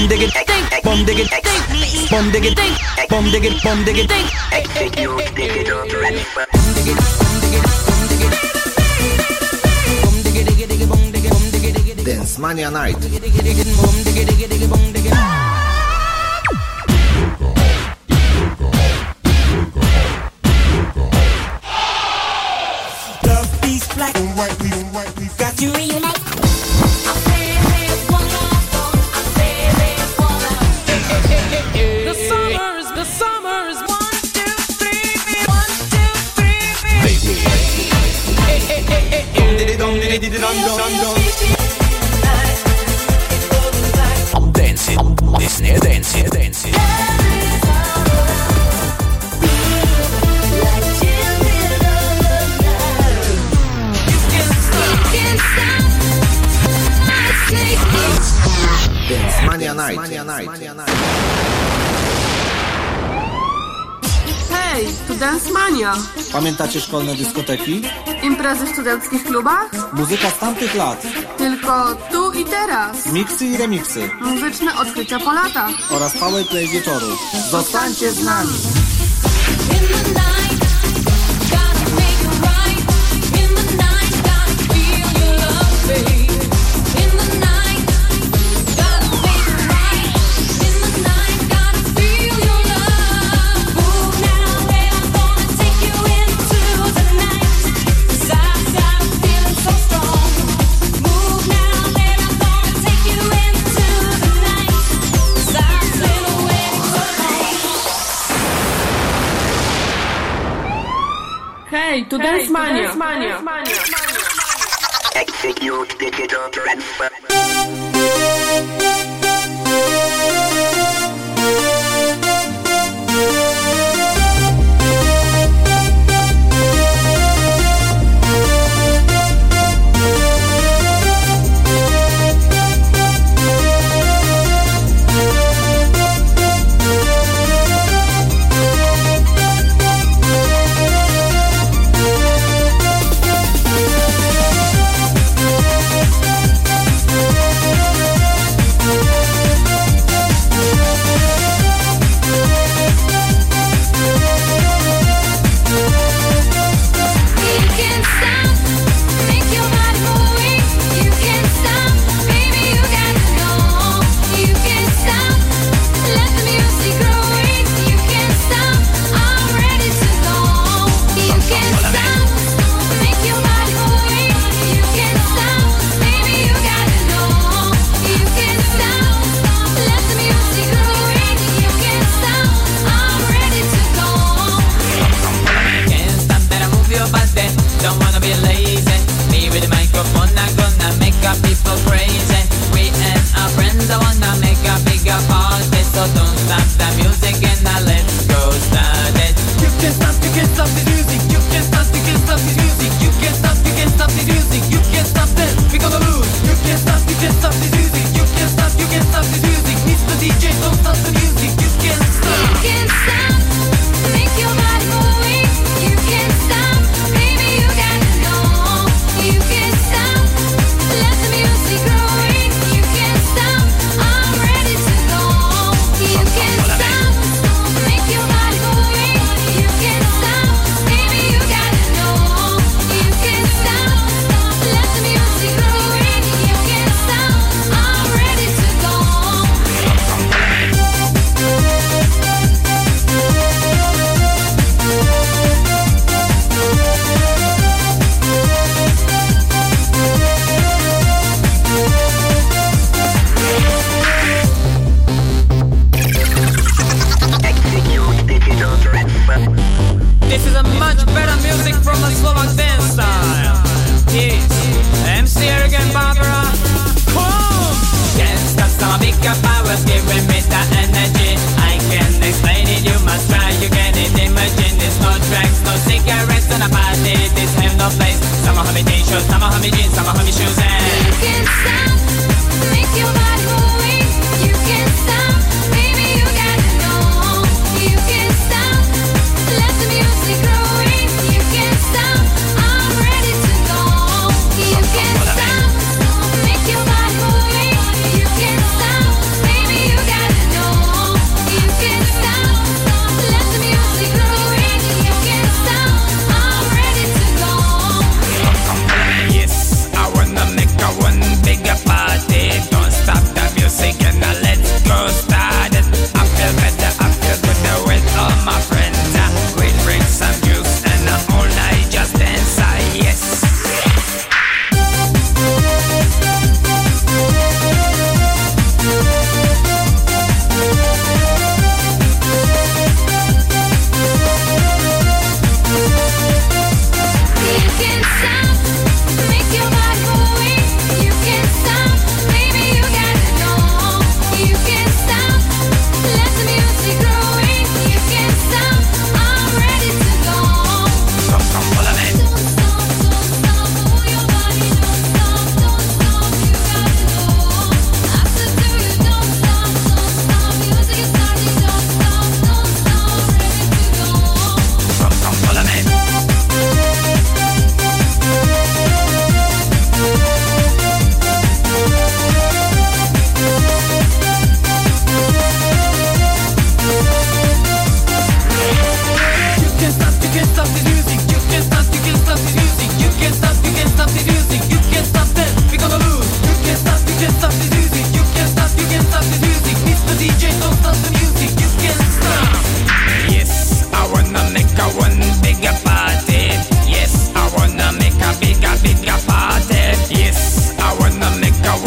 bum diggy, bum diggy, bum diggy, bum diggy, bum diggy, execute, pick it up, transfer. Dance Mania Night. Love, peace, black and white, we've got to reunite. The summer is 1, 2, 3, 1, 2, 3, baby. I'm dancing, Disney dancing, dancing. Dance Mania Night. Mania Night. Hej, tu Dance Mania. Pamiętacie szkolne dyskoteki? Imprezy w studenckich klubach? Muzyka z tamtych lat. Tylko tu i teraz. Miksy i remiksy. Muzyczne odkrycia po latach. Oraz powerplay wieczoru. Zostańcie z nami! Hej, tu Dance Mania. Execute, pick it up, transfer.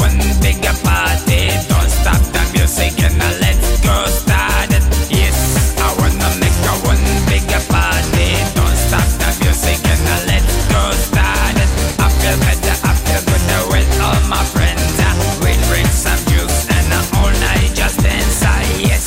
one bigger party. Don't stop the music and let's go start it. Yes, I wanna make a one bigger party. Don't stop the music and let's go start it. I feel better, I feel good with all my friends. We'll drink some juice and all night just dance. Yes.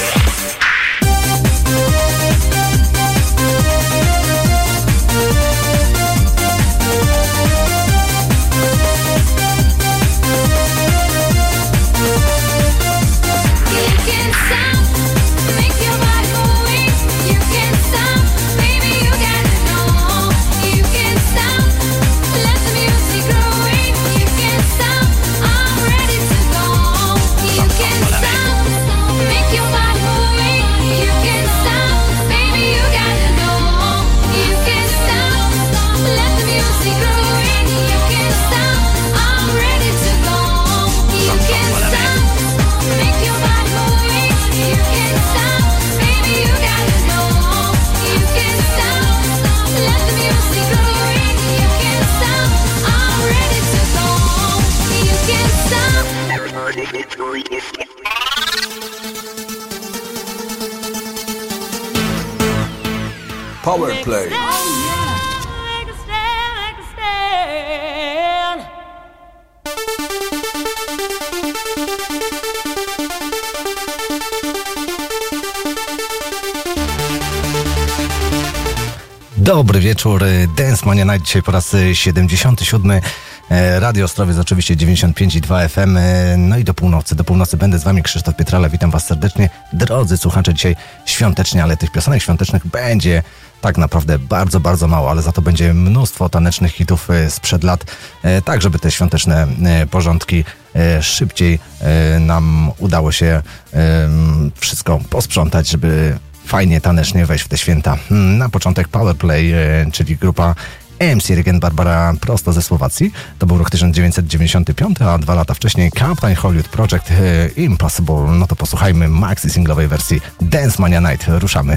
Power Play. Dobry wieczór, Dance Mania Night, dzisiaj po raz 77. Radio Ostrowiec oczywiście 95,2 FM. No i do północy będę z wami, Krzysztof Pietrala, witam was serdecznie. Drodzy słuchacze, dzisiaj świątecznie, ale tych piosenek świątecznych będzie tak naprawdę bardzo, bardzo mało, ale za to będzie mnóstwo tanecznych hitów sprzed lat, tak żeby te świąteczne porządki szybciej nam udało się wszystko posprzątać, żeby fajnie, tanecznie wejść w te święta. Na początek Powerplay, czyli grupa MC Regent Barbara prosto ze Słowacji. To był rok 1995, a 2 lata wcześniej Captain Hollywood Project Impossible. No to posłuchajmy maxi singlowej wersji Dance Mania Night. Ruszamy.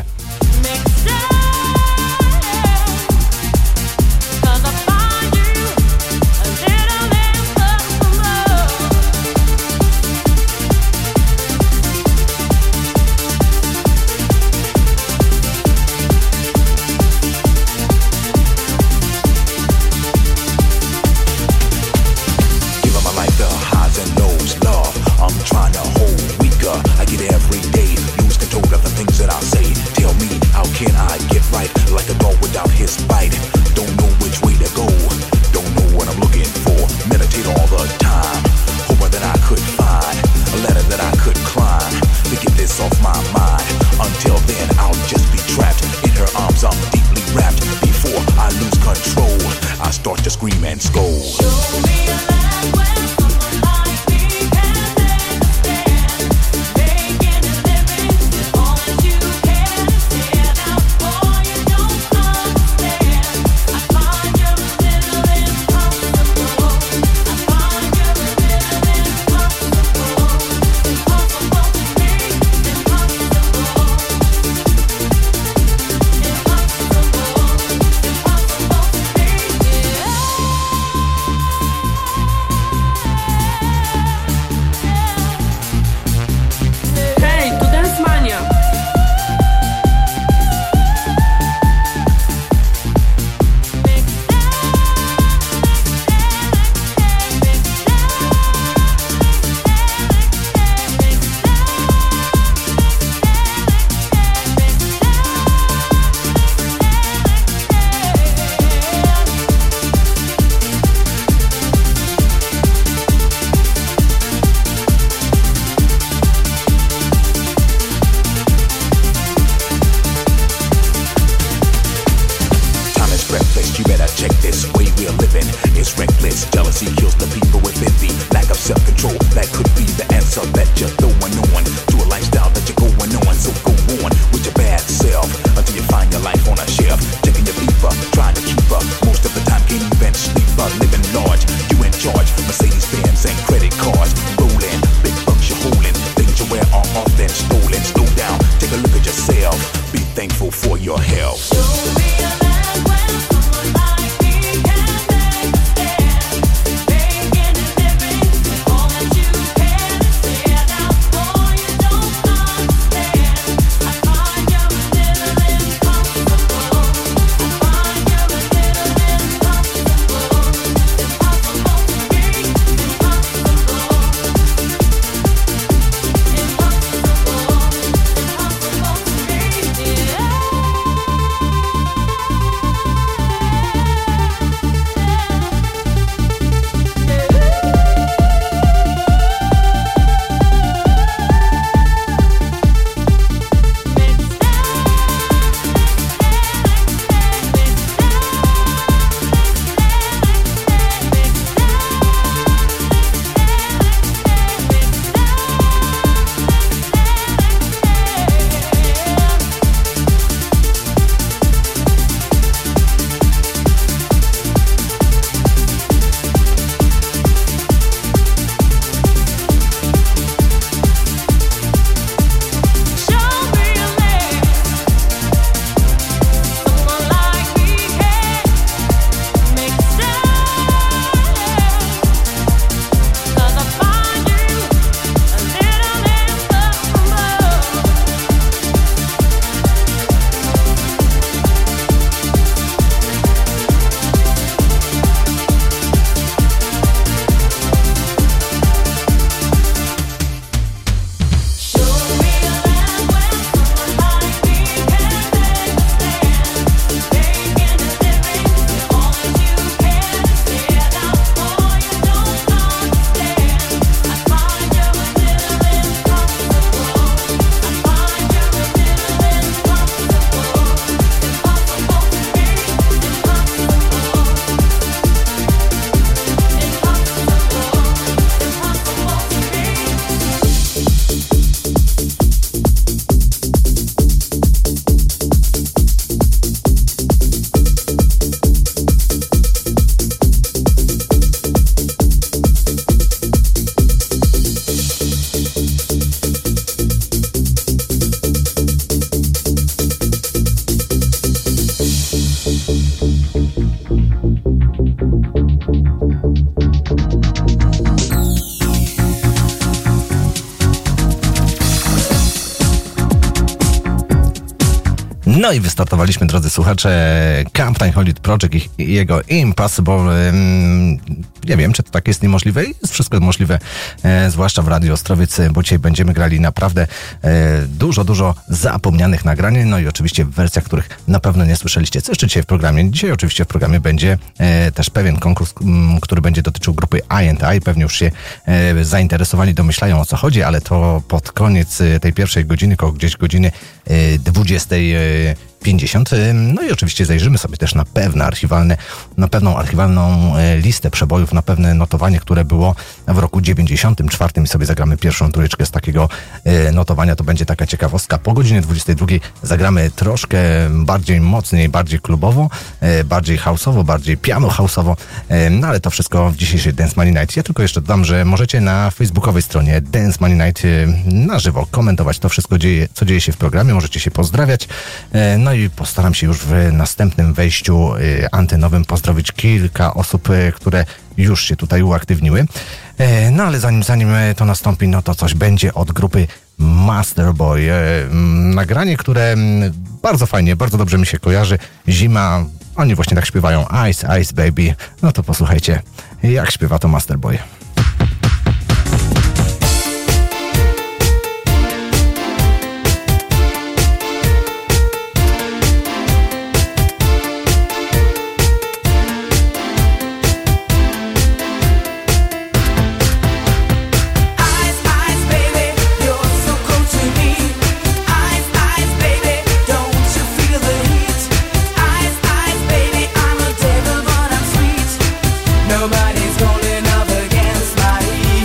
No i wystartowaliśmy, drodzy słuchacze, Camp Time Hollywood Project i jego Impossible. Nie wiem, czy to tak jest niemożliwe. Jest wszystko możliwe, zwłaszcza w Radiu Ostrowiec, bo dzisiaj będziemy grali naprawdę dużo zapomnianych nagrań. No i oczywiście w wersjach, których na pewno nie słyszeliście. Co jeszcze dzisiaj w programie? Dzisiaj oczywiście w programie będzie też pewien konkurs, który będzie dotyczył grupy I&I. Pewnie już się zainteresowani domyślają, o co chodzi, ale to pod koniec tej pierwszej godziny, koło gdzieś godziny 20:50. No i oczywiście zajrzymy sobie też na pewną archiwalną listę przebojów, na pewne notowanie, które było w roku 94 i sobie zagramy pierwszą trójeczkę z takiego notowania. To będzie taka ciekawostka. Po godzinie 22 zagramy troszkę bardziej mocniej, bardziej klubowo, bardziej house'owo, bardziej piano house'owo, no ale to wszystko w dzisiejszej Dance Money Night. Ja tylko jeszcze dodam, że możecie na facebookowej stronie Dance Money Night na żywo komentować to wszystko, co dzieje się w programie. Możecie się pozdrawiać. No i postaram się już w następnym wejściu antenowym pozdrowić kilka osób, które już się tutaj uaktywniły. No ale zanim to nastąpi, no to coś będzie od grupy Masterboy. Nagranie, które bardzo fajnie, bardzo dobrze mi się kojarzy. Zima, oni właśnie tak śpiewają Ice, Ice Baby. No to posłuchajcie, jak śpiewa to Masterboy. Nobody's calling up against my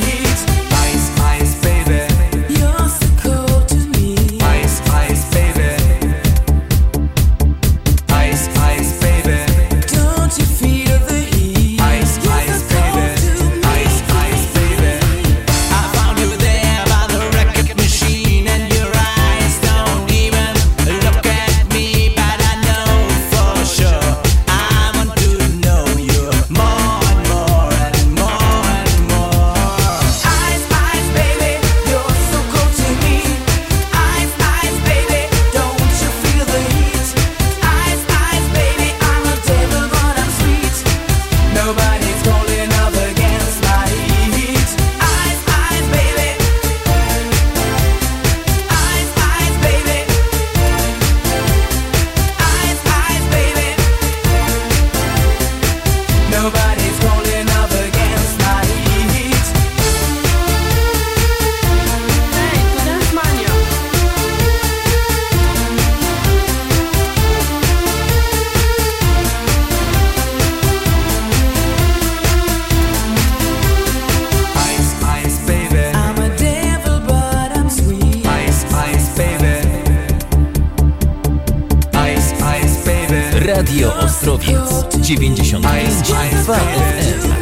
Radio Ostrowiec 95,2 FM.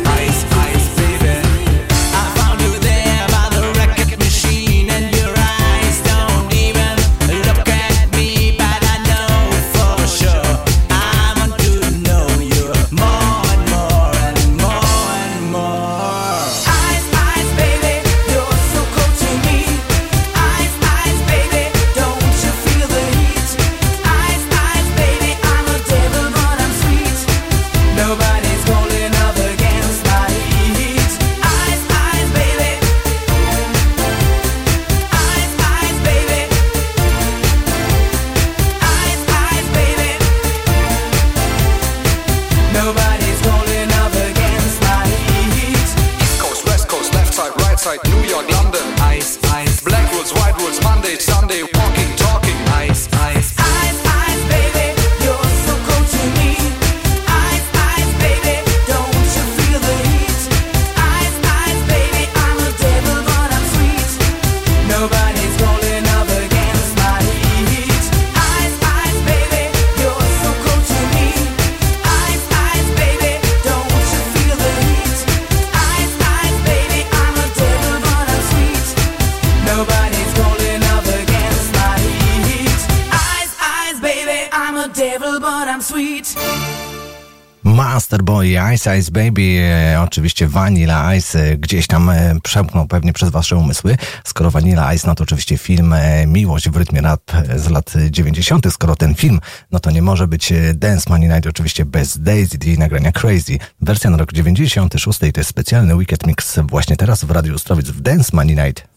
Masterboy, Ice Ice Baby, oczywiście Vanilla Ice gdzieś tam przemknął pewnie przez wasze umysły. Skoro Vanilla Ice, no to oczywiście film Miłość w rytmie rap z lat 90. Skoro ten film, no to nie może być Dance Money Night oczywiście bez Daisy D nagrania Crazy. Wersja na rok 96. To jest specjalny Weekend Mix właśnie teraz w Radiu Ostrowiec w Dance Money Night.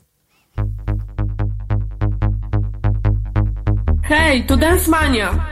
Hej, tu Dance Mania.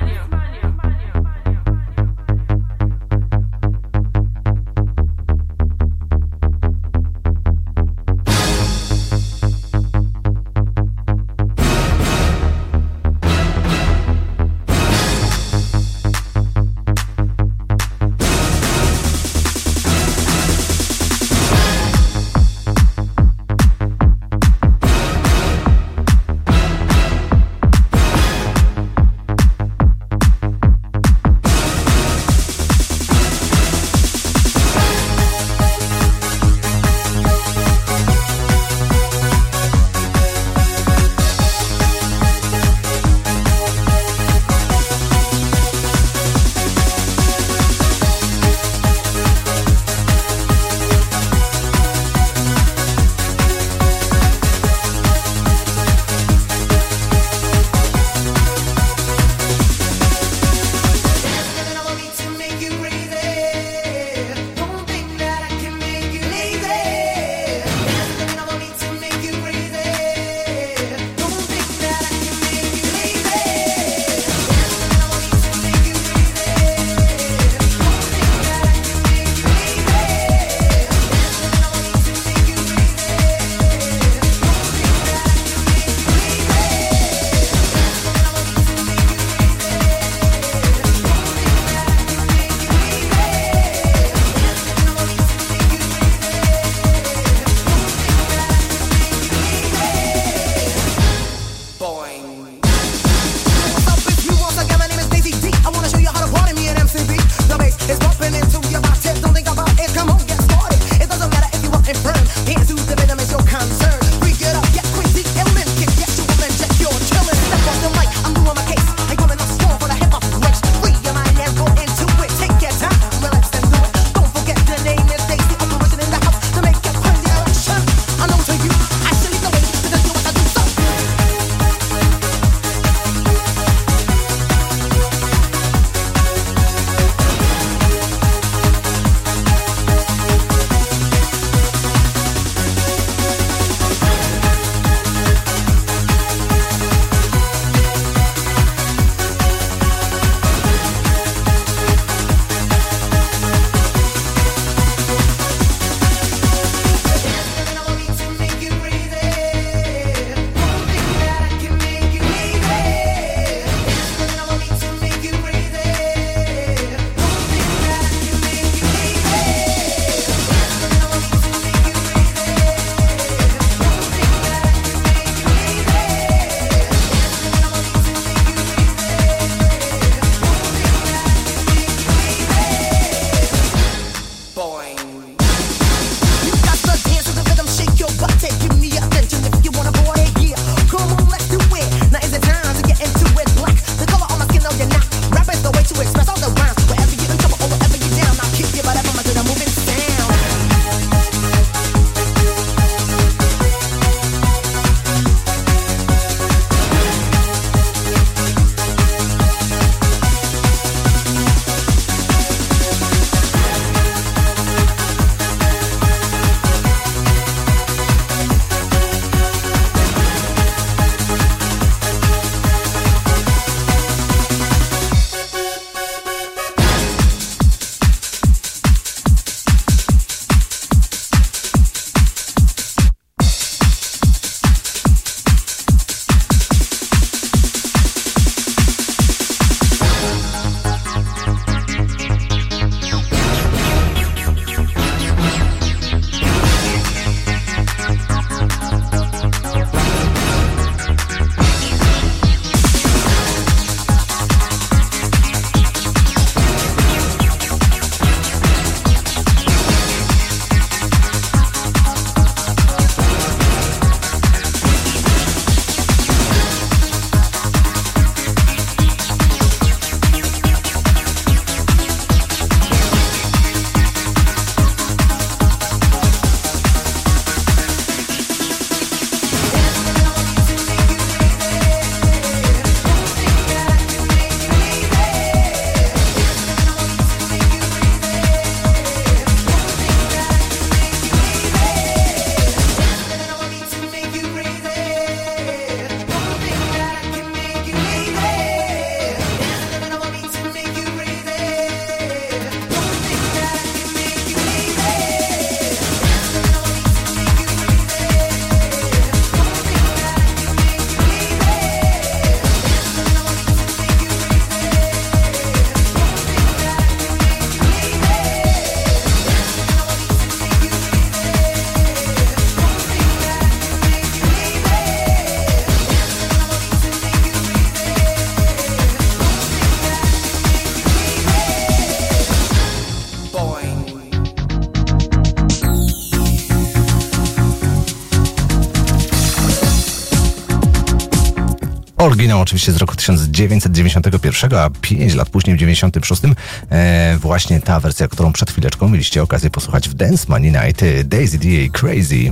Oryginał oczywiście z roku 1991, a 5 lat później, w 96, właśnie ta wersja, którą przed chwileczką mieliście okazję posłuchać w Dance Money Night, Daisy D. Crazy.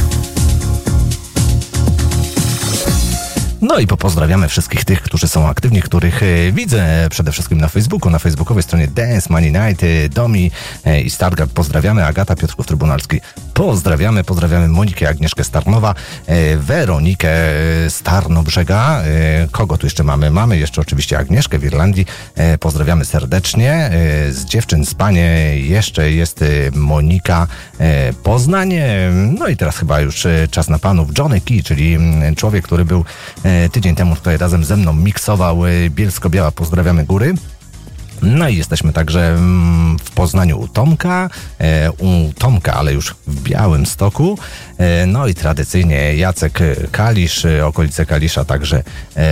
No i pozdrawiamy wszystkich tych, którzy są aktywni, których widzę przede wszystkim na Facebooku, na facebookowej stronie Dance Money Night, Domi i Stargard. Pozdrawiamy, Agata Piotrków-Trybunalski. Pozdrawiamy Monikę, Agnieszkę Starnowa, Weronikę Starnobrzega. Kogo tu jeszcze mamy? Mamy jeszcze oczywiście Agnieszkę w Irlandii. Pozdrawiamy serdecznie. Z dziewczyn z Panie jeszcze jest Monika Poznań. No i teraz chyba już czas na panów. Johnny Key, czyli człowiek, który był tydzień temu tutaj razem ze mną miksował Bielsko-Biała. Pozdrawiamy góry. No i jesteśmy także w Poznaniu u Tomka, ale już w Białymstoku. No i tradycyjnie Jacek Kalisz, okolice Kalisza, także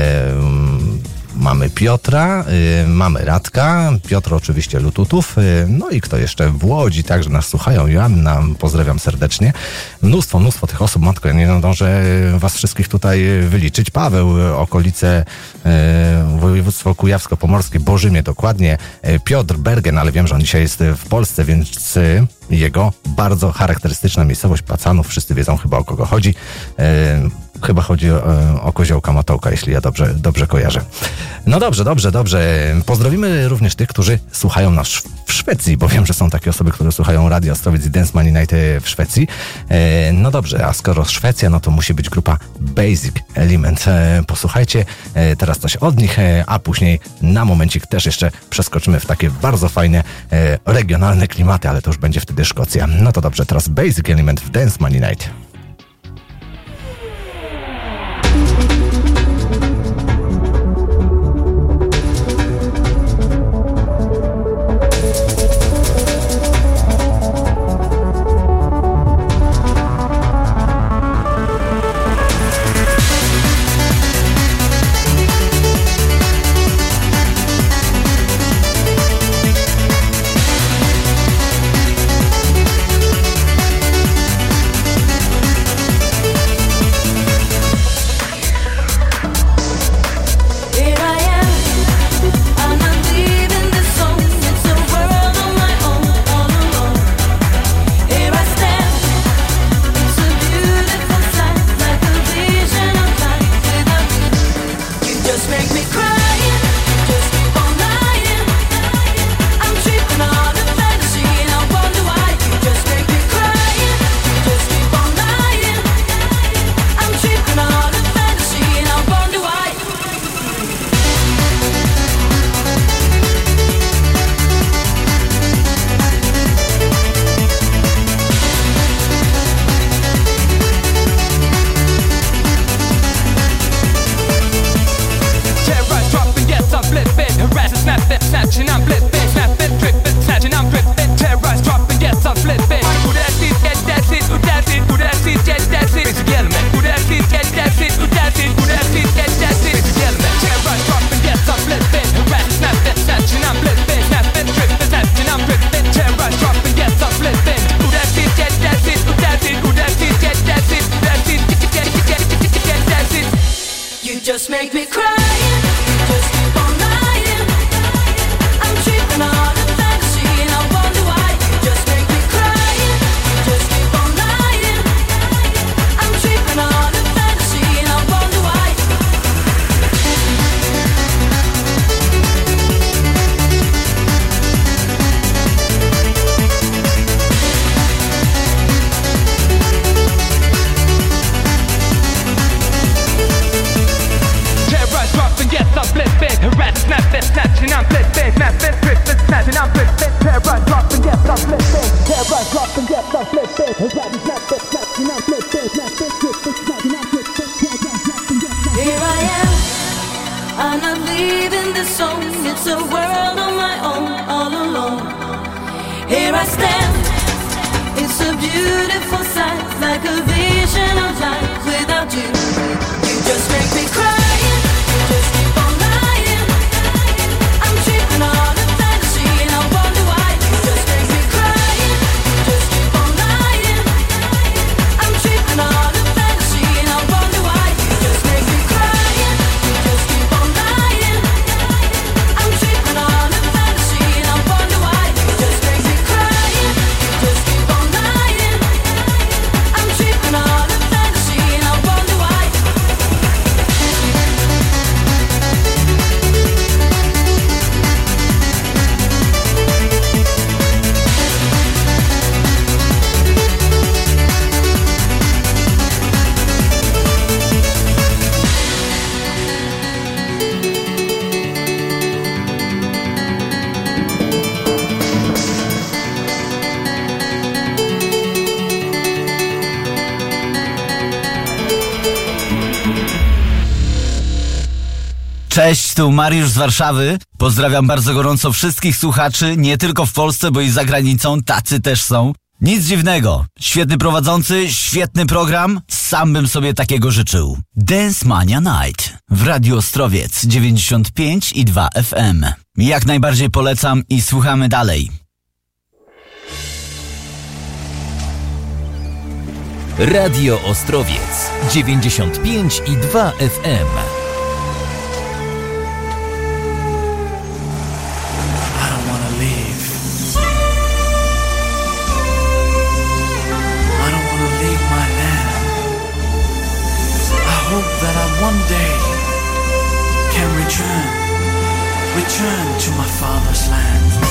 mamy Piotra, mamy Radka, Piotr oczywiście Lututów, no i kto jeszcze w Łodzi, także nas słuchają. Joanna, pozdrawiam serdecznie. Mnóstwo tych osób, matko, ja nie zdążę was wszystkich tutaj wyliczyć. Paweł, okolice województwo kujawsko-pomorskie, Bożymie dokładnie, Piotr Bergen, ale wiem, że on dzisiaj jest w Polsce, więc jego bardzo charakterystyczna miejscowość Pacanów, wszyscy wiedzą chyba o kogo chodzi. Chyba chodzi o koziołka Matołka, jeśli ja dobrze kojarzę. No dobrze. Pozdrowimy również tych, którzy słuchają nas w Szwecji, bo wiem, że są takie osoby, które słuchają Radio Ostrowiec i Dance Money Night w Szwecji. No dobrze, a skoro Szwecja, no to musi być grupa Basic Element. Posłuchajcie teraz coś od nich, a później na momencik też jeszcze przeskoczymy w takie bardzo fajne regionalne klimaty, ale to już będzie wtedy Szkocja. No to dobrze, teraz Basic Element w Dance Money Night. Cześć, tu Mariusz z Warszawy. Pozdrawiam bardzo gorąco wszystkich słuchaczy, nie tylko w Polsce, bo i za granicą, tacy też są. Nic dziwnego. Świetny prowadzący, świetny program. Sam bym sobie takiego życzył. Dance Mania Night w Radiu Ostrowiec 95,2 FM. Jak najbardziej polecam i słuchamy dalej. Radio Ostrowiec 95,2 FM. That I one day can return to my father's land.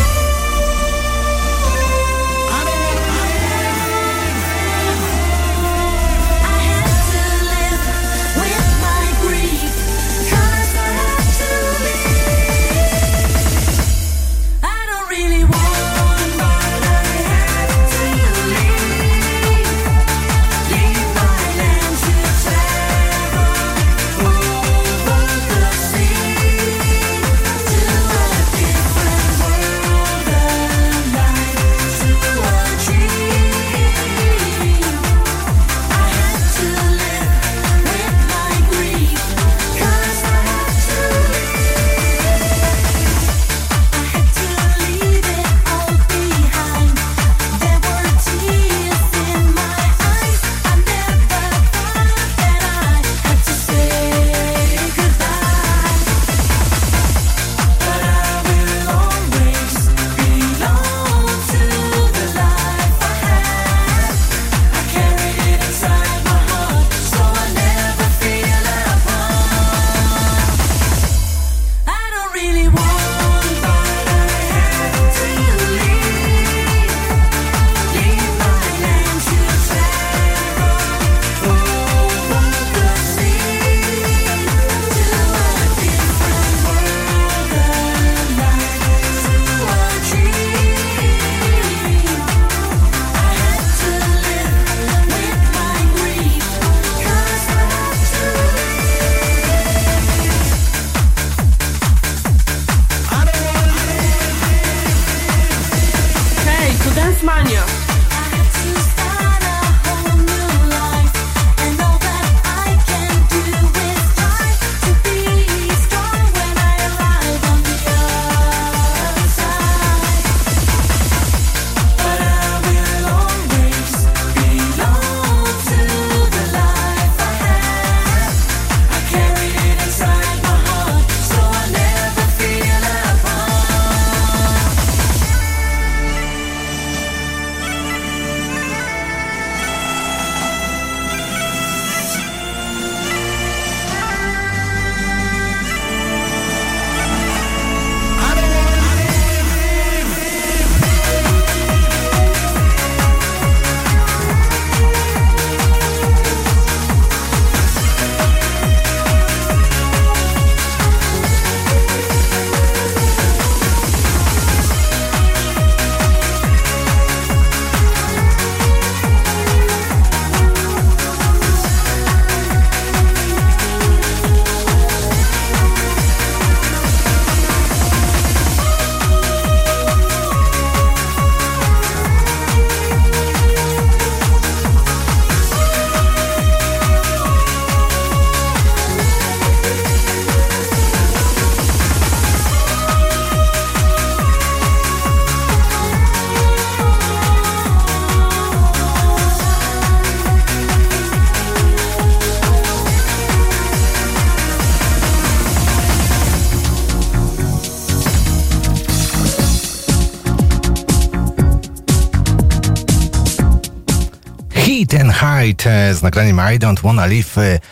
Ten Height z nagraniem I Don't Wanna Live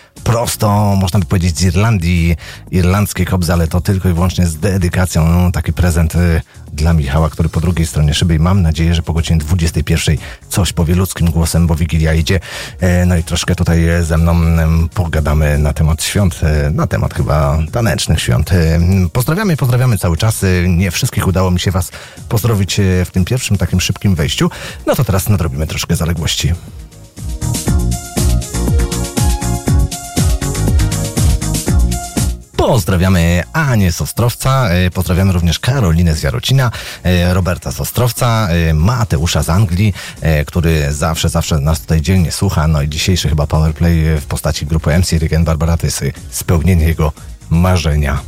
prosto, można by powiedzieć, z Irlandii, irlandzkie kobzy, ale to tylko i wyłącznie z dedykacją. Taki prezent dla Michała, który po drugiej stronie szyby i mam nadzieję, że po godzinie 21 coś powie ludzkim głosem, bo Wigilia idzie. No i troszkę tutaj ze mną pogadamy na temat świąt, na temat chyba tanecznych świąt. Pozdrawiamy cały czas. Nie wszystkich udało mi się was pozdrowić w tym pierwszym takim szybkim wejściu. No to teraz nadrobimy troszkę zaległości. Pozdrawiamy Anię z Ostrowca, pozdrawiamy również Karolinę z Jarocina, Roberta z Ostrowca, Mateusza z Anglii, który zawsze nas tutaj dzielnie słucha. No i dzisiejszy chyba powerplay w postaci grupy MC Regen Barbara to jest spełnienie jego marzenia.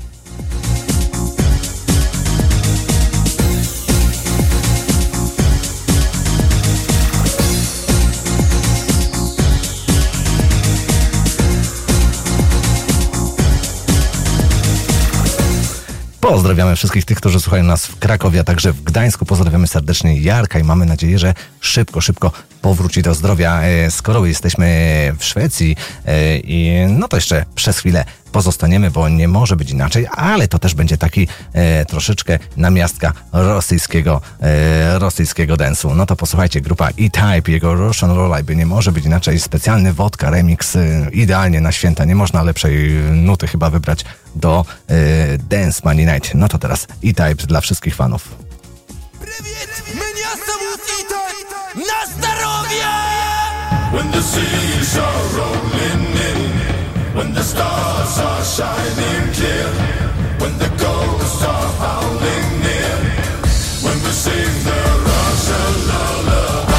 Pozdrawiamy wszystkich tych, którzy słuchają nas w Krakowie, a także w Gdańsku. Pozdrawiamy serdecznie Jarka i mamy nadzieję, że szybko powróci do zdrowia. Skoro jesteśmy w Szwecji i no to jeszcze przez chwilę pozostaniemy, bo nie może być inaczej, ale to też będzie taki troszeczkę namiastka rosyjskiego dance'u. No to posłuchajcie, grupa E-Type, jego Russian Roll'n'Roll, nie może być inaczej. Specjalny wodka remix, idealnie na święta. Nie można lepszej nuty chyba wybrać do Dance Money Night. No to teraz E-Type dla wszystkich fanów. Меня зовут E-Type. На здоровье! When the seas are rolling in, when the stars are shining clear, when the ghosts are howling near, when we sing the Russian lullaby.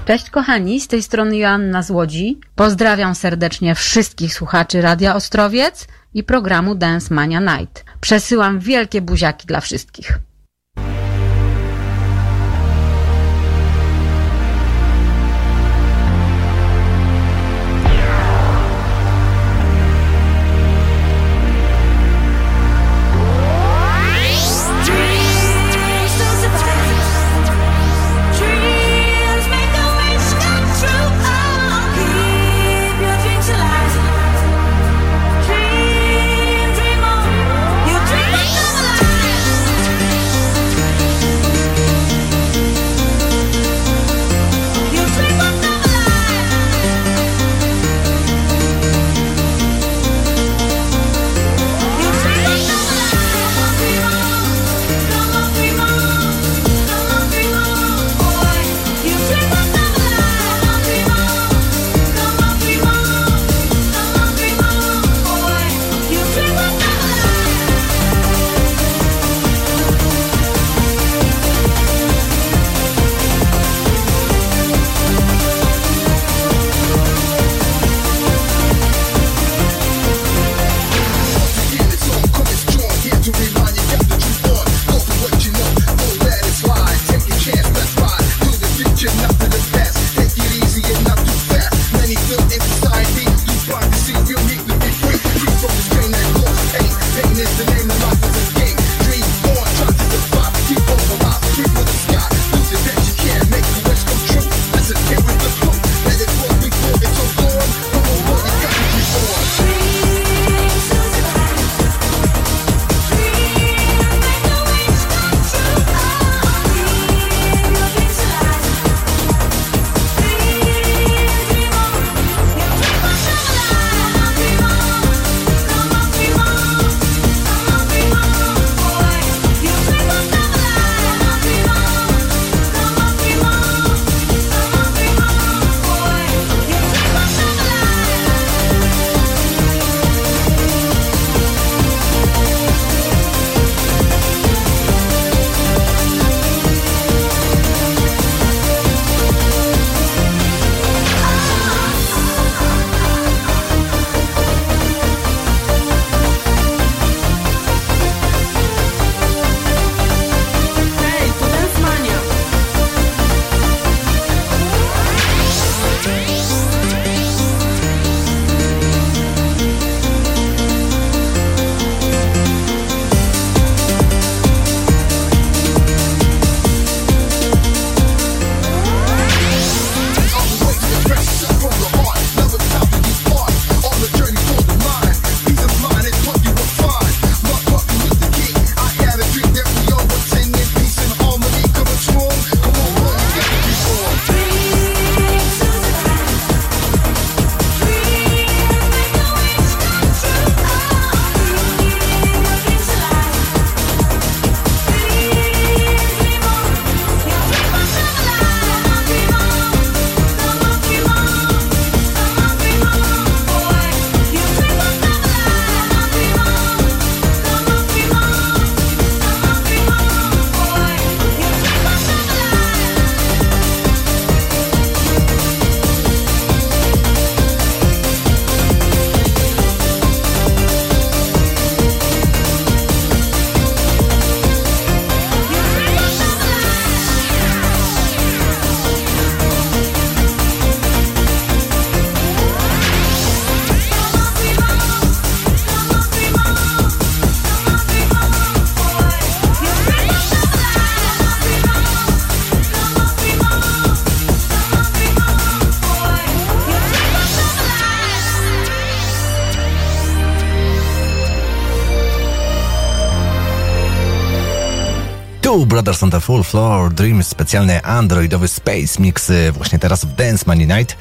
Cześć kochani, z tej strony Joanna z Łodzi. Pozdrawiam serdecznie wszystkich słuchaczy Radia Ostrowiec i programu Dance Mania Night. Przesyłam wielkie buziaki dla wszystkich. Two Brothers on the Full Floor Dreams, specjalny androidowy Space Mix właśnie teraz w Dance Mania Night.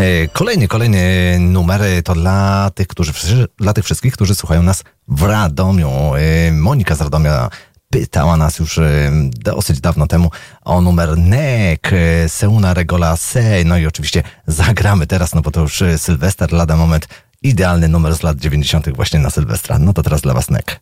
Kolejny numer to dla tych wszystkich, którzy słuchają nas w Radomiu. Monika z Radomia pytała nas już dosyć dawno temu o numer Nek, Seuna Regola Se. No i oczywiście zagramy teraz, no bo to już Sylwester, lada moment. Idealny numer z lat 90. właśnie na Sylwestra. No to teraz dla was Nek.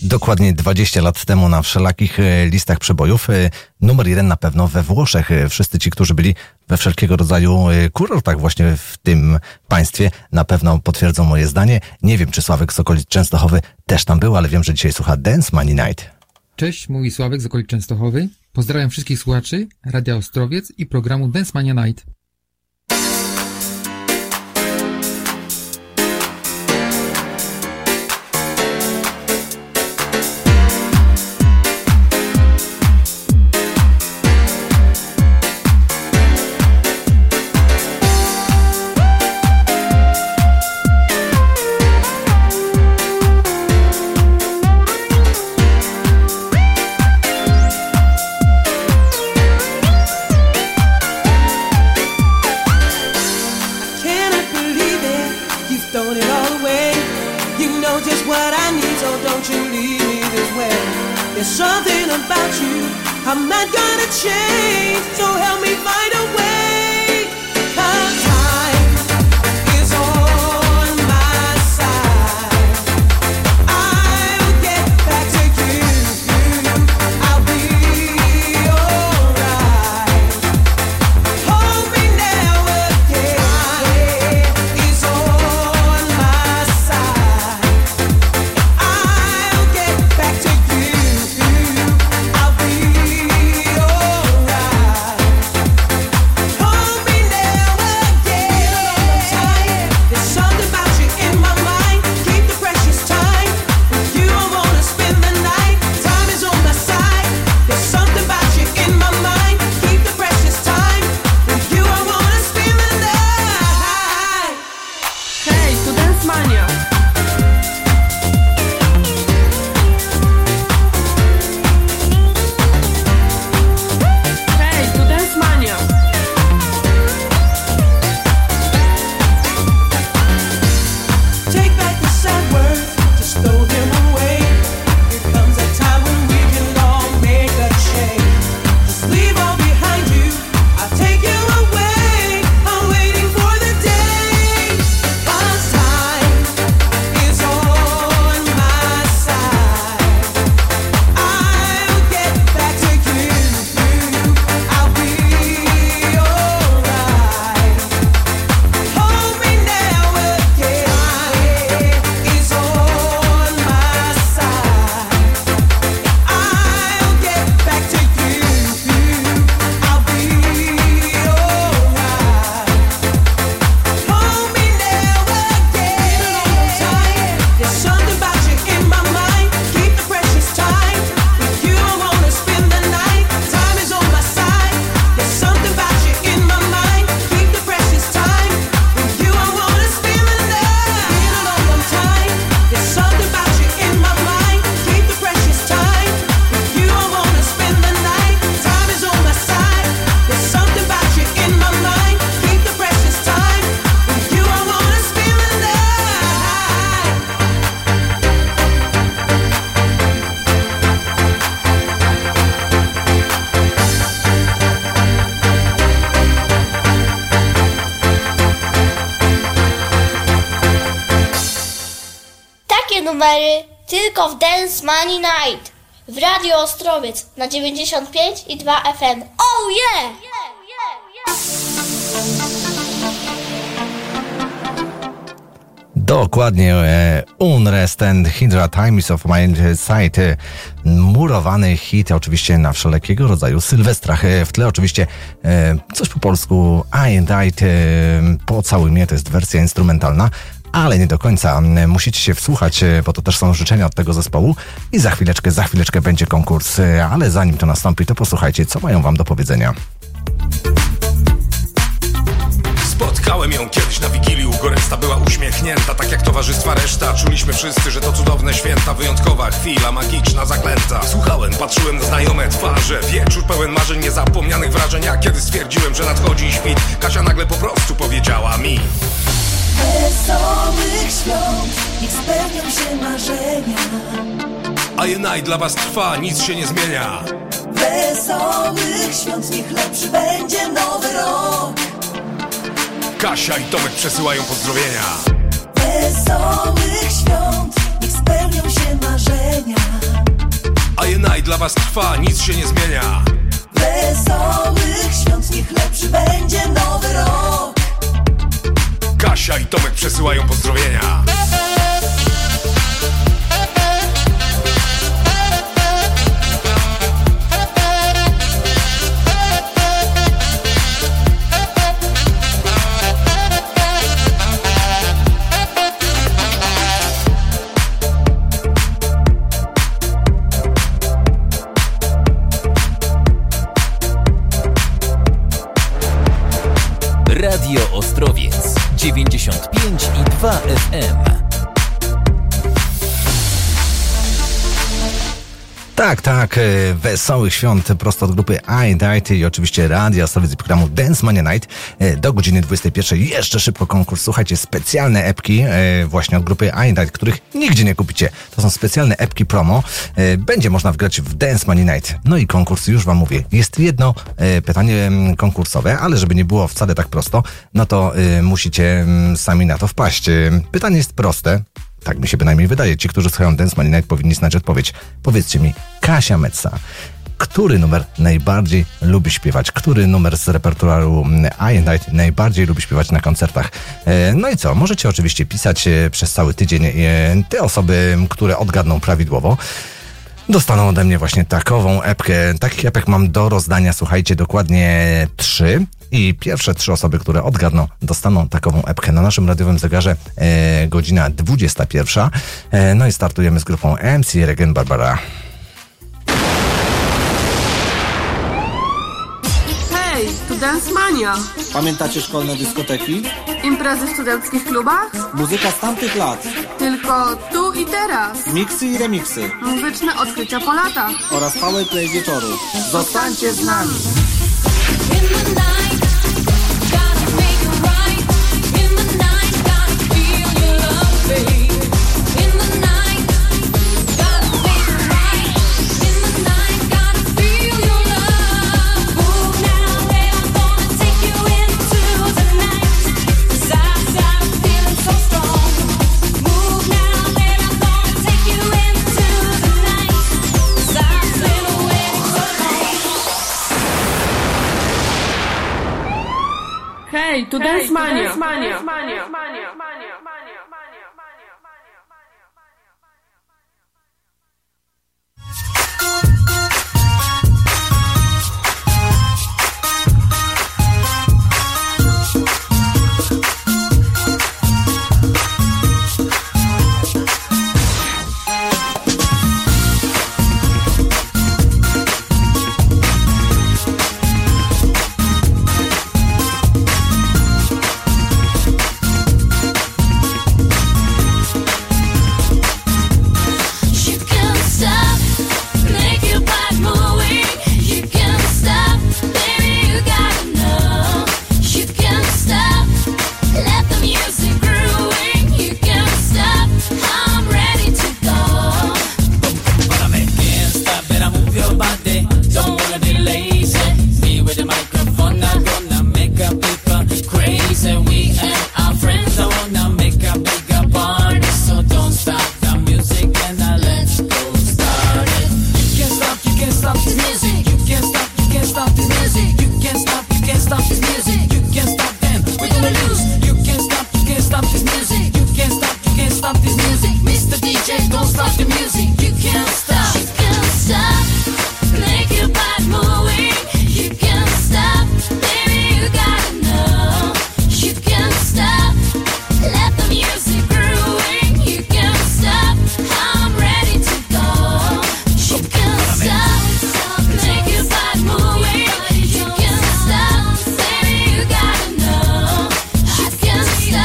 Dokładnie 20 lat temu na wszelakich listach przebojów. Numer 1 na pewno we Włoszech. Wszyscy ci, którzy byli we wszelkiego rodzaju kurortach właśnie w tym państwie, na pewno potwierdzą moje zdanie. Nie wiem, czy Sławek z okolic Częstochowy też tam był, ale wiem, że dzisiaj słucha Dance Money Night. Cześć, mówi Sławek z okolic Częstochowy. Pozdrawiam wszystkich słuchaczy Radia Ostrowiec i programu Dance Mania Night. There's something about you I'm not gonna change, so help me find a way. 'Cause time is on my side. I'll get back to you. I'll be alright. Hold me now again. Time is on my side. I'll get back to you. I'll be alright. Hold me now again. There's something about you in my mind. Keep the precious time. With you I wanna spend the night. Time is on my side. There's something about you in my mind. Keep the precious time. With you I wanna spend the night. Hej, tu Dance Mania. Hej, tu Dance Mania. Take back the sad words, just throw them away. Here comes a time when we can all make a change. Just leave all behind you, I'll take you away. I'm waiting for the day. 'Cause time is on my side. I'll get back to you. I'll be alright. Hold me now again. Is on my side. I'll get back to you. I'll be alright. Hold me now again. There's something about you in my mind. Keep the precious time. With you I wanna spend the night. Time is on my side. There's something about you in my mind. Keep the precious time. With you I wanna spend the night. Been a long time. There's something about you in my mind. Keep the precious time. With you I wanna spend the night. Time is on my side. There's something about you in my mind. Keep the precious time. With you I wanna spend the night. Takie numery tylko w Dance Money Night w Radio Ostrowiec na 95,2 FM. Oh yeah! Dokładnie, Unrest and Hydra Time is of my side. Murowany hit, oczywiście na wszelkiego rodzaju sylwestrach. W tle oczywiście coś po polsku, I and I, po całym to jest wersja instrumentalna, ale nie do końca. Musicie się wsłuchać, bo to też są życzenia od tego zespołu i za chwileczkę będzie konkurs. Ale zanim to nastąpi, to posłuchajcie, co mają wam do powiedzenia. Spotkałem ją kiedyś na Wigilii u Goresta. Była uśmiechnięta, tak jak towarzystwa reszta. Czuliśmy wszyscy, że to cudowne święta. Wyjątkowa chwila, magiczna, zaklęta. Słuchałem, patrzyłem na znajome twarze. Wieczór pełen marzeń, niezapomnianych wrażeń. A kiedy stwierdziłem, że nadchodzi świt, Kasia nagle po prostu powiedziała mi: Wesołych świąt, niech spełnią się marzenia. A jednak dla was trwa, nic się nie zmienia. Wesołych świąt, niech lepszy będzie nowy rok. Kasia i Tomek przesyłają pozdrowienia. Wesołych świąt, niech spełnią się marzenia. A jednak dla was trwa, nic się nie zmienia. Wesołych świąt, niech lepszy będzie nowy rok. Kasia i Tomek przesyłają pozdrowienia. Radio Ostrowiec 95,2 FM. Tak, wesołych świąt prosto od grupy I Night i oczywiście Radio Ostrowiec i programu Dance Mania Night do godziny 21. Jeszcze szybko konkurs. Słuchajcie, specjalne epki właśnie od grupy I Night, których nigdzie nie kupicie. To są specjalne epki promo. Będzie można wgrać w Dance Mania Night. No i konkurs, już wam mówię, jest jedno pytanie konkursowe, ale żeby nie było wcale tak prosto, no to musicie sami na to wpaść. Pytanie jest proste. Tak mi się bynajmniej wydaje. Ci, którzy słuchają Dance Mania Night, powinni znać odpowiedź. Powiedzcie mi, Kasia Metsa, który numer najbardziej lubi śpiewać? Który numer z repertuaru I Night najbardziej lubi śpiewać na koncertach? No i co? Możecie oczywiście pisać przez cały tydzień. Te osoby, które odgadną prawidłowo, dostaną ode mnie właśnie takową epkę. Takich epek mam do rozdania, słuchajcie, dokładnie 3. I pierwsze 3 osoby, które odgadną, dostaną takową epkę. Na naszym radiowym zegarze godzina 21. No i startujemy z grupą MC Regen Barbara. Hej, tu Dance Mania. Pamiętacie szkolne dyskoteki? Imprezy w studenckich klubach? Muzyka z tamtych lat. Tylko tu i teraz. Miksy i remiksy. Muzyczne odkrycia po latach. Oraz powerplay wieczoru. Zostańcie z nami! Hej, tu Dance Mania.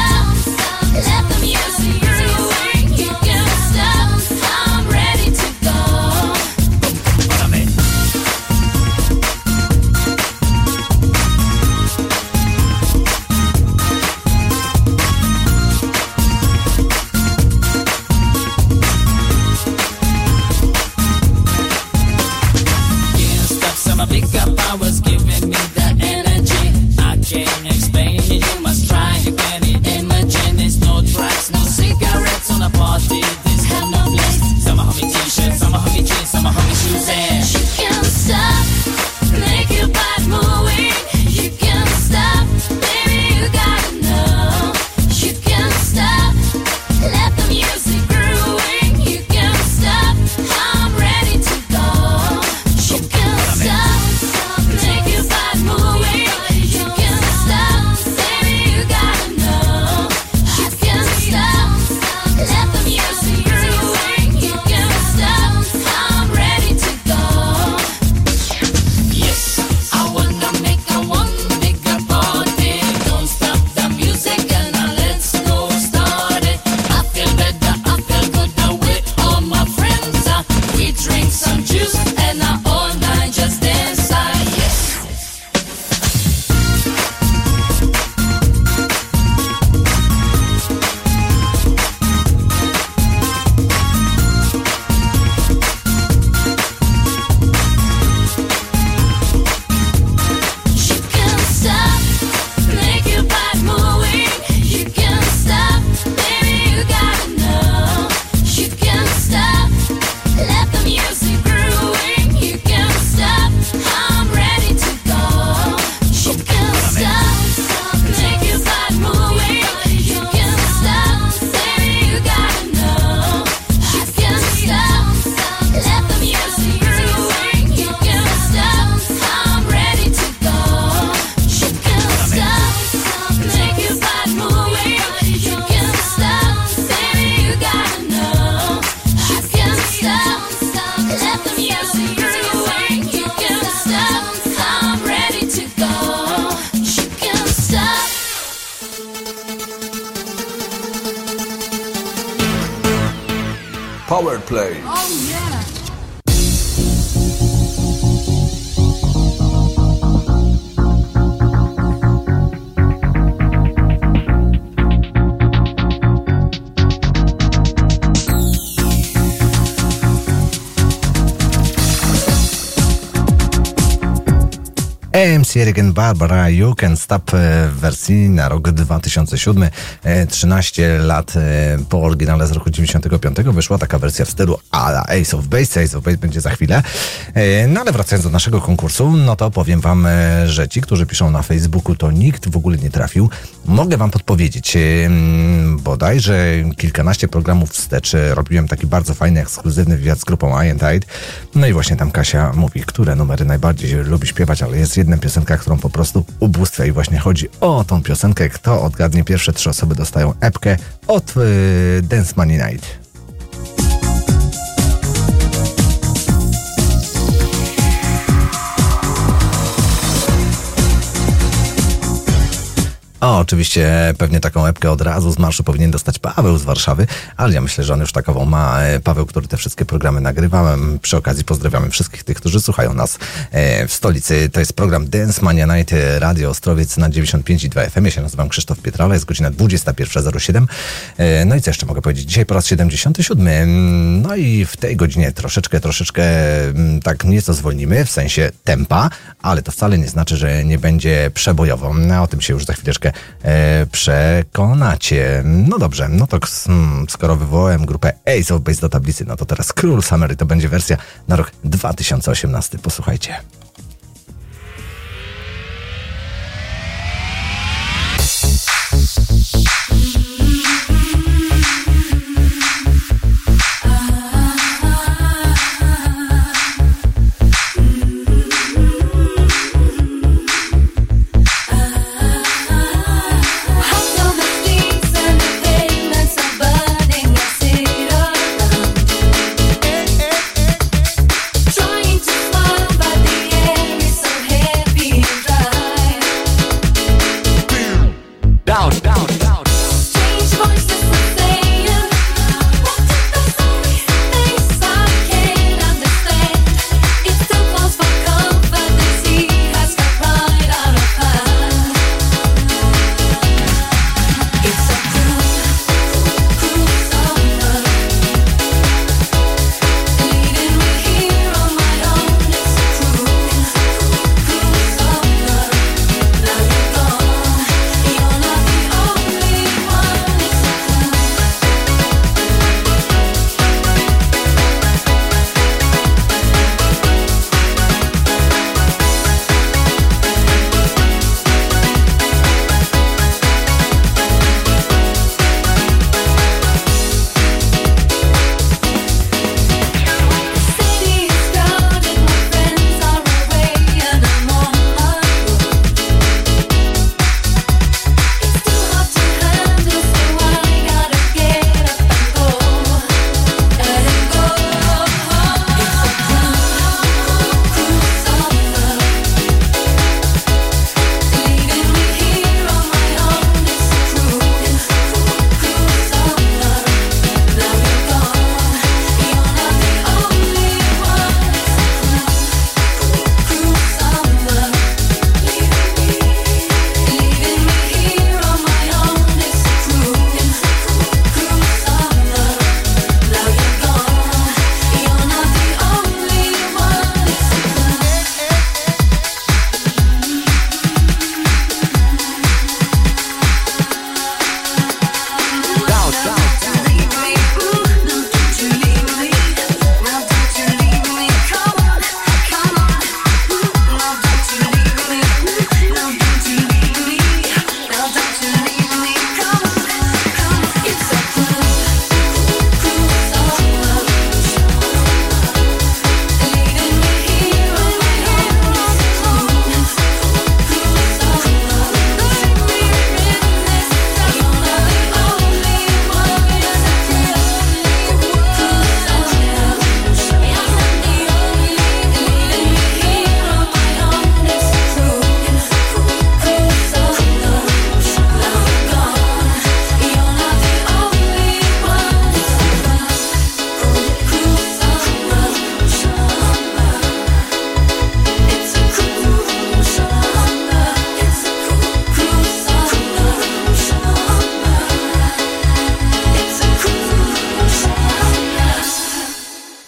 To go. play. Oh yeah. MC Eric and Barbara, You Can Stop w wersji na rok 2007. 13 lat po oryginale z roku 95 wyszła taka wersja w stylu ala Ace of Base. Ace of Base będzie za chwilę. No ale wracając do naszego konkursu, no to powiem wam, że ci, którzy piszą na Facebooku, to nikt w ogóle nie trafił. Mogę wam podpowiedzieć, bodajże kilkanaście programów wstecz robiłem taki bardzo fajny, ekskluzywny wywiad z grupą I and Tide. No i właśnie tam Kasia mówi, które numery najbardziej lubi śpiewać, ale jest jedna piosenka, którą po prostu ubóstwia i właśnie chodzi o tą piosenkę. Kto odgadnie pierwsze 3 osoby dostają epkę od Dance Money Night. O, oczywiście pewnie taką epkę od razu z marszu powinien dostać Paweł z Warszawy, ale ja myślę, że on już takową ma. Paweł, który te wszystkie programy nagrywa. Przy okazji pozdrawiamy wszystkich tych, którzy słuchają nas w stolicy. To jest program Dance Mania Night, Radio Ostrowiec na 95,2 FM. Ja się nazywam Krzysztof Pietrala, jest godzina 21:07. No i co jeszcze mogę powiedzieć? Dzisiaj po raz 77. No i w tej godzinie troszeczkę tak nieco zwolnimy, w sensie tempa, ale to wcale nie znaczy, że nie będzie przebojowo. No, o tym się już za chwileczkę przekonacie. No dobrze, no to skoro wywołałem grupę Ace of Base do tablicy, no to teraz Cruel Summer i to będzie wersja na rok 2018. Posłuchajcie. Trying to smile, but the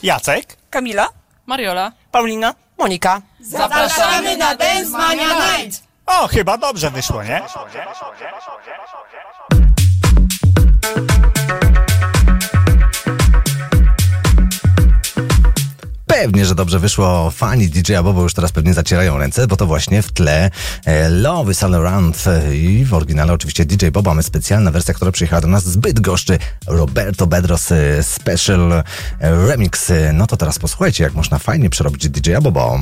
Jacek, Kamila, Mariola, Paulina, Monika. Zapraszamy na Dance Mania Night! O, chyba dobrze wyszło, nie? Pewnie, że dobrze wyszło. Fani DJ-a Bobo już teraz pewnie zacierają ręce, bo to właśnie w tle Love is All Around i w oryginale oczywiście DJ Bobo. Mamy specjalna wersja, która przyjechała do nas z Bydgoszczy. Roberto Bedros Special Remix. No to teraz posłuchajcie, jak można fajnie przerobić DJ-a Bobo.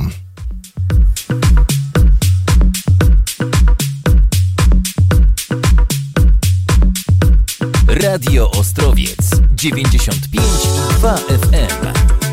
Radio Ostrowiec 95,2 FM.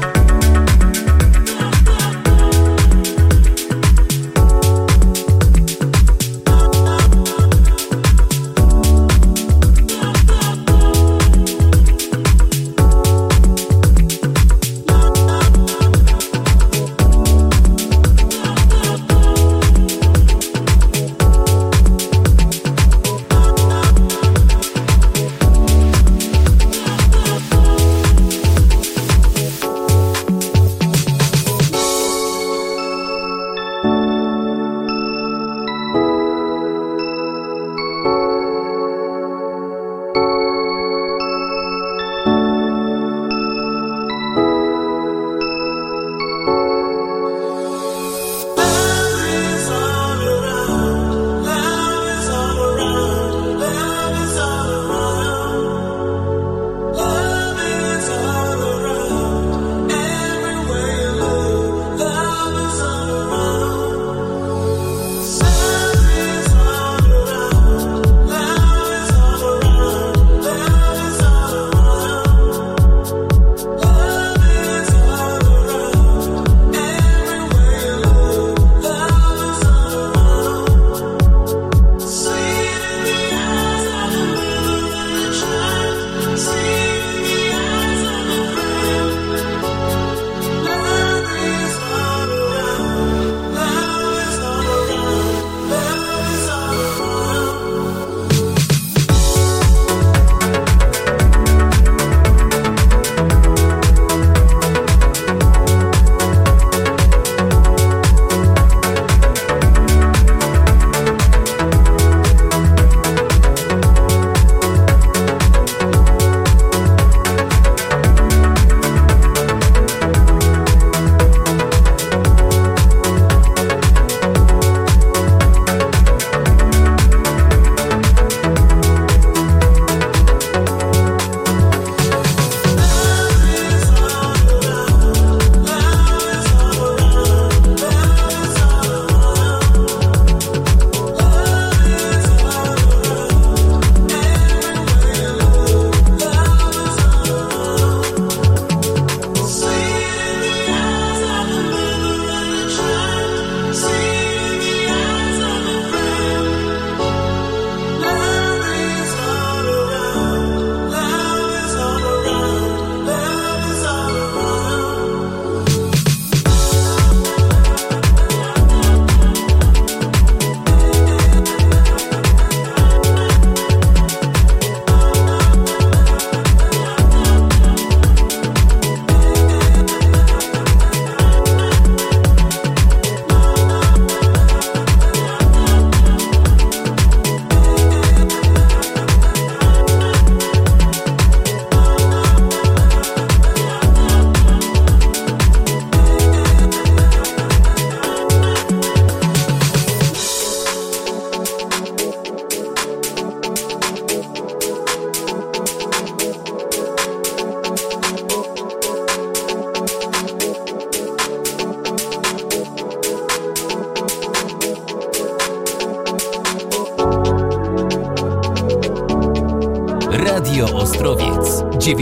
Radio Ostrowiec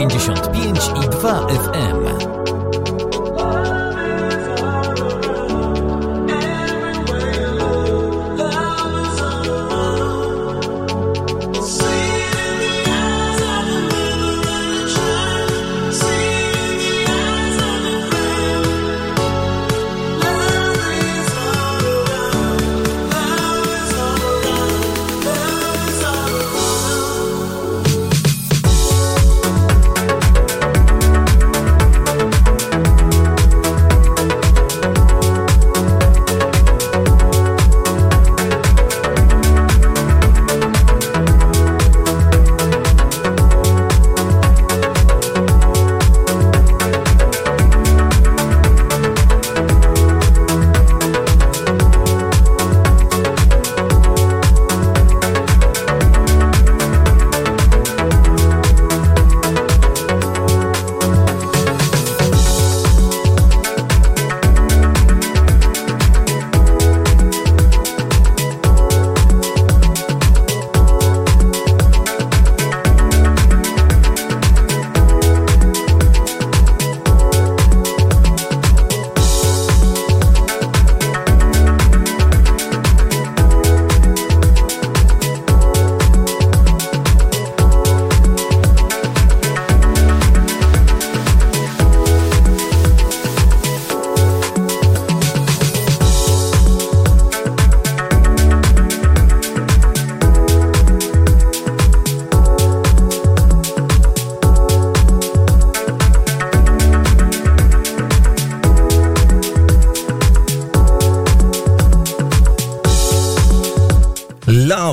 95,2 FM.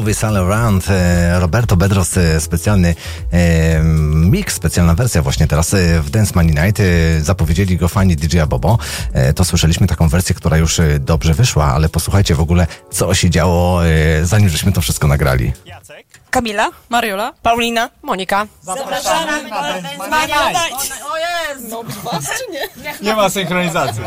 Love is all around. Roberto Bedros, specjalny mix, specjalna wersja właśnie teraz w Dance Money Night. Zapowiedzieli go fani DJ-a Bobo. To słyszeliśmy taką wersję, która już dobrze wyszła, ale posłuchajcie w ogóle, co się działo, zanim żeśmy to wszystko nagrali. Kamila, Mariola, Paulina, Monika. Zapraszamy na Dance Mania Night. O Jezu! No was czy nie? Nie ma synchronizacji.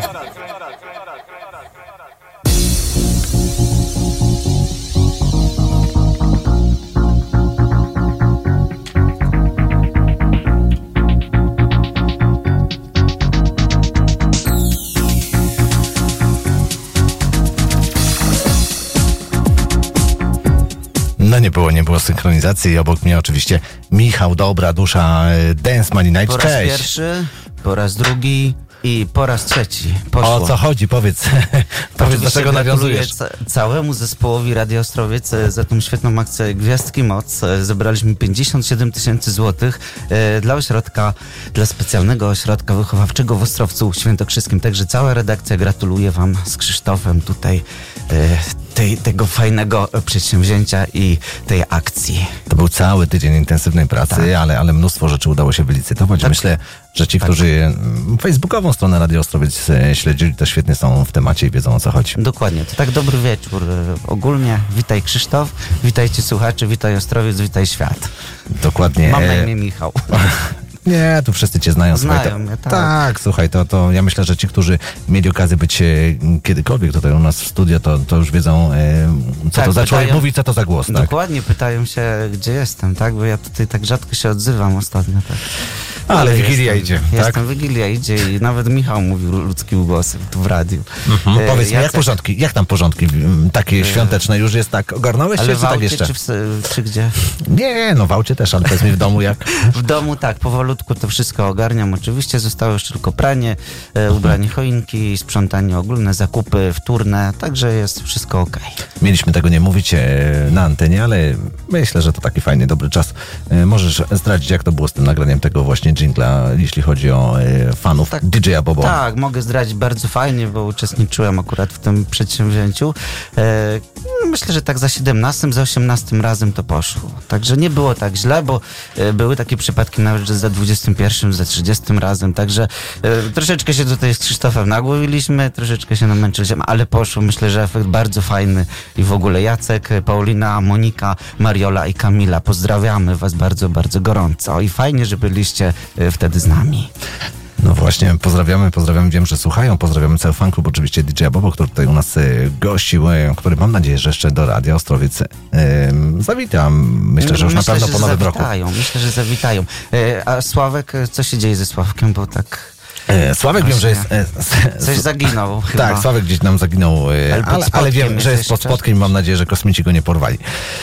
No nie było synchronizacji. Obok mnie oczywiście Michał, dobra dusza, Dance Money Night. Po raz pierwszy, po raz drugi i po raz trzeci. Poszło. O co chodzi? Powiedz do czego nawiązujesz. Całemu zespołowi Radio Ostrowiec za tą świetną akcję Gwiazdki Moc. Zebraliśmy 57 000 złotych dla ośrodka, dla specjalnego ośrodka wychowawczego w Ostrowcu Świętokrzyskim. Także cała redakcja gratuluje wam z Krzysztofem tutaj tego fajnego przedsięwzięcia i tej akcji. To był cały tydzień intensywnej pracy, tak. ale mnóstwo rzeczy udało się wylicytować. Tak. Myślę, że ci, którzy facebookową stronę Radio Ostrowiec śledzili, to świetnie są w temacie i wiedzą, o co chodzi. Dokładnie. To tak dobry wieczór. Ogólnie witaj Krzysztof, witajcie słuchacze, witaj Ostrowiec, witaj świat. Dokładnie. Mam na imię Michał. Nie, tu wszyscy cię znają. Znają mnie, tak. Tak, słuchaj, to ja myślę, że ci, którzy mieli okazję być kiedykolwiek tutaj u nas w studio, to już wiedzą, co tak, to za człowiek mówi, co to za głos. Tak? Dokładnie, pytają się, gdzie jestem, tak? Bo ja tutaj tak rzadko się odzywam ostatnio. Tak. Ale Wigilia idzie, tak? Wigilia idzie i nawet Michał mówił ludzkim głosem tu w radiu. Powiedz mi, jak tam porządki takie świąteczne już jest tak? Ogarnąłeś się, czy tak jeszcze? Czy gdzie? Nie, no w aucie też, ale powiedz mi w domu jak? W domu tak, powolutku to wszystko ogarniam. Oczywiście zostało już tylko pranie, ubranie choinki, sprzątanie ogólne, zakupy wtórne, także jest wszystko okej. Mieliśmy tego nie mówić na antenie, ale myślę, że to taki fajny, dobry czas. Możesz zdradzić, jak to było z tym nagraniem tego właśnie dżingla, jeśli chodzi o fanów tak, DJ-a Bobo. Tak, mogę zdradzić bardzo fajnie, bo uczestniczyłem akurat w tym przedsięwzięciu. Myślę, że tak za 17, za 18 razem to poszło. Także nie było tak źle, bo były takie przypadki nawet, że za 21, za 30 razem. Także troszeczkę się tutaj z Krzysztofem nagłowiliśmy, troszeczkę się namęczyliśmy, ale poszło. Myślę, że efekt bardzo fajny i w ogóle Jacek, Paulina, Monika, Mariola i Kamila. Pozdrawiamy was bardzo, bardzo gorąco i fajnie, że byliście wtedy z nami. No właśnie, pozdrawiamy, wiem, że słuchają, pozdrawiamy cały fanklub, oczywiście DJ Bobo, który tutaj u nas gościł, który mam nadzieję, że jeszcze do Radia Ostrowiec zawita. Myślę, że już na pewno po nowym roku. Myślę, że zawitają. A Sławek, co się dzieje ze Sławkiem, bo tak... Sławek wiem, że jest... Coś zaginął chyba. Tak, Sławek gdzieś nam zaginął, ale wiem, że jest pod spodkiem i mam nadzieję, że kosmici go nie porwali.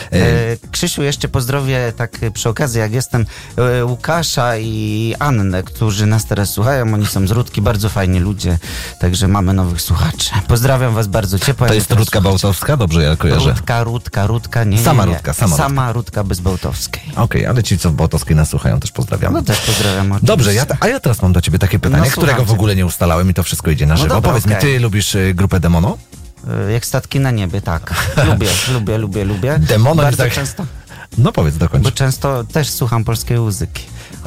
Krzysiu, jeszcze pozdrowię tak przy okazji, jak jestem, Łukasza i Annę, którzy nas teraz słuchają. Oni są z Rudki, bardzo fajni ludzie, także mamy nowych słuchaczy. Pozdrawiam was bardzo ciepło. To jest Rudka Bałtowska? Dobrze ja kojarzę. Rudka, nie. Sama Rudka bez Bałtowskiej. Okej, ale ci, co w Bałtowskiej nas słuchają, też pozdrawiam. No też pozdrawiam oczywiście. Dobrze, a ja teraz mam do ciebie takie pytanie, którego w ogóle nie ustalałem i to wszystko idzie na żywo. Dobra, powiedz mi, ty lubisz grupę Demono? Jak statki na niebie, tak. Lubię. Demono bardzo tak... często. No powiedz, dokończ. Bo często też słucham polskiej muzyki.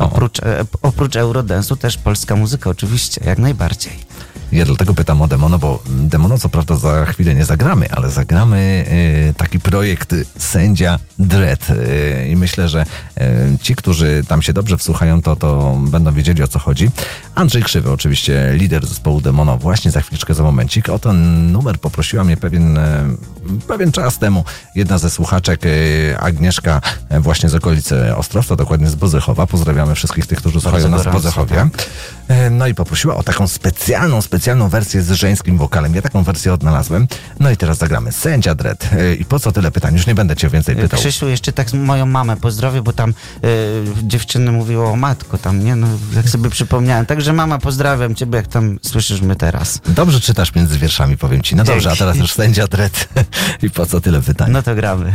Oprócz Eurodance'u też polska muzyka, oczywiście, jak najbardziej. Ja dlatego pytam o Demono, bo Demono co prawda za chwilę nie zagramy, ale zagramy taki projekt Sędzia Dread i myślę, że ci, którzy tam się dobrze wsłuchają, to będą wiedzieli, o co chodzi. Andrzej Krzywy, oczywiście lider zespołu Demono, właśnie za chwileczkę, za momencik. O ten numer poprosiła mnie pewien czas temu jedna ze słuchaczek, Agnieszka, właśnie z okolicy Ostrowca, dokładnie z Bozychowa. Pozdrawiamy wszystkich tych, którzy słuchają nas w Bozychowie. No i poprosiła o taką specjalną wersję z żeńskim wokalem. Ja taką wersję odnalazłem. No i teraz zagramy Sędzia Dread. I po co tyle pytań? Już nie będę cię więcej pytał. Krzysiu, jeszcze tak moją mamę pozdrowię, bo tam dziewczyny mówiło o matko tam, nie? No, jak sobie przypomniałem. Także mama, pozdrawiam ciebie, jak tam słyszysz mnie teraz. Dobrze czytasz między wierszami, powiem ci. No dobrze, a teraz już Sędzia Dread. I po co tyle pytań? No to gramy.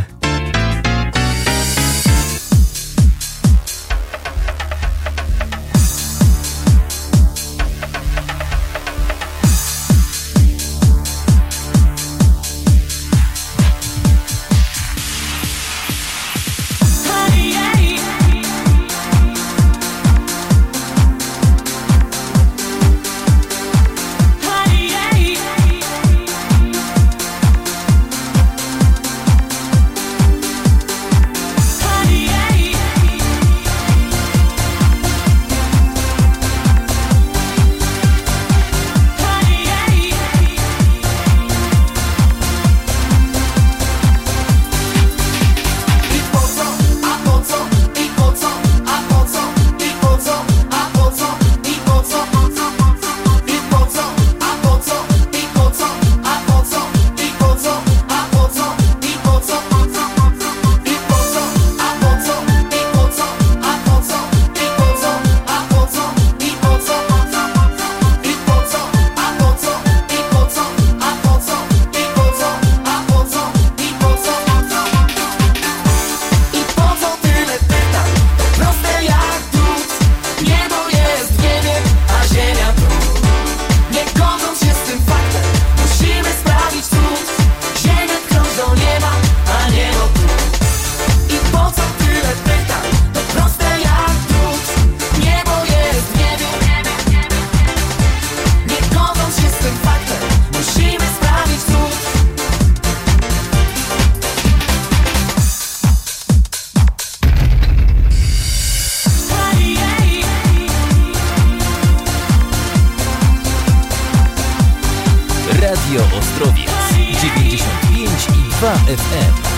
Radio Ostrowiec 95,2 FM.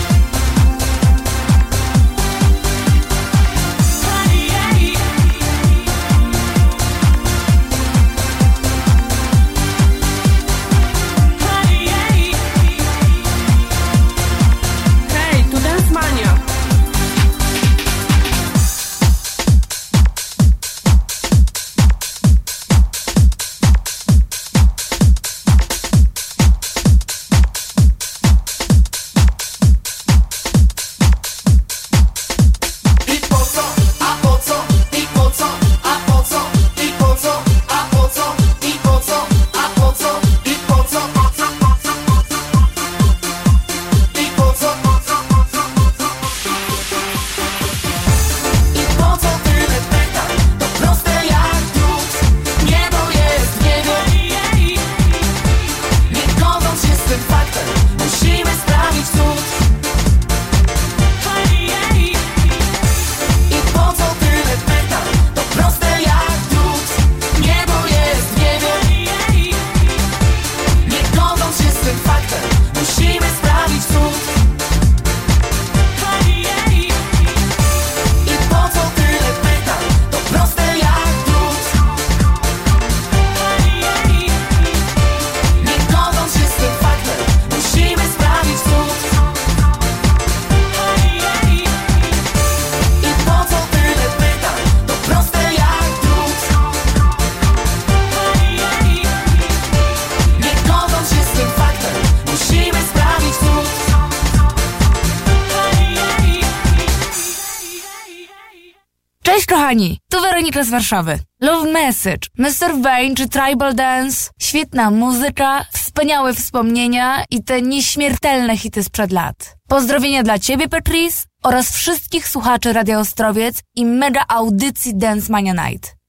Kochani, tu Weronika z Warszawy. Love Message, Mr. Vane czy Tribal Dance, świetna muzyka, wspaniałe wspomnienia i te nieśmiertelne hity sprzed lat. Pozdrowienia dla Ciebie, Patrice, oraz wszystkich słuchaczy Radia Ostrowiec i mega audycji Dance Mania Night.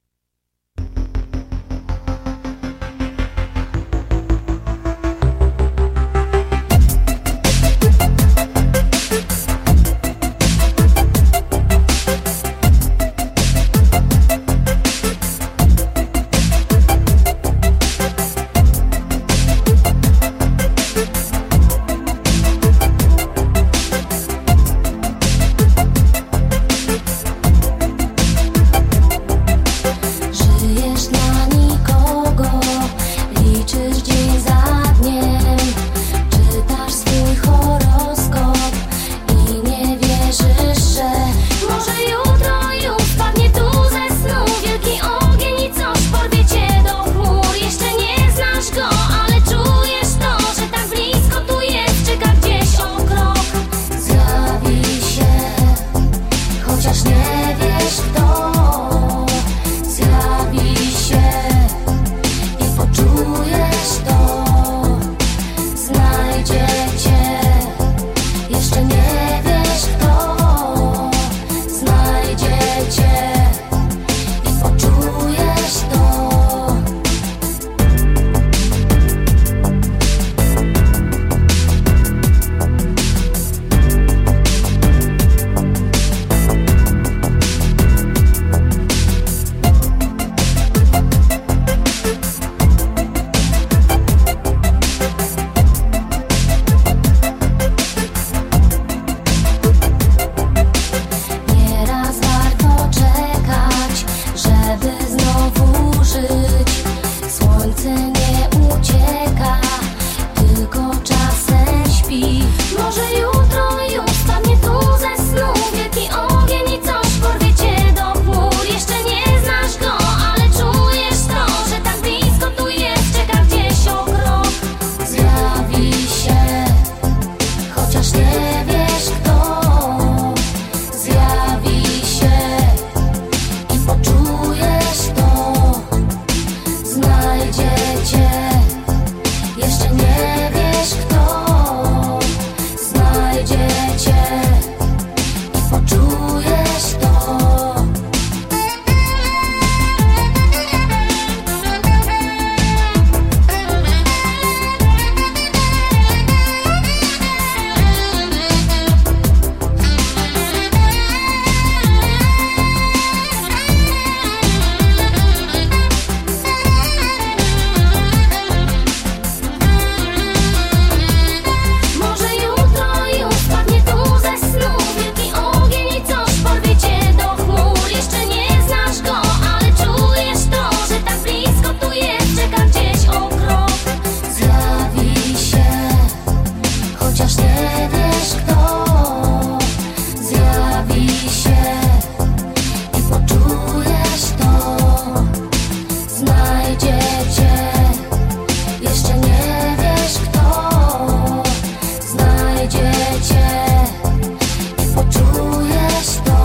cię. Jeszcze nie wiesz kto znajdzie cię i poczujesz to.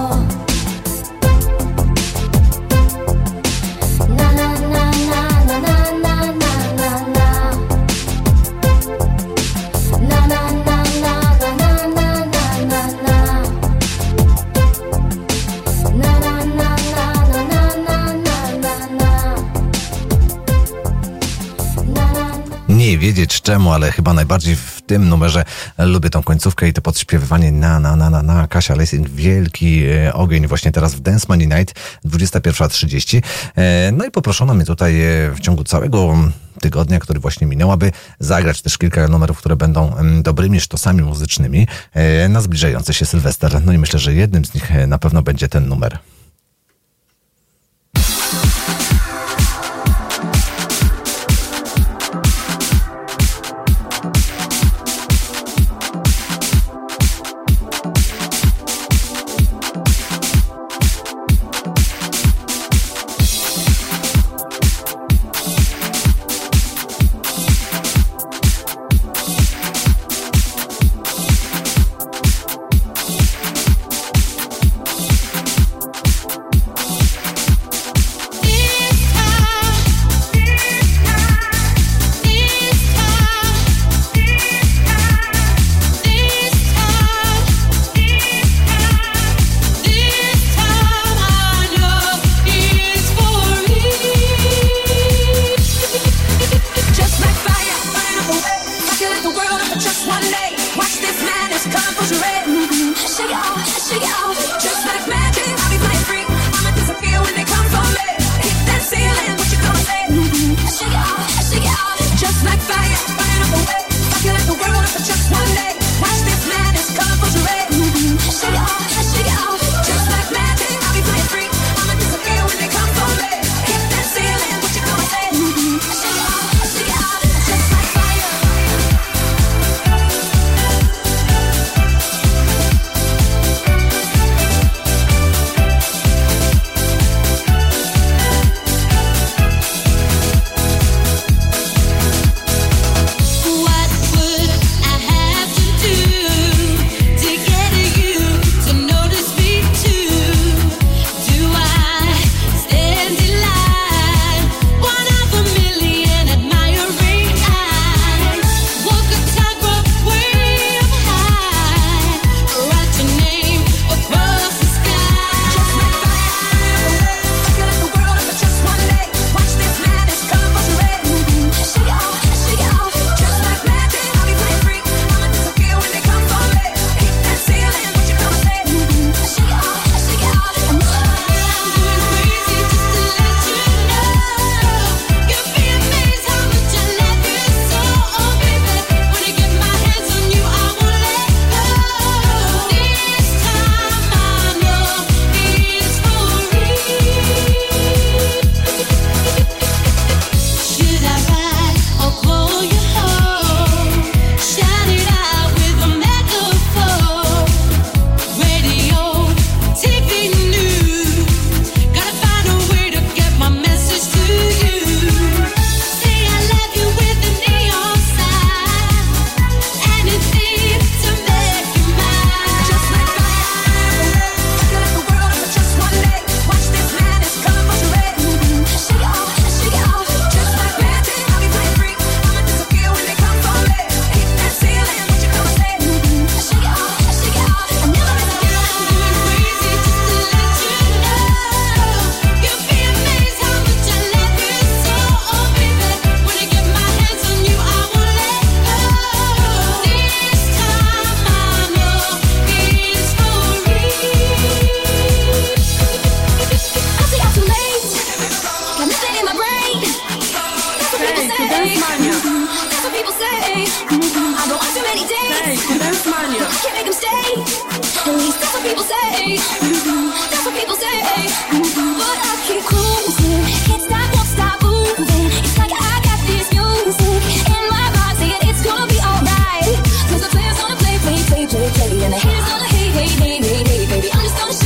Na na na na na na na na na. Na na na na na na na na na na. Na na na na na na na na na. Nie wiedzieć czemu, ale chyba najbardziej w tym numerze lubię tą końcówkę i to podśpiewywanie na. Kasia Lessing, wielki ogień właśnie teraz w Dance Money Night, 21:30. No i poproszono mnie tutaj w ciągu całego tygodnia, który właśnie minął, aby zagrać też kilka numerów, które będą dobrymi sztosami muzycznymi na zbliżający się Sylwester. No i myślę, że jednym z nich na pewno będzie ten numer.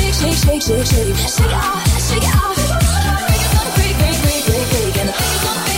Shake it off, shake it off. Break it on, break, break, break, break, break. And the baby's gonna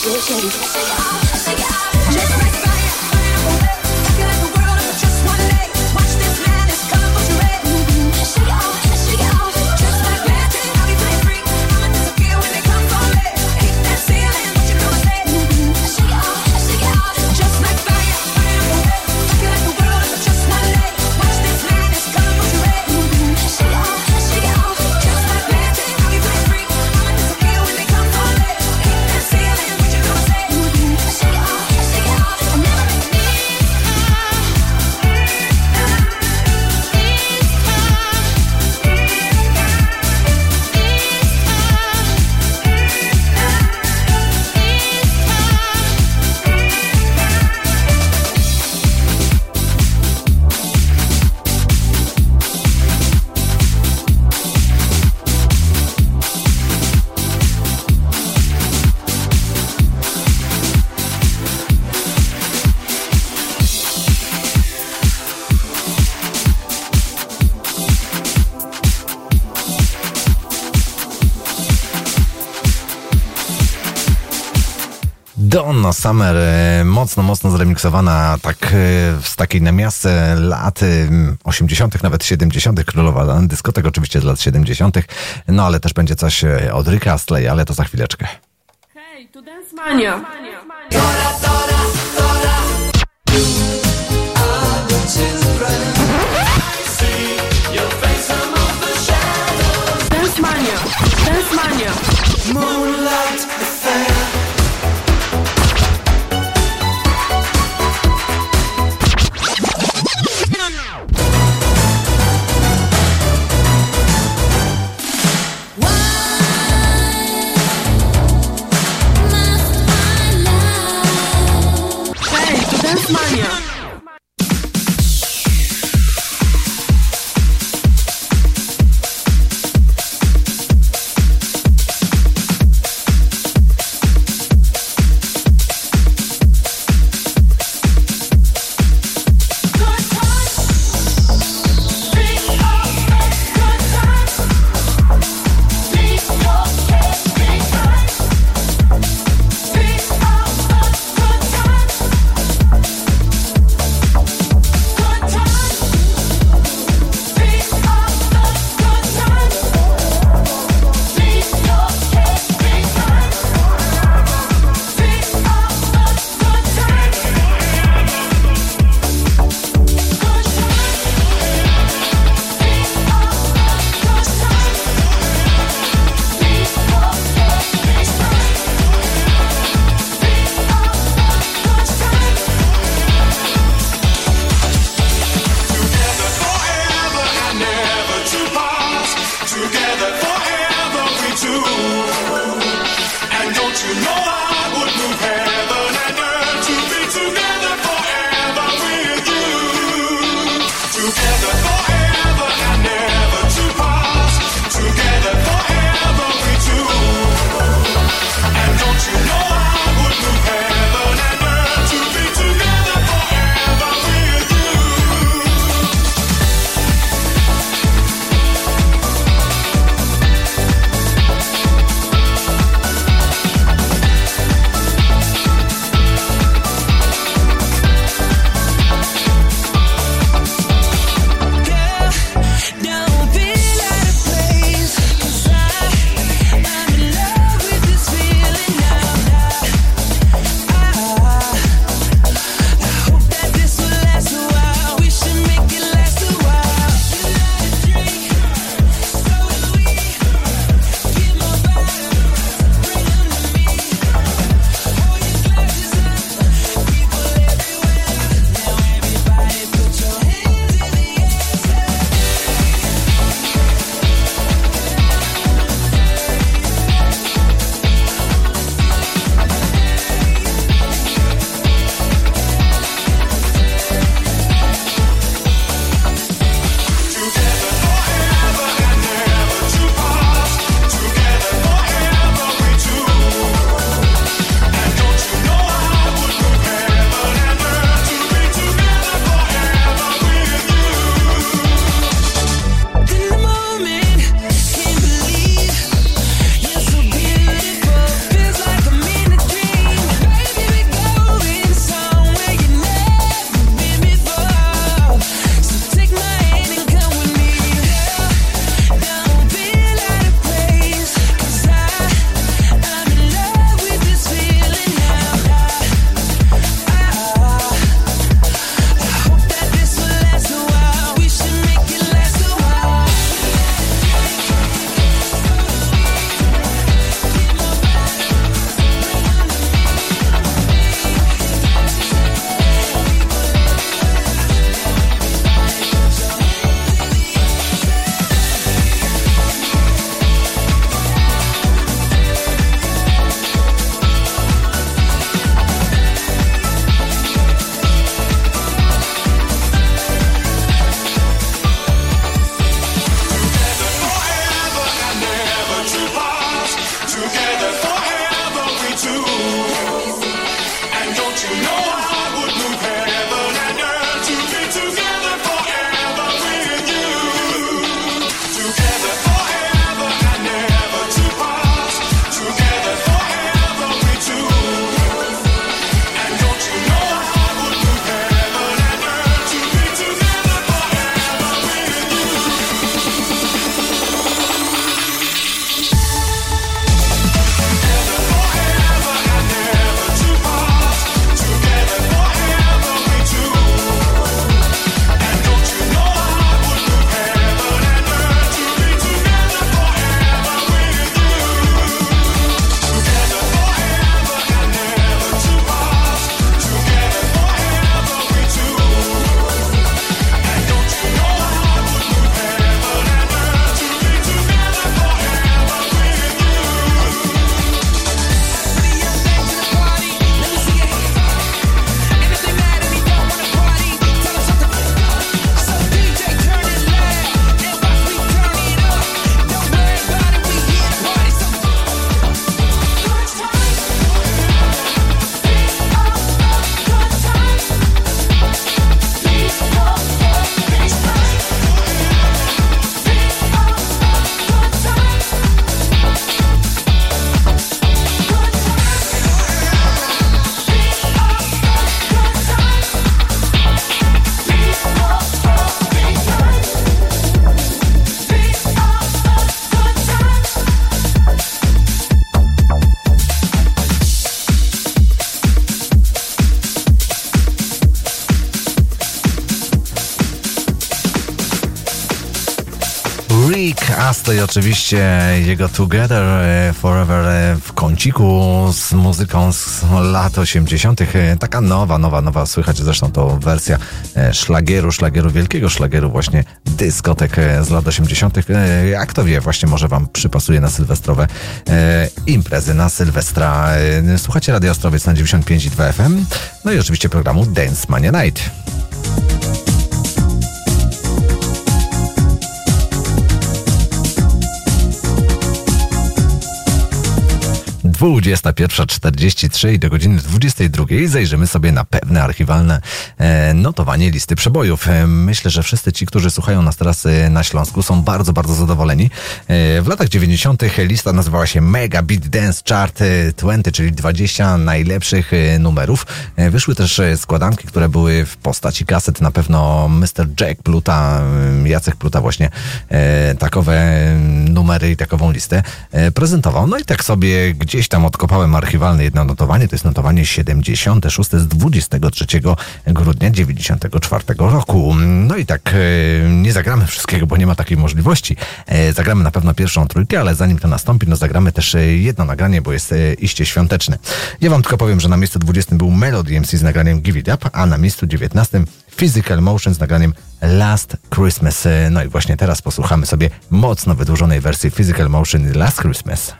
Donna Summer, mocno zremiksowana, tak z takiej namiastce lat 80., nawet 70., królowa dyskotek oczywiście z lat 70., no ale też będzie coś od Ricka Astley, ale to za chwileczkę. Hej, tu Dance Mania. Dance Mania, Dance Mania. Moonlight affair. Must my love Nick Astley i oczywiście jego Together Forever w kąciku z muzyką z lat 80. Taka nowa, słychać zresztą to wersja szlagieru, wielkiego szlagieru właśnie dyskotek z lat 80. Jak to wie, właśnie może wam przypasuje na sylwestrowe imprezy, na Sylwestra. Słuchacie Radio Ostrowiec na 95,2 FM, no i oczywiście programu Dance Mania Night. 21:43 i do godziny 22 zajrzymy sobie na pewne archiwalne notowanie listy przebojów. Myślę, że wszyscy ci, którzy słuchają nas teraz na Śląsku, są bardzo, bardzo zadowoleni. W latach 90. lista nazywała się Mega Beat Dance Chart 20, czyli 20 najlepszych numerów. Wyszły też składanki, które były w postaci kaset. Na pewno Mr. Jack Pluta, Jacek Pluta właśnie takowe numery i takową listę prezentował. No i tak sobie gdzieś tam odkopałem archiwalne jedno notowanie, to jest notowanie 76 z 23 grudnia 94 roku. No i tak nie zagramy wszystkiego, bo nie ma takiej możliwości. Zagramy na pewno pierwszą trójkę, ale zanim to nastąpi, no zagramy też jedno nagranie, bo jest iście świąteczne. Ja wam tylko powiem, że na miejscu 20 był Melody MC z nagraniem Give It Up, a na miejscu 19 Physical Motion z nagraniem Last Christmas. No i właśnie teraz posłuchamy sobie mocno wydłużonej wersji Physical Motion Last Christmas.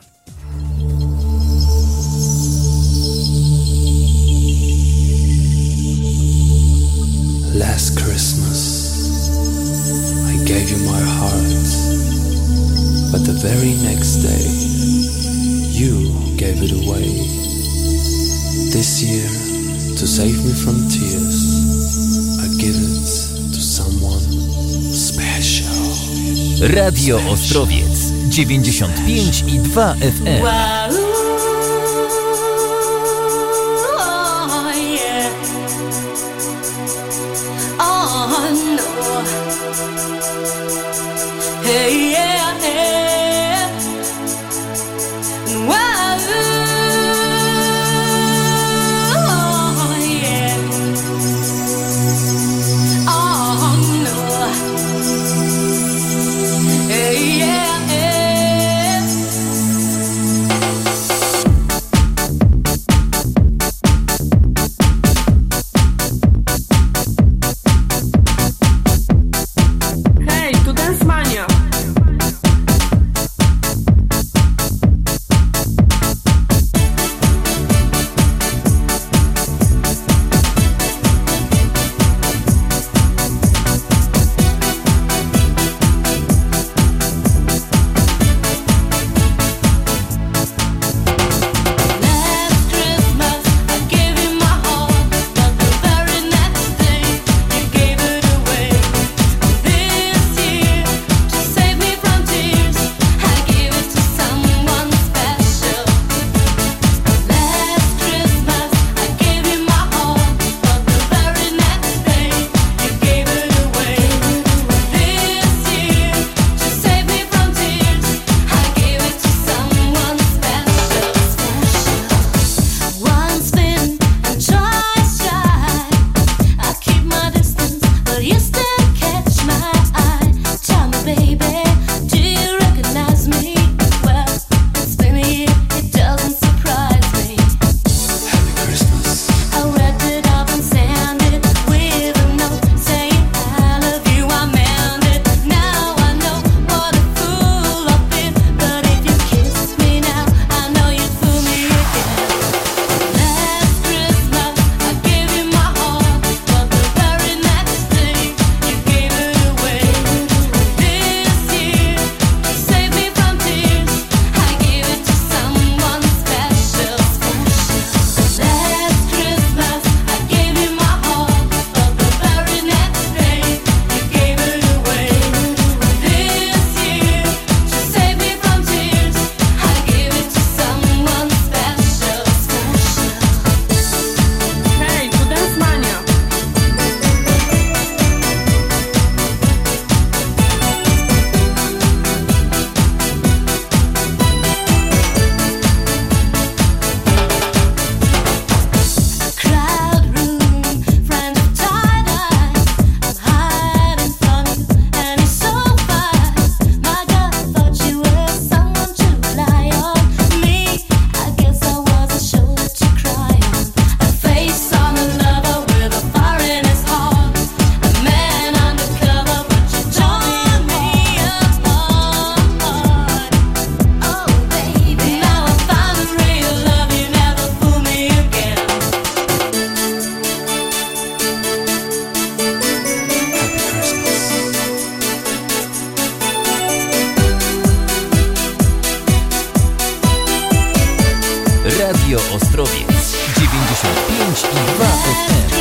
Last Christmas, I gave you my heart, but the very next day, you gave it away. This year, to save me from tears, I give it to someone special. Radio Ostrowiec 95,2 FM. Hey, yeah, yeah. Wow, yeah. Oh, no. Hey, yeah, yeah. Radio Ostrowiec 95,2 FM.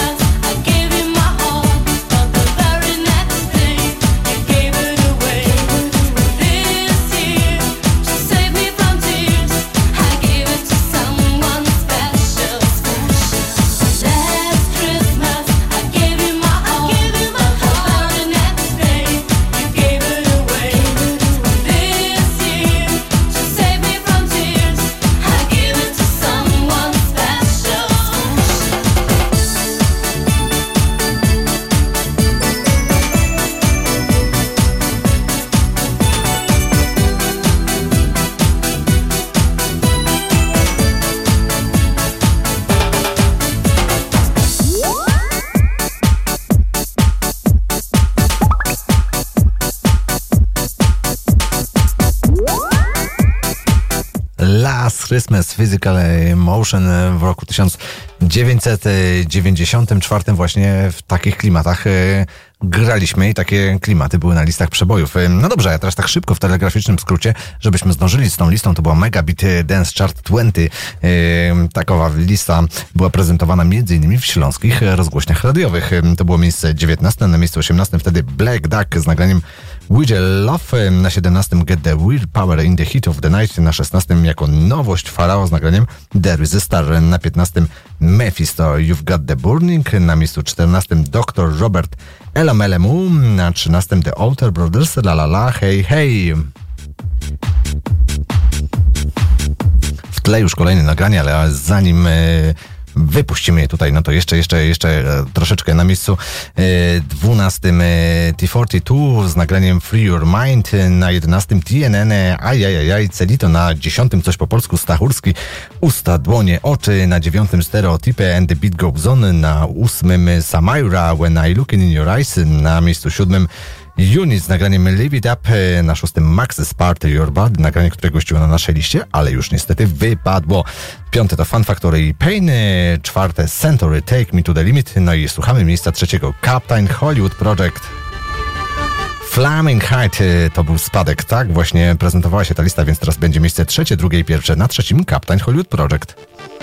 Last Christmas Physical Emotion w roku 1994 właśnie w takich klimatach graliśmy i takie klimaty były na listach przebojów. No dobrze, a teraz tak szybko w telegraficznym skrócie, żebyśmy zdążyli z tą listą, to była Megabit Dance Chart 20. Takowa lista była prezentowana m.in. w śląskich rozgłośniach radiowych. To było miejsce 19, na miejscu 18 wtedy Black Duck z nagraniem Wigel Love, na 17 Get the Weird Power in the Heat of the Night, na 16 jako nowość Farao z nagraniem There is a Star, na 15 Mephisto You've Got the Burning, na miejscu 14 Dr. Robert LMLMU, na 13 The Outer Brothers La La La Hey Hey. W tle już kolejne nagranie, ale zanim wypuścimy je tutaj, no to jeszcze troszeczkę na miejscu 12 T42 z nagraniem Free Your Mind, na 11 TNN Ajajajaj Celito, na 10 coś po polsku Stachurski Usta, Dłonie, Oczy, na 9 Stereotypy and the Beat Goes On, na 8 Samaira When I Look in Your Eyes, na miejscu 7 Unit z nagraniem Live It Up, na 6 Max's Party Your Body, nagranie, które gościło na naszej liście, ale już niestety wypadło. 5 to Fun Factory i Pain, 4 Century Take Me to the Limit, no i słuchamy miejsca 3 Captain Hollywood Project. Flaming Height to był spadek, tak? Właśnie prezentowała się ta lista, więc teraz będzie miejsce 3, 2 i 1. Na 3 Captain Hollywood Project.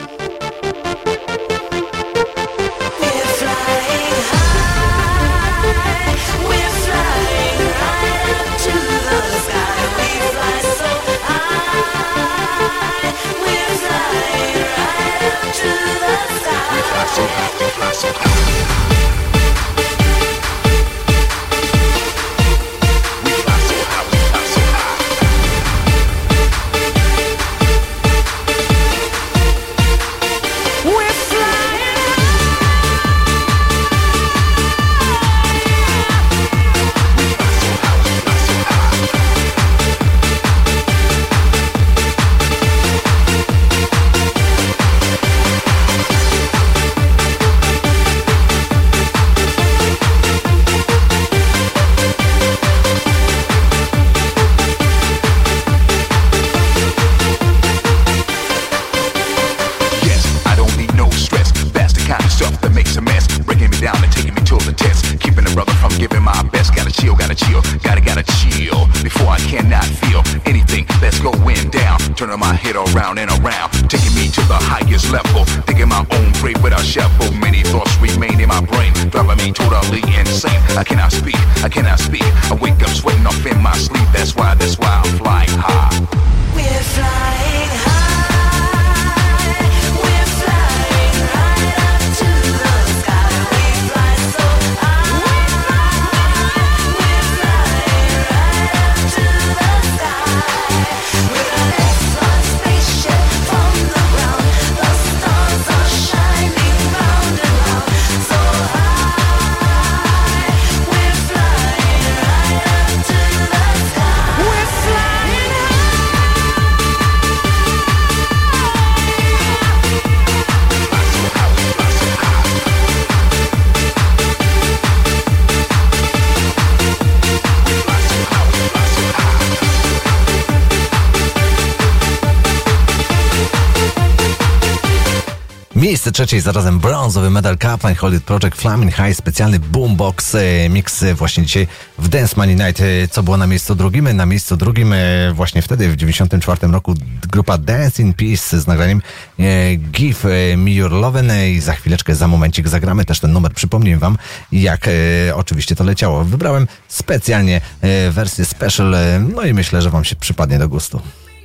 Turning my head around and around, taking me to the highest level, digging my own grave with a shovel. Many thoughts remain in my brain, driving me totally insane. I cannot speak, I wake up sweating off in my sleep. That's why I'm flying high. We're flying high. We're flying high. Miejsce trzecie, zarazem brązowy medal Kaplan Hollywood Project Flaming High, specjalny boombox mix właśnie dzisiaj w Dance Money Night. Co było na miejscu drugim? Na miejscu drugim właśnie wtedy, w 94 roku, grupa Dance in Peace z nagraniem Give Me Your Lovin' i za chwileczkę, za momencik zagramy też ten numer. Przypomnę wam, jak oczywiście to leciało. Wybrałem specjalnie wersję special, no i myślę, że wam się przypadnie do gustu.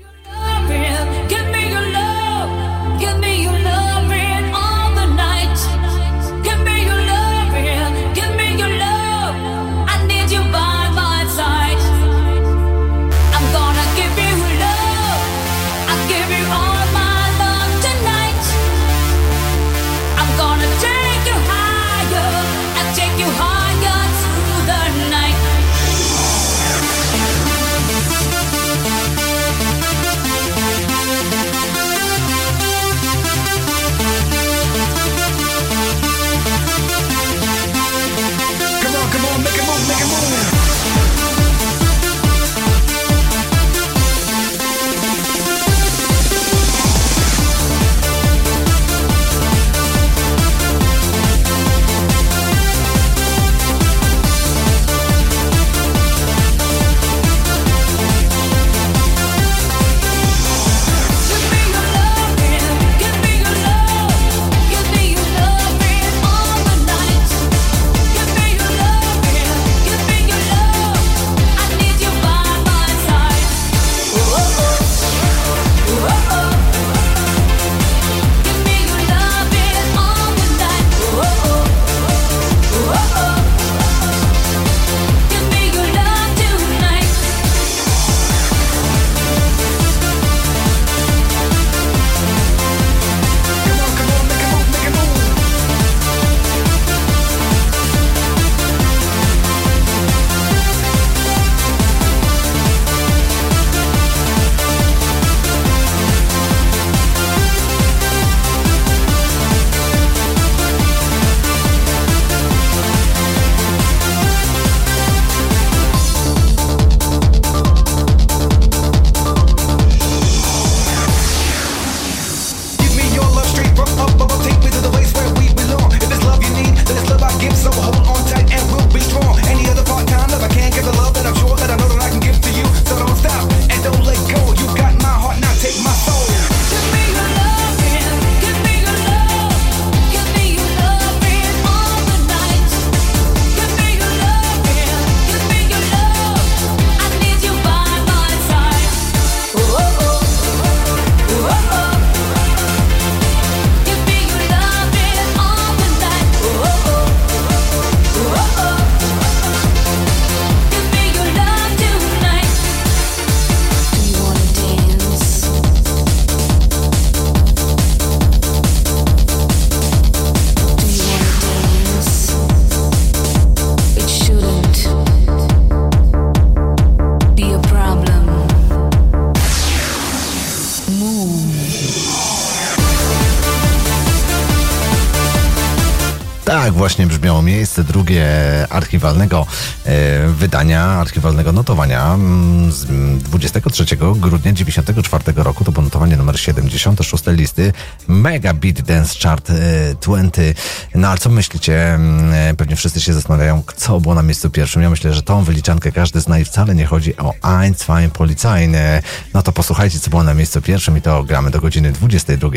Tak właśnie brzmiało miejsce drugie archiwalnego wydania, archiwalnego notowania z 23 grudnia 94 roku. To było notowanie numer 76 listy Mega Beat Dance Chart 20. No ale co myślicie? Pewnie wszyscy się zastanawiają, co było na miejscu pierwszym. Ja myślę, że tą wyliczankę każdy zna i wcale nie chodzi o Eins, zwei, Polizei. No to posłuchajcie, co było na miejscu pierwszym i to gramy do godziny 22.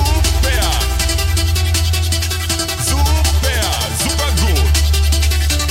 Super good.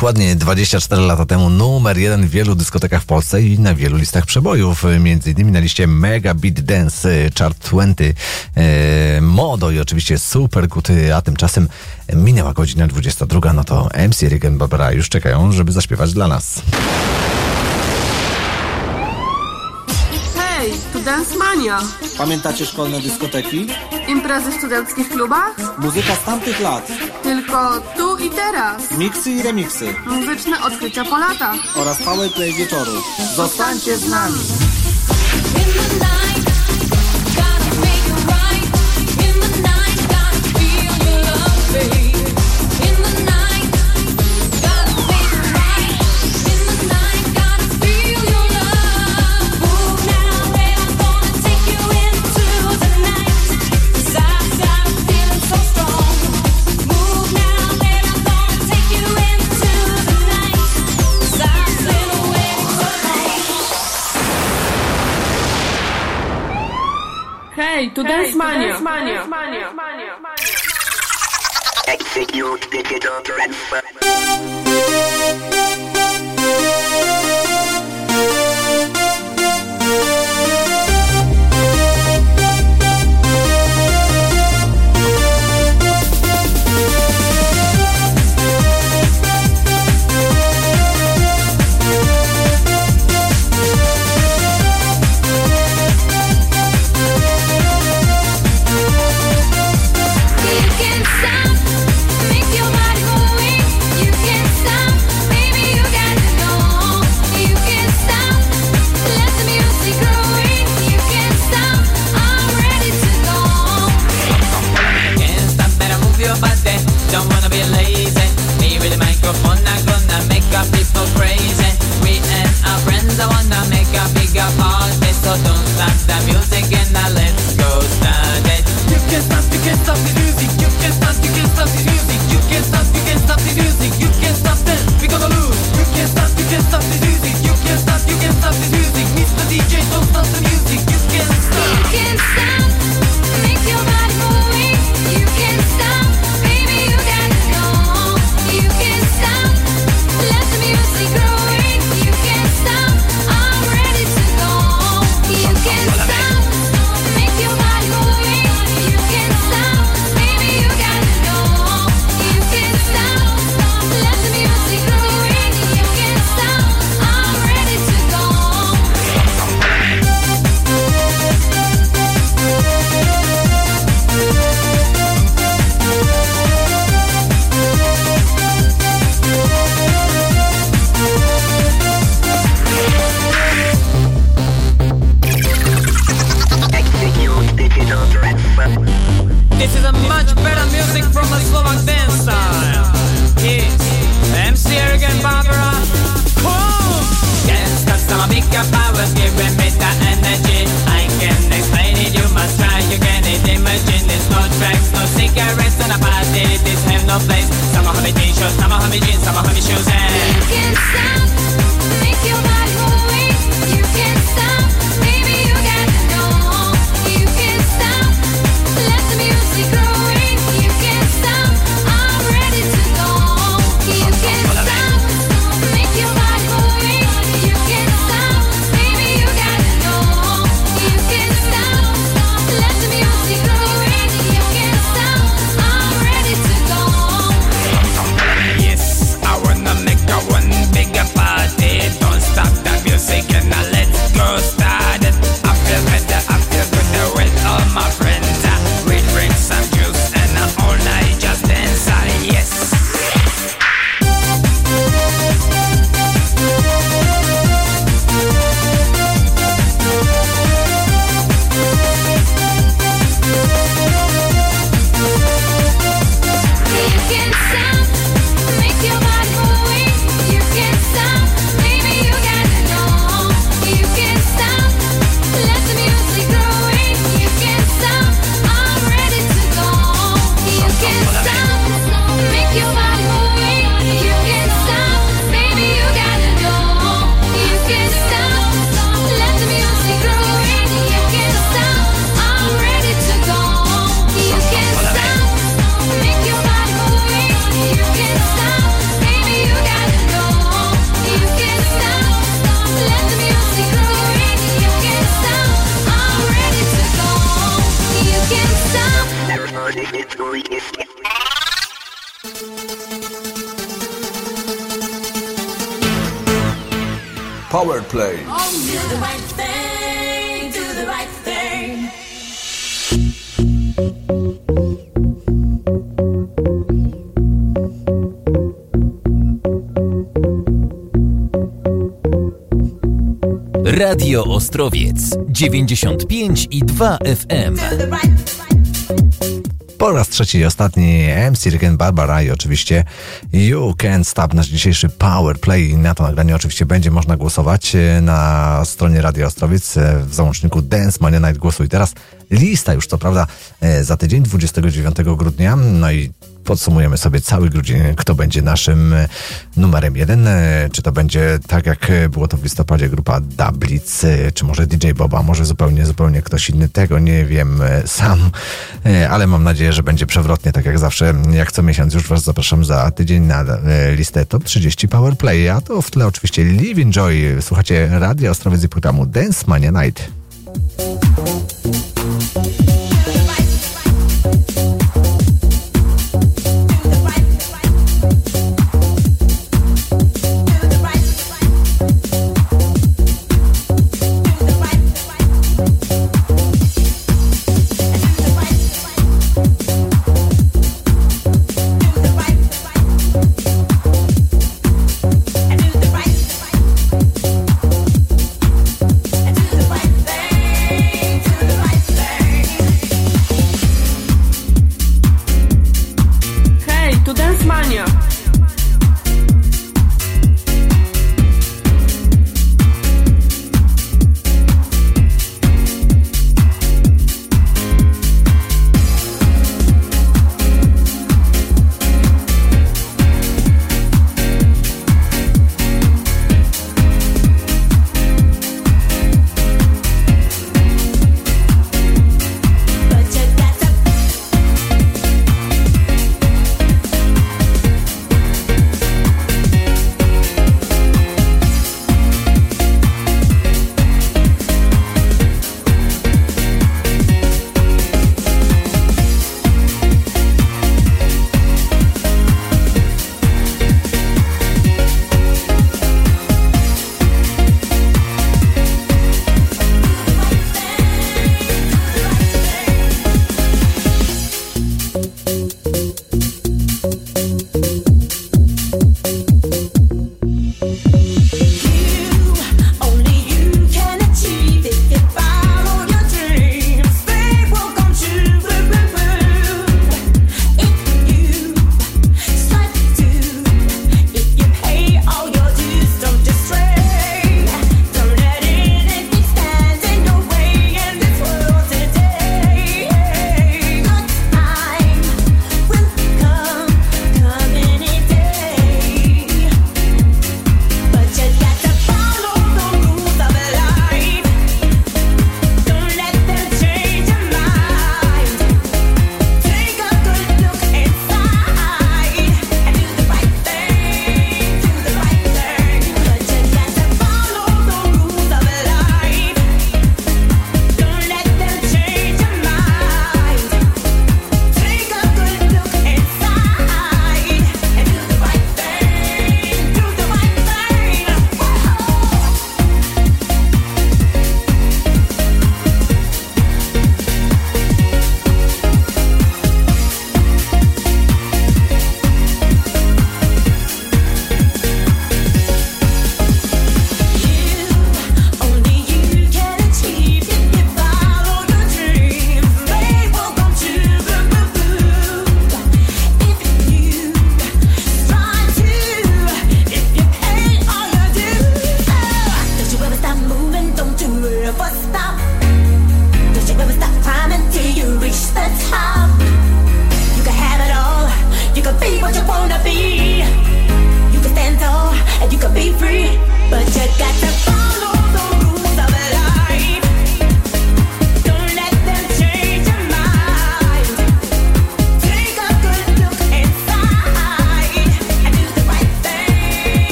Dokładnie 24 lata temu numer 1 w wielu dyskotekach w Polsce i na wielu listach przebojów. Między innymi na liście Mega Beat Dance Chart 20, Modo i oczywiście Super Good. A tymczasem minęła godzina 22, no to MC Rygen Barbara już czekają, żeby zaśpiewać dla nas. Hej, tu Dance Mania. Pamiętacie szkolne dyskoteki? Imprezy w studenckich klubach? Muzyka z tamtych lat. Tylko tu i teraz. Miksy i remiksy. Muzyczne odkrycia po latach. Oraz powerplay wieczoru. Zostańcie z nami! Hej, tu Dance Mania. Execute digital transfer. You can stop, make your body go weak. You can stop. Power Play. Do the right thing, do the right thing. Radio Ostrowiec 95,2 FM. Po raz trzeci i ostatni MC Rick & Barbara i oczywiście You Can't Stop, nasz dzisiejszy Power Play. Na to nagranie oczywiście będzie można głosować na stronie Radio Ostrowiec w załączniku Dance Mania Night. Głosuj teraz. Lista już co prawda za tydzień, 29 grudnia. No i podsumujemy sobie cały grudzień, kto będzie naszym numerem 1. Czy to będzie tak jak było to w listopadzie grupa Dablitz, czy może DJ Boba, może zupełnie ktoś inny, tego nie wiem sam, ale mam nadzieję, że będzie przewrotnie, tak jak zawsze, jak co miesiąc. Już was zapraszam za tydzień na listę Top 30 Power Play, a to w tle oczywiście Live Enjoy. Słuchacie Radio Ostrowiec i programu Dance Mania Night.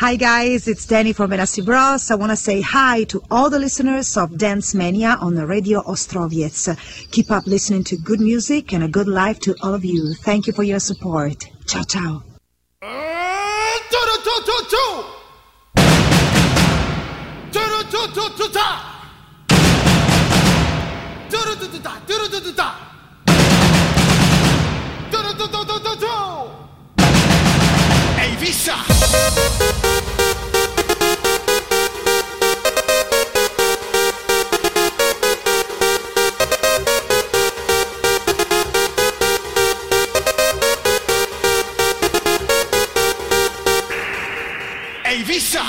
Hi guys, it's Danny from Benassi Bros. I want to say hi to all the listeners of Dance Mania on the Radio Ostrowiec. Keep up listening to good music and a good life to all of you. Thank you for your support. Ciao, ciao. Ej, Wisa! Ej, Wisa!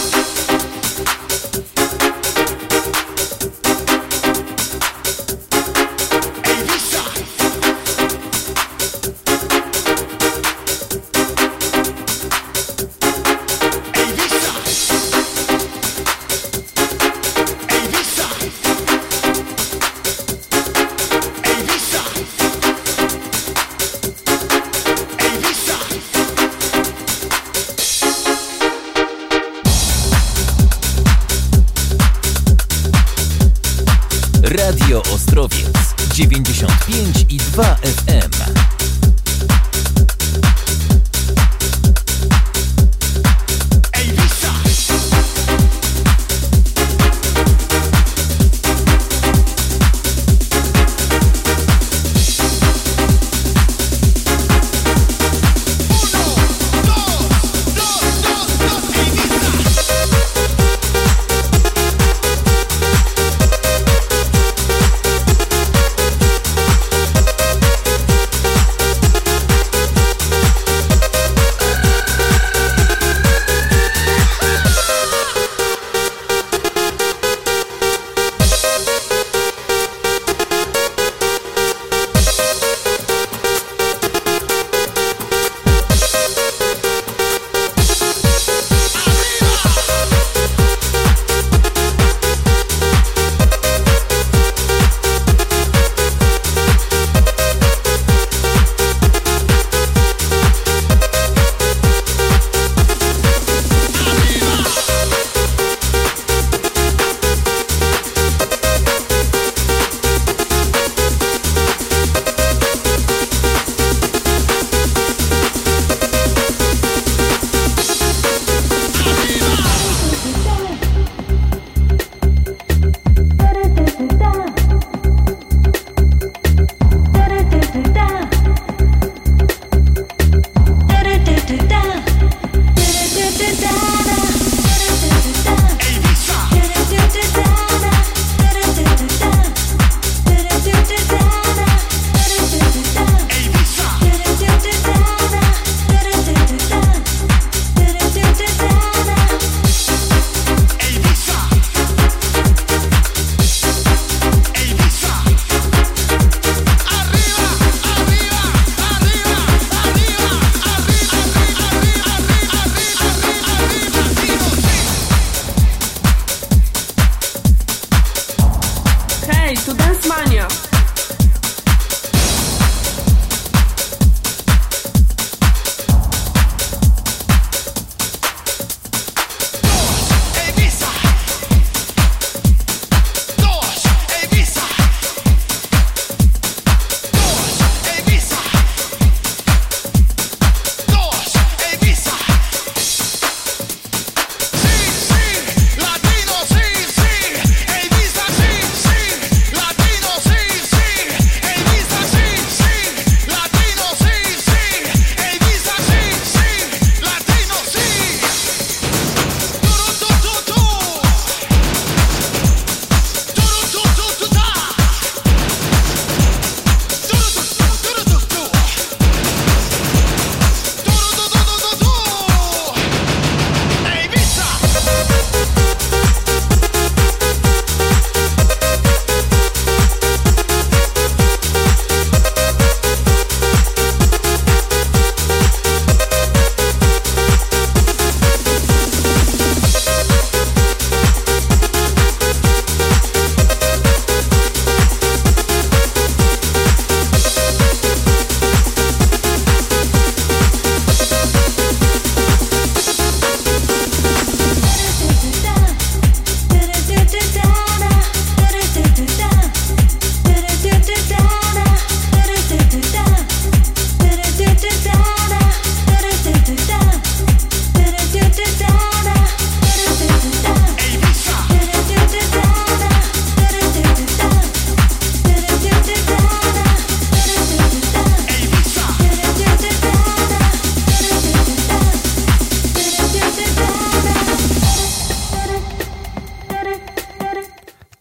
Radio Ostrowiec 95,2 FM.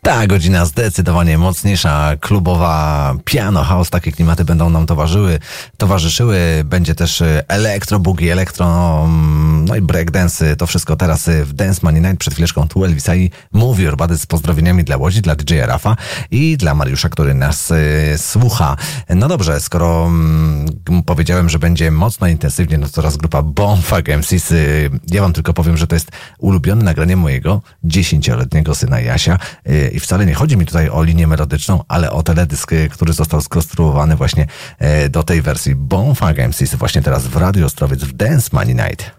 Ta godzina zdecydowanie mocniejsza, klubowa, piano, house, takie klimaty będą nam towarzyszyły. Będzie też elektro, boogie, no i breakdance. To wszystko teraz w Dance Money Night. Przed chwileczką tu Elvisa i Move Your Body z pozdrowieniami dla Łodzi, dla DJ Rafa i dla Mariusza, który nas słucha. No dobrze, skoro powiedziałem, że będzie mocno intensywnie, no to teraz grupa Bonefag MCs. Ja wam tylko powiem, że to jest ulubione nagranie mojego 10-letniego syna Jasia. I wcale nie chodzi mi tutaj o linię melodyczną, ale o teledysk, który został skonstruowany właśnie do tej wersji. Bonefag MCs właśnie teraz w Radiu Ostrowiec w Dance Money Night.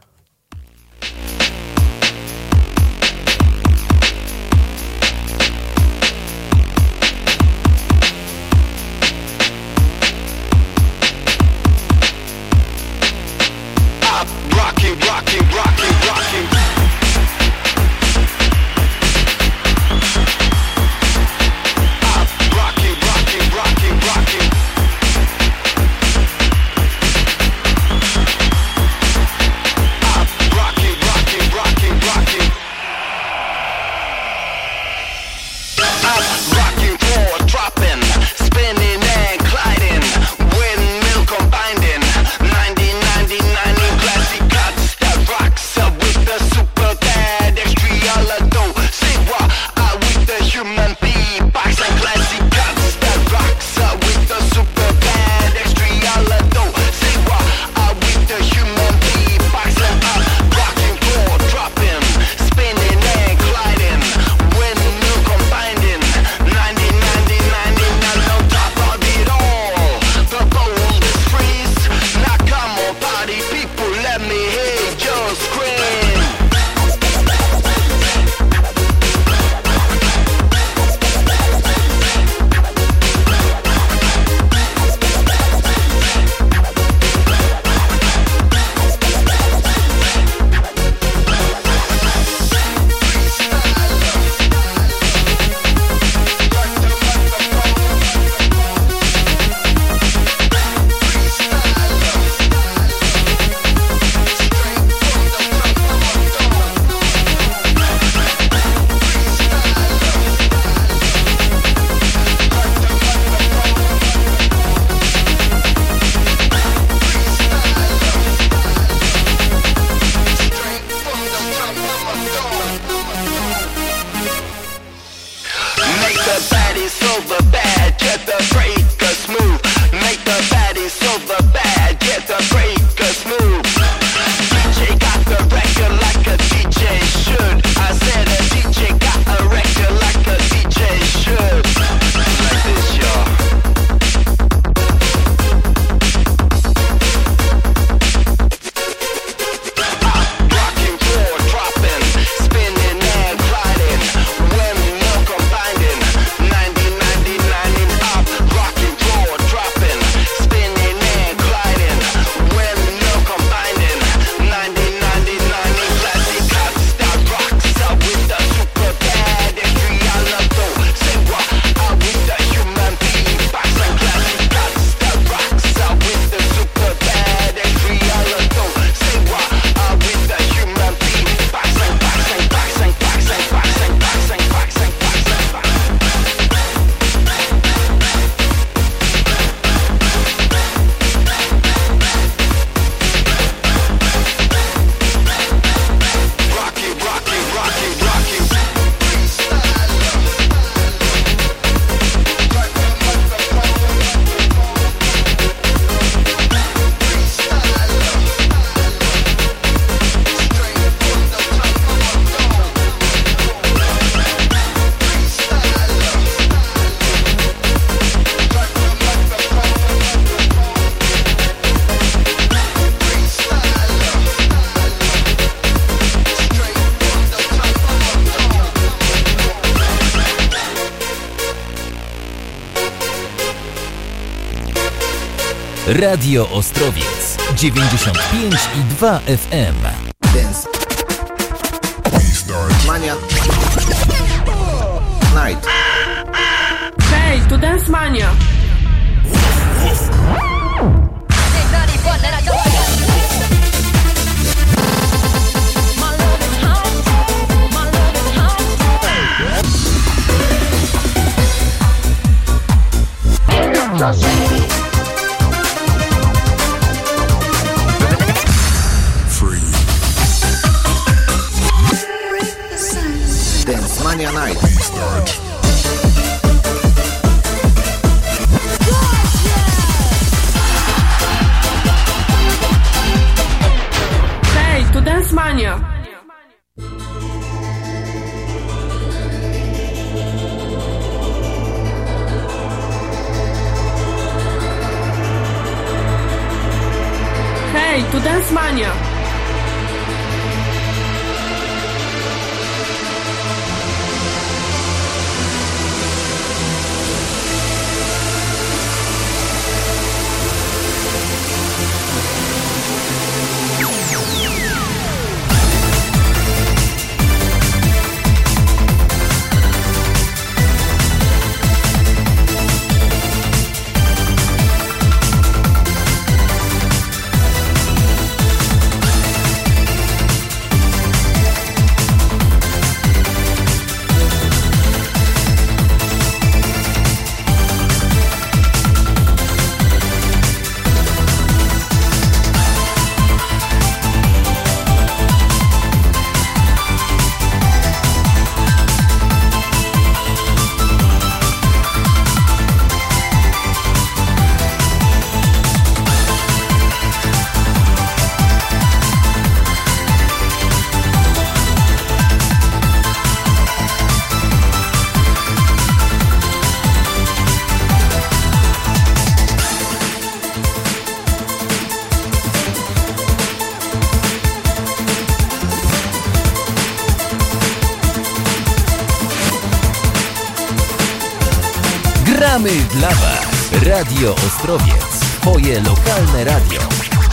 Radio Ostrowiec 95,2 FM. Dance Mania Night. Hej, tu Dance Mania. Mania Night. Hej, tu Dance Mania. Hej, tu Dance Mania. Gramy dla Was. Radio Ostrowiec. Twoje lokalne radio.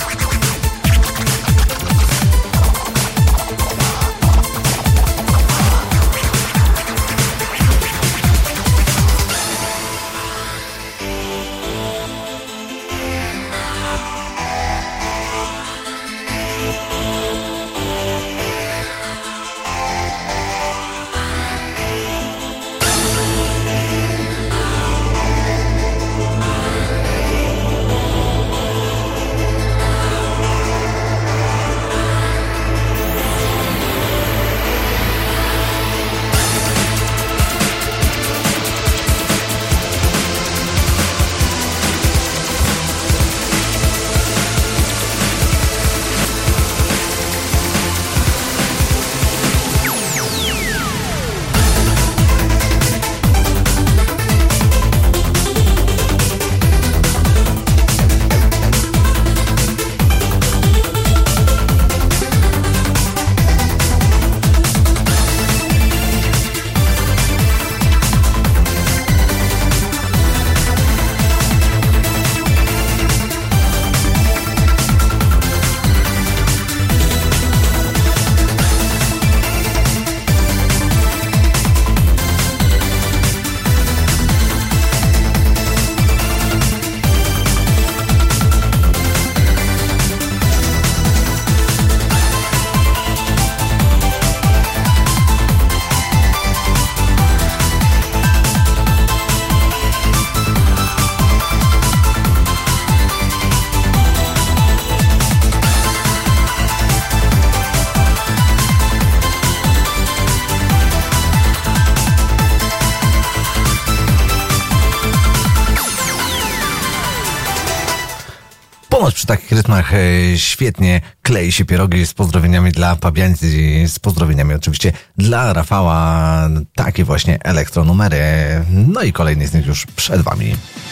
Ponoć przy takich rytmach świetnie klei się pierogi. Z pozdrowieniami dla Pabiańcy, z pozdrowieniami oczywiście dla Rafała. Takie właśnie elektronumery. No i kolejny z nich już przed Wami.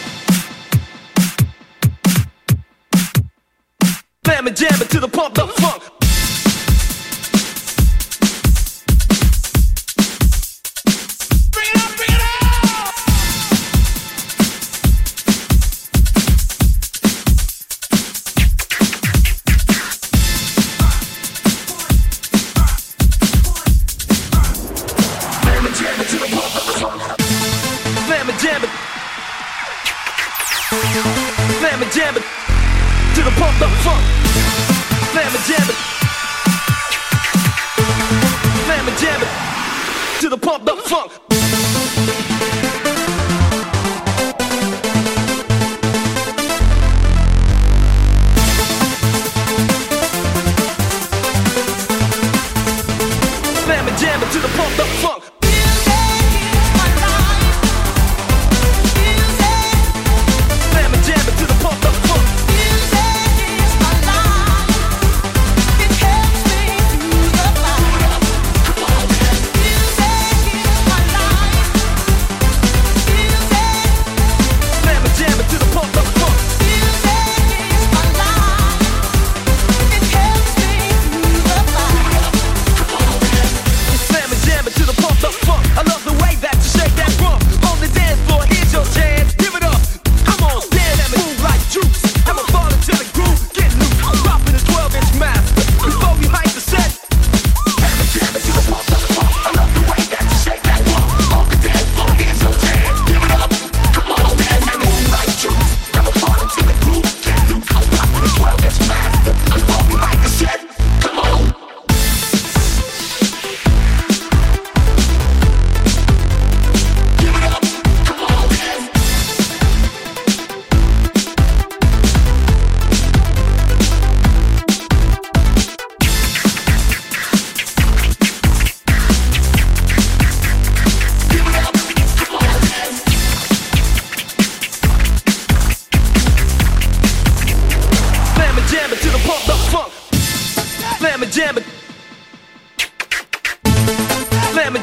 Jam it to the pump up funk. Slam and jam it. Slam and jam it to the pump up funk. Slam and jam it to the pump up funk.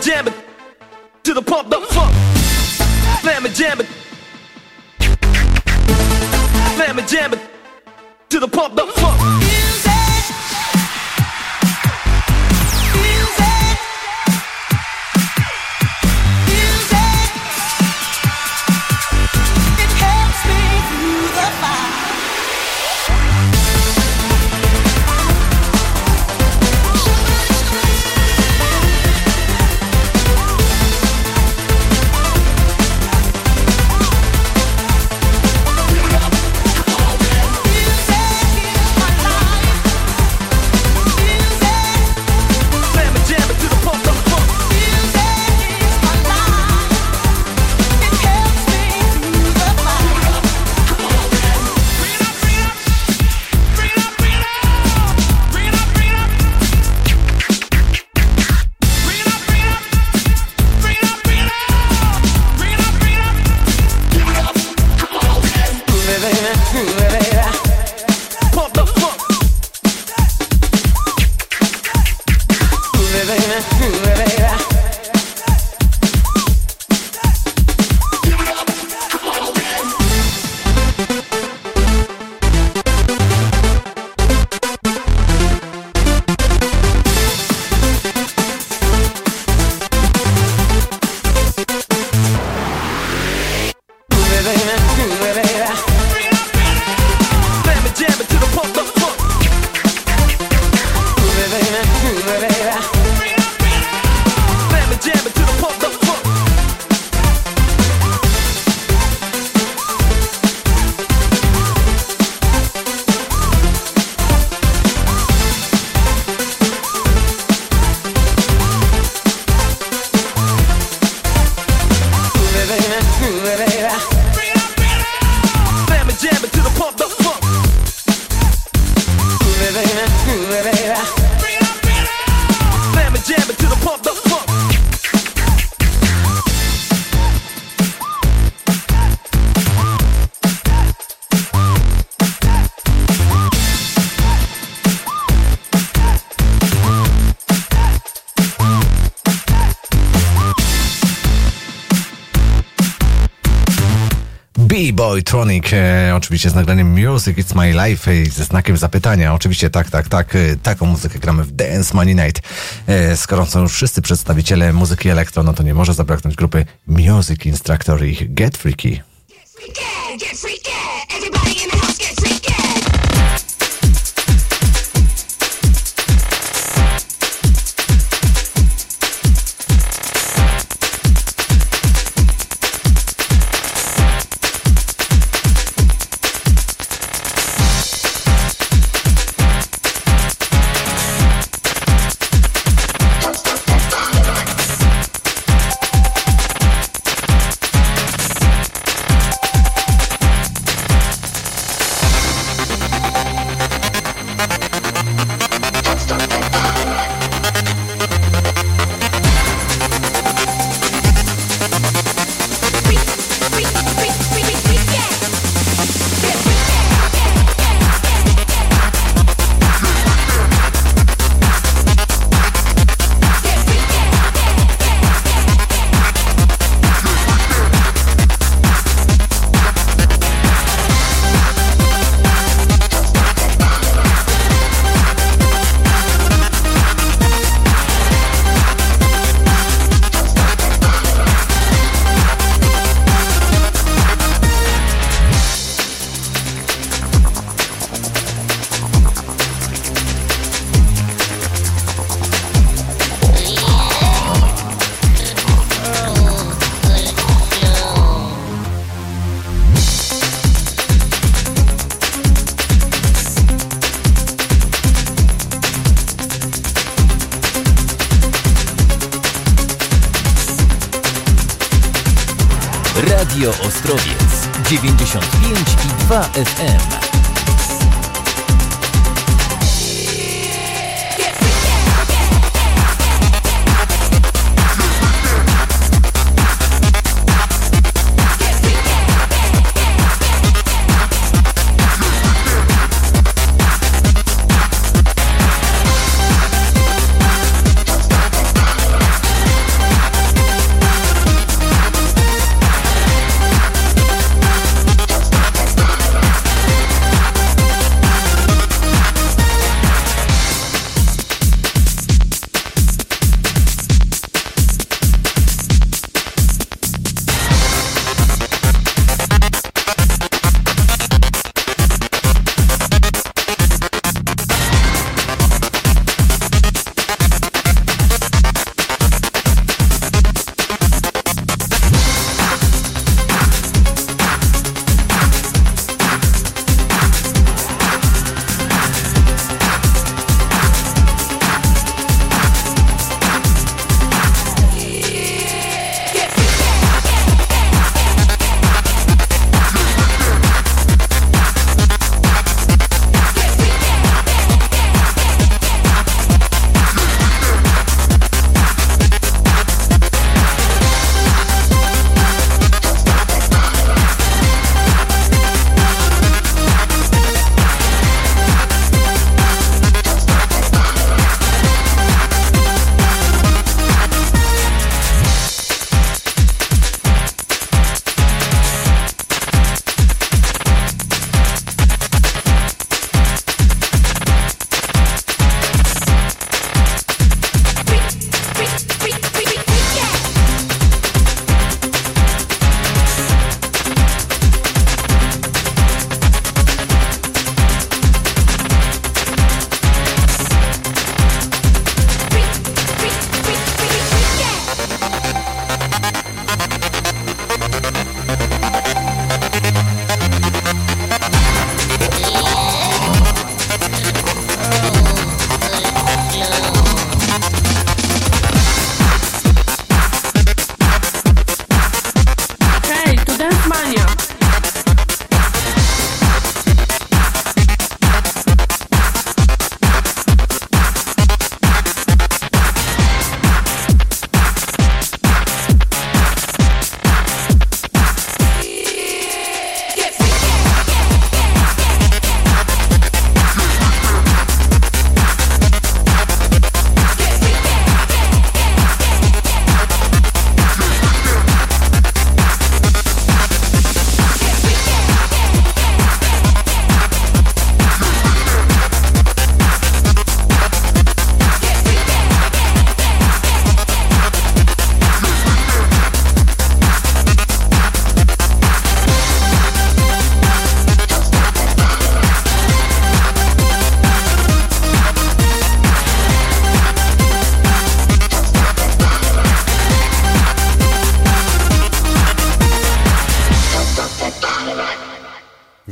jam it to the pumped up funk. Slam and jam it. Slam and jam it to the pumped up funk. B-Boy-Tronic, oczywiście z nagraniem Music It's My Life i ze znakiem zapytania. Oczywiście tak, taką muzykę gramy w Dance Money Night. Skoro są już wszyscy przedstawiciele muzyki elektro, no to nie może zabraknąć grupy Music Instructor i ich Get Freaky. Get freaky, everybody in the house get freaky. Radio Ostrowiec 95,2 FM.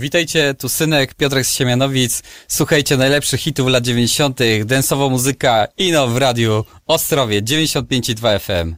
Witajcie, tu Synek, Piotrek z Siemianowic. Słuchajcie najlepszych hitów lat 90., dance'owa muzyka, ino w radiu Ostrowiec 95,2 FM.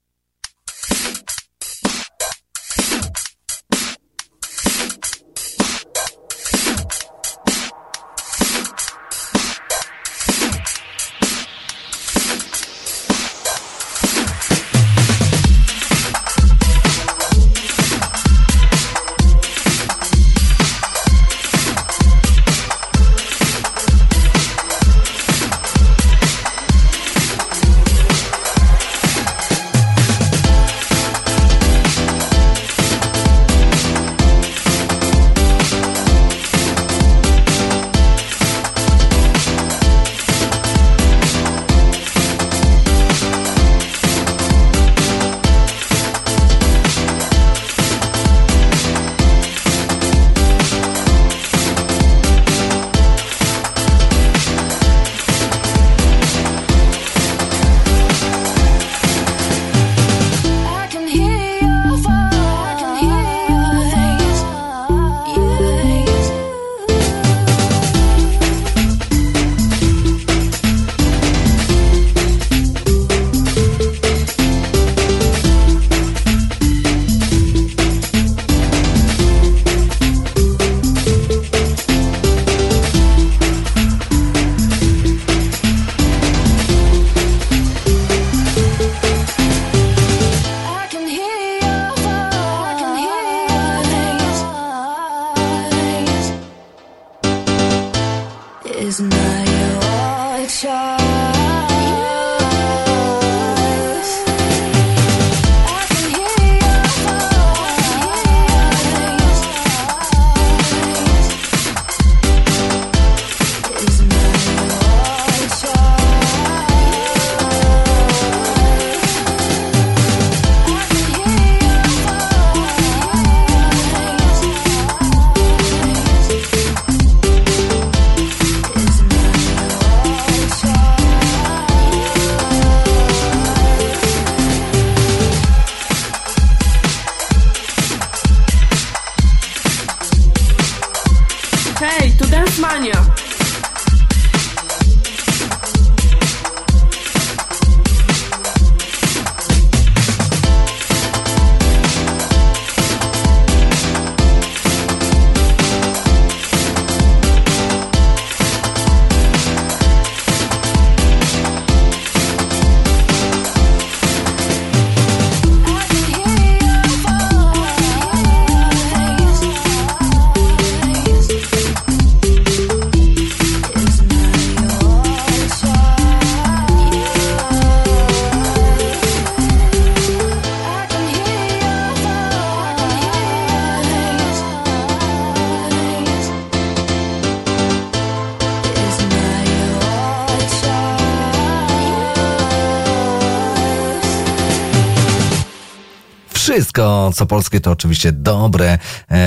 Wszystko, co polskie, to oczywiście dobre.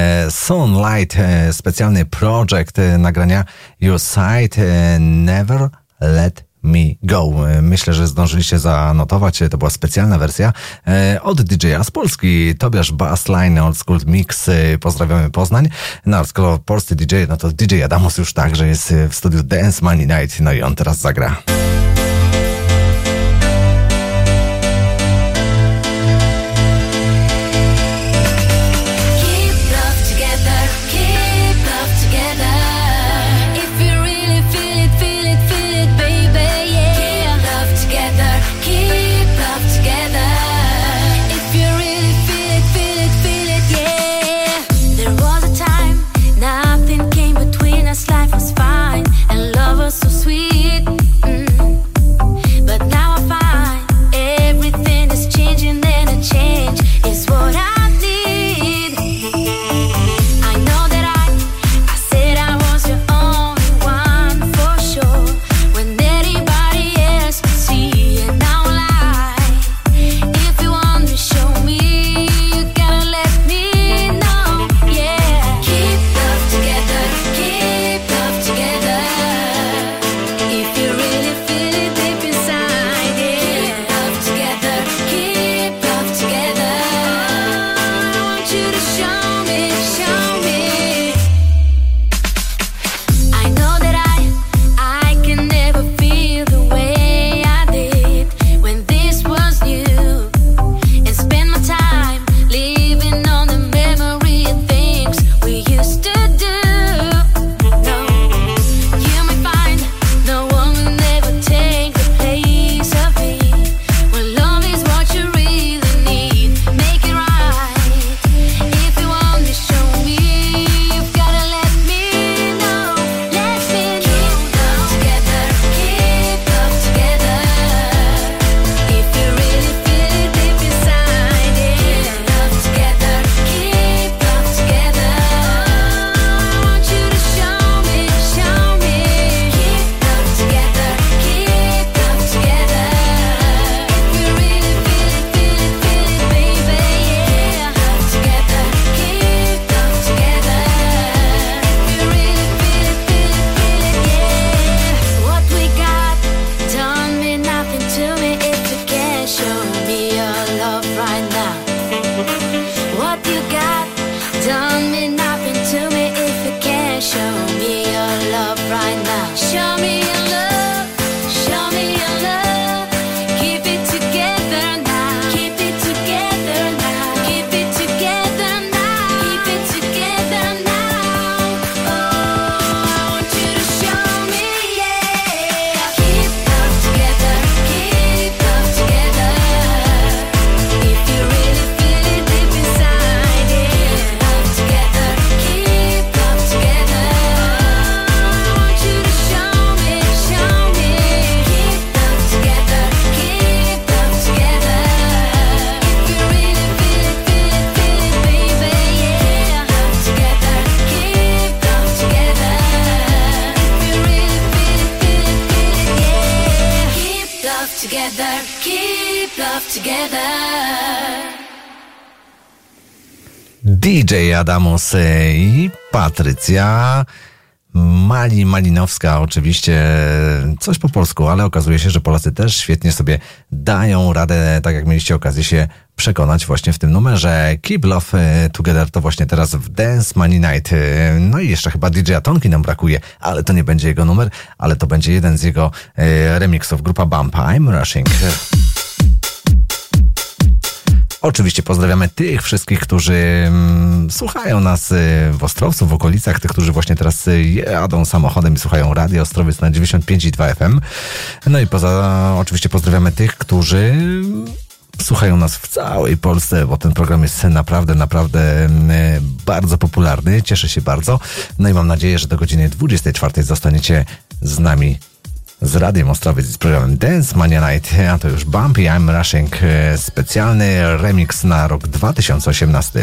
Sunlight, specjalny projekt nagrania Your Side, Never Let Me Go. Myślę, że zdążyliście zanotować. To była specjalna wersja od DJ-a z Polski. Tobiasz Bassline, Old School Mix. Pozdrawiamy Poznań. No, skoro polscy DJ, no to DJ Adamus już także jest w studiu Dance Money Night. No i on teraz zagra. Life was fine and love was so sweet. keep love together. DJ Adamus i Patrycja Malinowska, oczywiście coś po polsku, ale okazuje się, że Polacy też świetnie sobie dają radę, tak jak mieliście okazję się przekonać właśnie w tym numerze. Keep Love Together to właśnie teraz w Dance Money Night. No i jeszcze chyba DJ Tonki nam brakuje, ale to nie będzie jego numer, ale to będzie jeden z jego remixów. Grupa Bump, I'm Rushing. Oczywiście pozdrawiamy tych wszystkich, którzy słuchają nas w Ostrowcu, w okolicach, tych, którzy właśnie teraz jadą samochodem i słuchają Radio Ostrowiec na 95,2 FM. No i oczywiście pozdrawiamy tych, którzy słuchają nas w całej Polsce, bo ten program jest naprawdę bardzo popularny. Cieszę się bardzo. No i mam nadzieję, że do godziny 24 zostaniecie z nami, z Radiem Ostrowiec i z programem Dance Mania Night, a to już Bumpy, I'm Rushing, specjalny remix na rok 2018.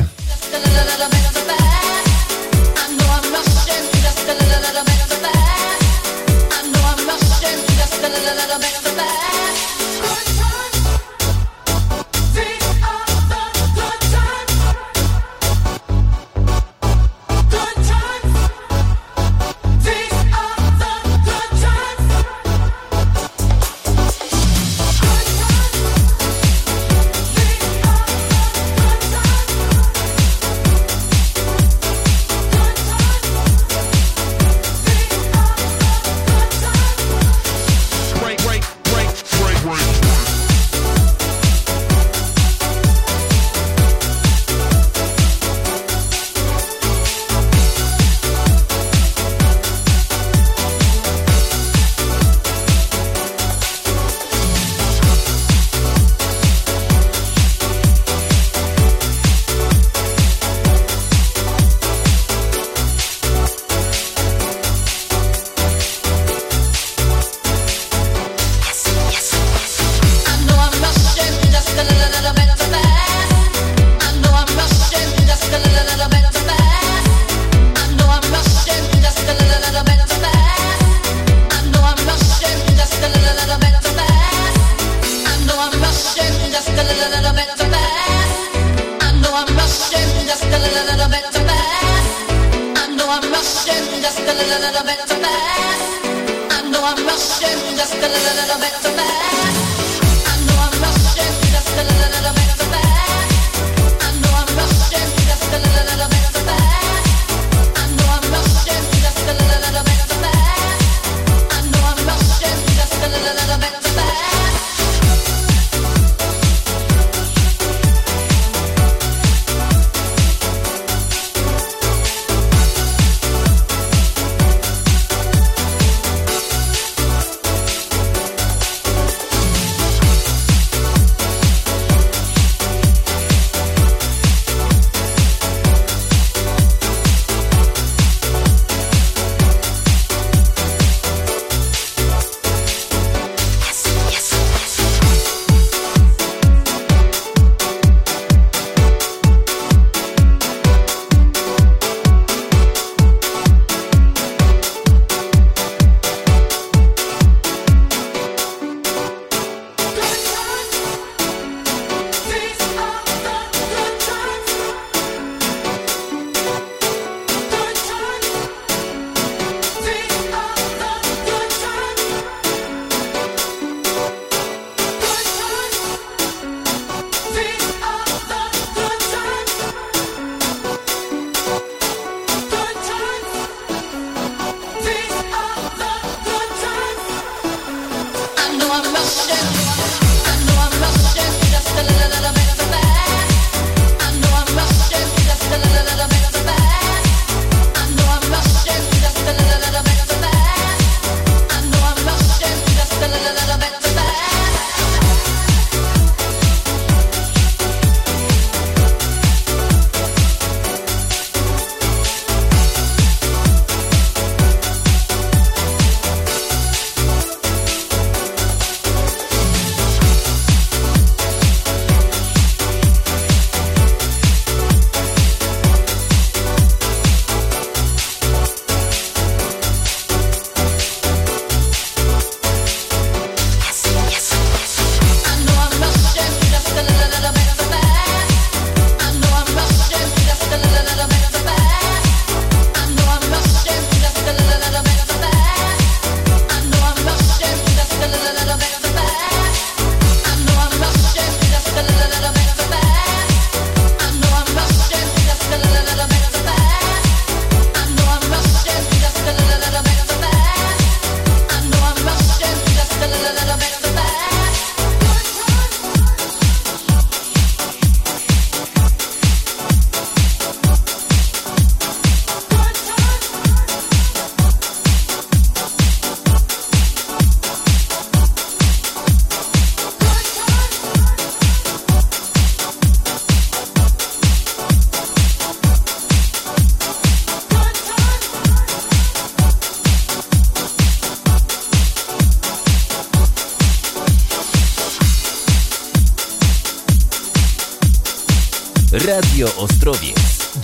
Radio Ostrowiec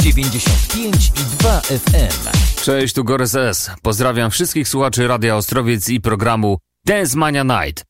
95,2 FM. Cześć, tu Gorys S. Pozdrawiam wszystkich słuchaczy Radia Ostrowiec i programu Dance Mania Night.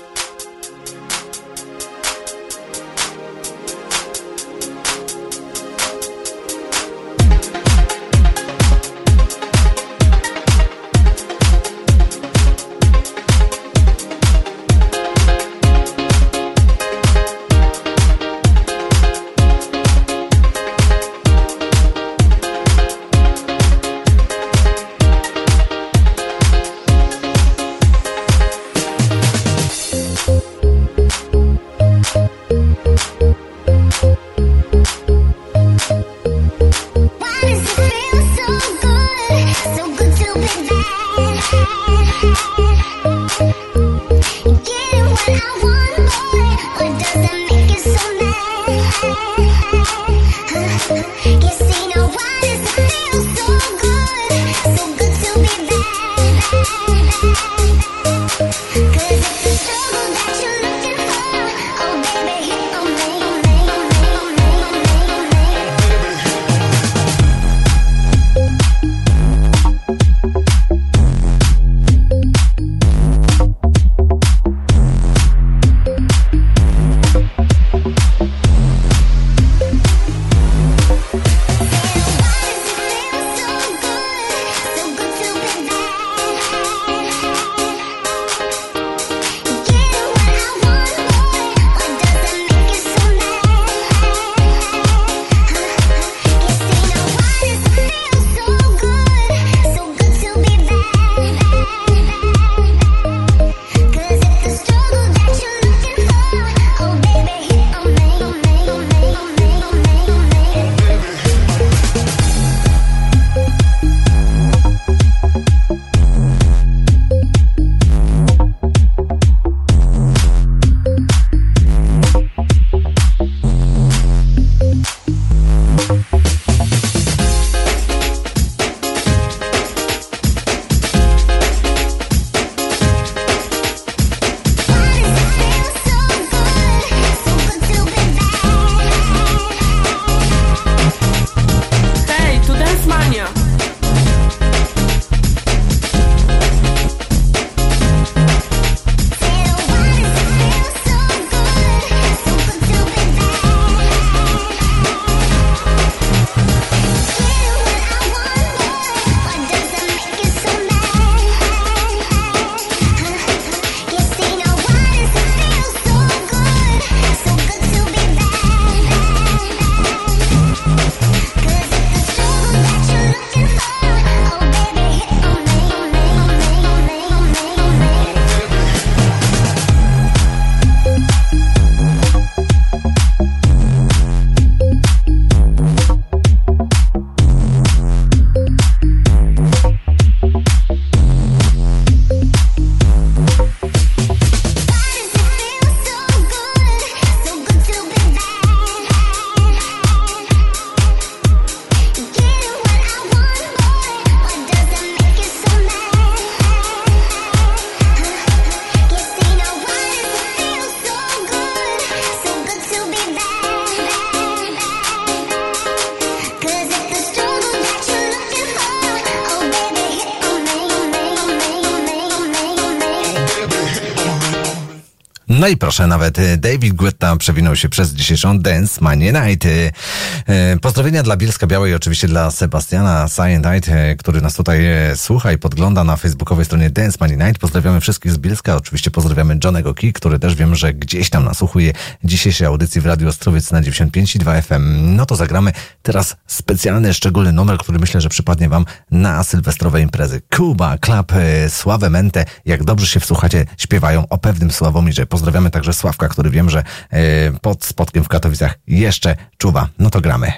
No i proszę, nawet David Guetta przewinął się przez dzisiejszą Dance Mania Night. Pozdrowienia dla Bielska Białej, oczywiście dla Sebastiana Scientite, który nas tutaj słucha i podgląda na facebookowej stronie Dance Mania Night. Pozdrawiamy wszystkich z Bielska, oczywiście pozdrawiamy Johnego Key, który też wiem, że gdzieś tam nasłuchuje dzisiejszej audycji w Radiu Ostrowiec na 95,2 FM. No to zagramy teraz specjalny, szczególny numer, który myślę, że przypadnie wam na sylwestrowe imprezy. Cuba Club, Sławę Mentę, jak dobrze się wsłuchacie, śpiewają o pewnym Sławomirze. Pozdrawiamy także Sławka, który wiem, że pod spotkiem w Katowicach jeszcze czuwa. No to gramy.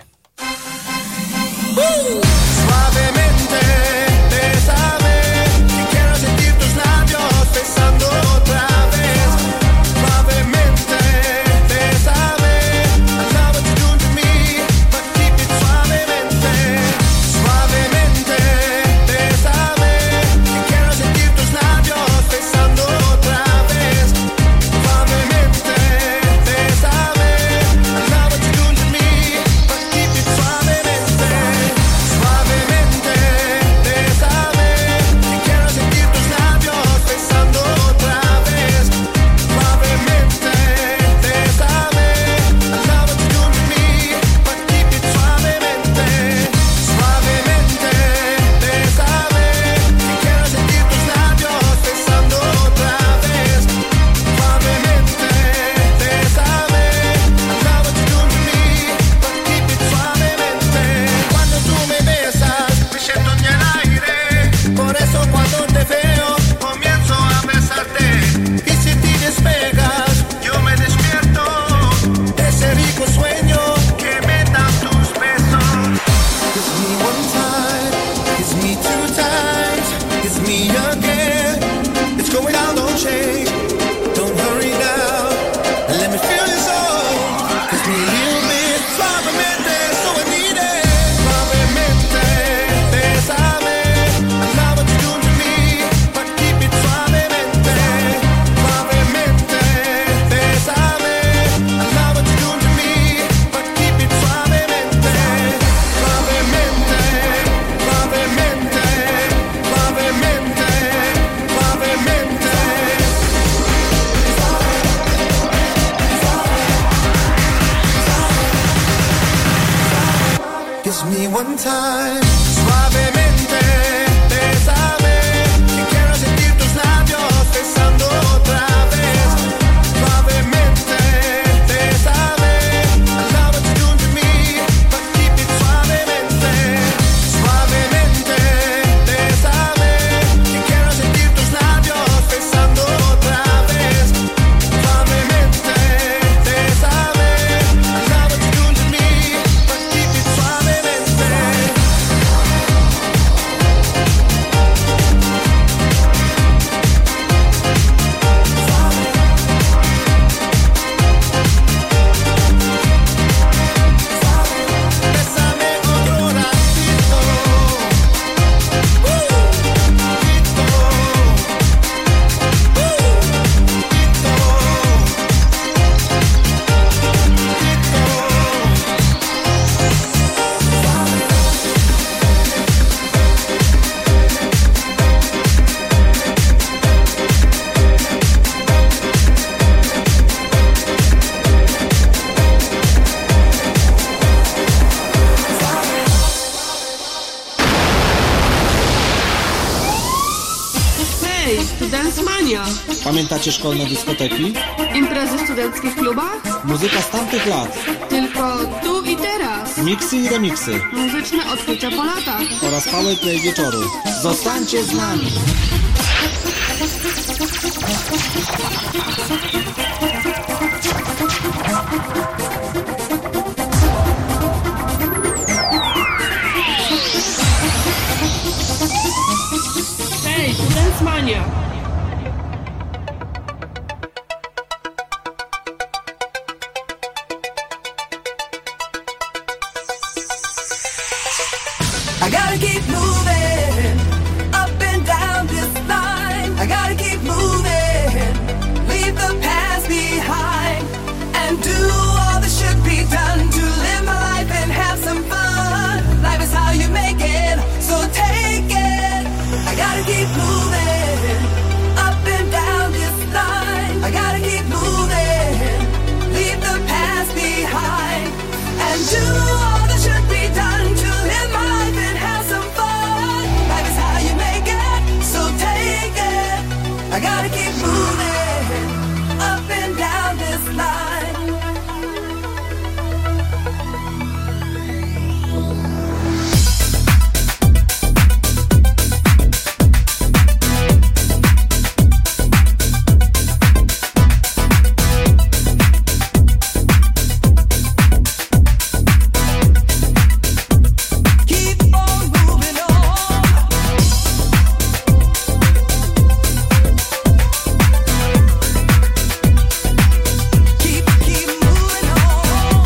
touch me one time, suavemente, bésame, que quiero sentir tus labios besando otra vez, suavemente, bésame, I love what you do to me, but keep it suavemente, suavemente, bésame, que quiero sentir tus labios besando otra vez, suavemente, bésame, I love what you do to me, but keep it suavemente. Bésame otro ratito, Hej, tu Dance Mania. Pamiętacie szkolne dyskoteki? Imprezy w studenckich klubach? Muzyka z tamtych lat. Tylko tu i teraz. Miksy i remiksy. Muzyczne odkrycia po latach. Oraz powerplay wieczoru. Zostańcie z nami. Hej, tu Dance Mania. I gotta keep moving up and down this line. I gotta keep moving, leave the past behind, and do all that should be done to live my life and have some fun. Life is how you make it, so take it. I gotta keep moving up and down this line. I gotta keep moving, leave the past behind, and do all that should be done to live my life and have some fun. Life is how you make it, so take it. I gotta keep moving up and down this line. Keep on moving on. Keep moving on.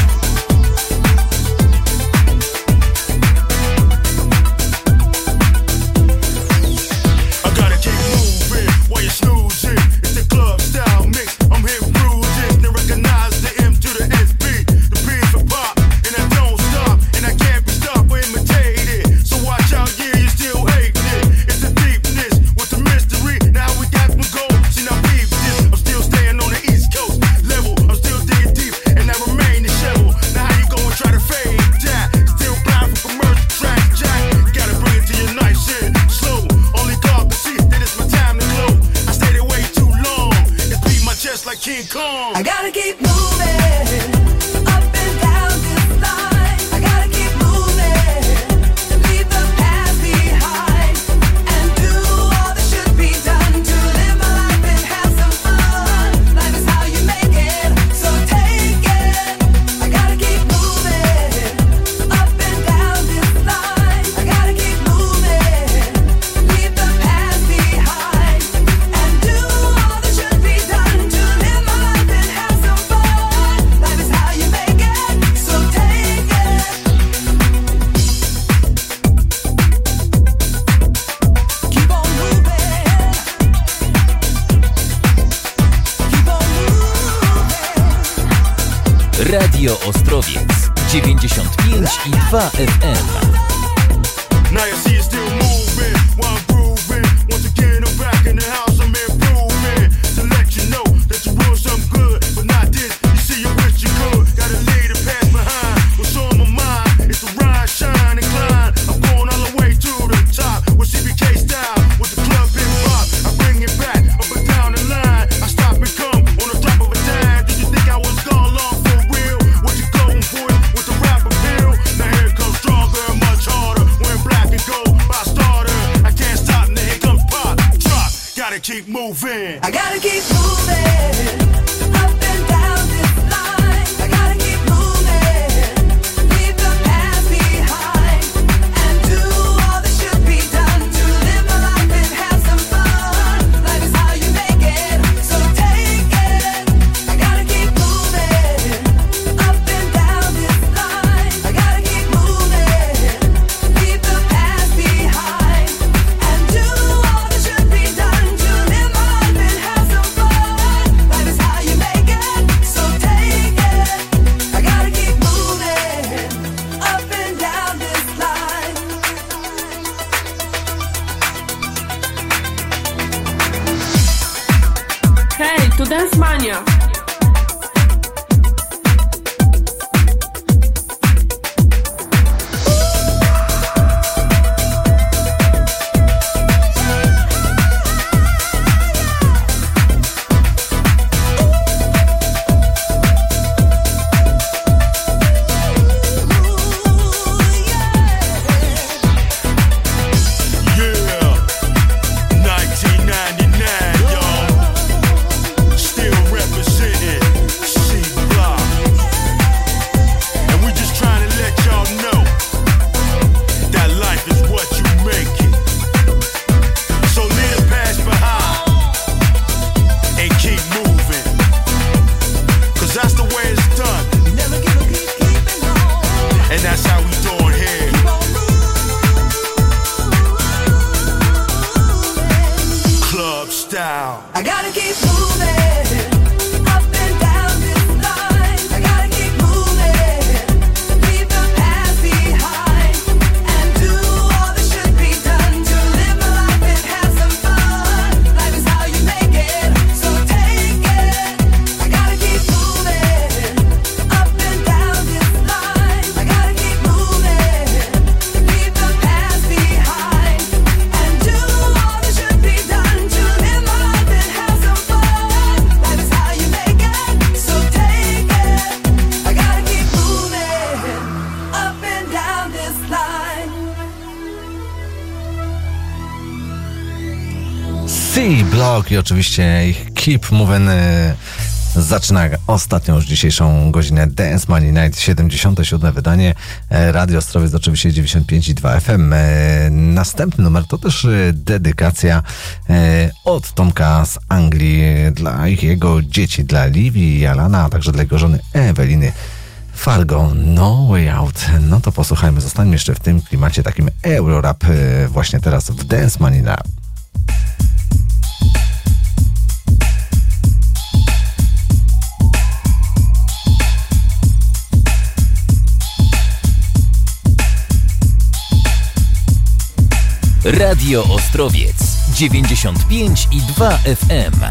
I gotta keep moving while you're snoozing. It's the club style mix. I'm here bruising. They recognize the M to the SB. The B's for pop, and I don't stop. And I can't be stopped or imitated. So watch out, yeah, you still hating it. It's the deepness with the mystery. Now we got some gold. See, now peep this. I'm still staying on the East Coast level. I'm still digging deep, and I remain in shovel. Now how you gonna try to fade that? Still blind for commercial tracks, Jack. Gotta bring it to your nice and slow. Only God can see that it's my time to glow. I stayed away too long. It's beat my chest like King Kong. I gotta keep moving up and down this line. I gotta keep moving, leave the past behind, and do all that should be done to live my life and have some fun. Life is how you make it, so take it. I gotta keep moving up and down this line. I gotta keep moving, leave the past behind, and do all that should be done to live my life and have some fun. Life is how you make it, so take it. Keep on moving. Keep on moving. Radio Ostrowiec 95,2 FM. Now you see it still moving while I'm grooving. Once again, I'm back in the house, I'm improving. To let you know that you want something good, but not this. You see, you wish you could. Gotta leave the past behind. What's on my mind? It's the rhyme C-Block i oczywiście ich Keep Moving zaczyna ostatnią już dzisiejszą godzinę Dance Money Night, 77. wydanie. Radio Ostrowiec oczywiście 95,2 FM. Następny numer to też dedykacja od Tomka z Anglii dla jego dzieci, dla Livi i Alana, a także dla jego żony Eweliny Fargo, No Way Out. No to posłuchajmy, zostańmy jeszcze w tym klimacie takim Eurorap właśnie teraz w Dance Money Night. Radio Ostrowiec 95,2 FM.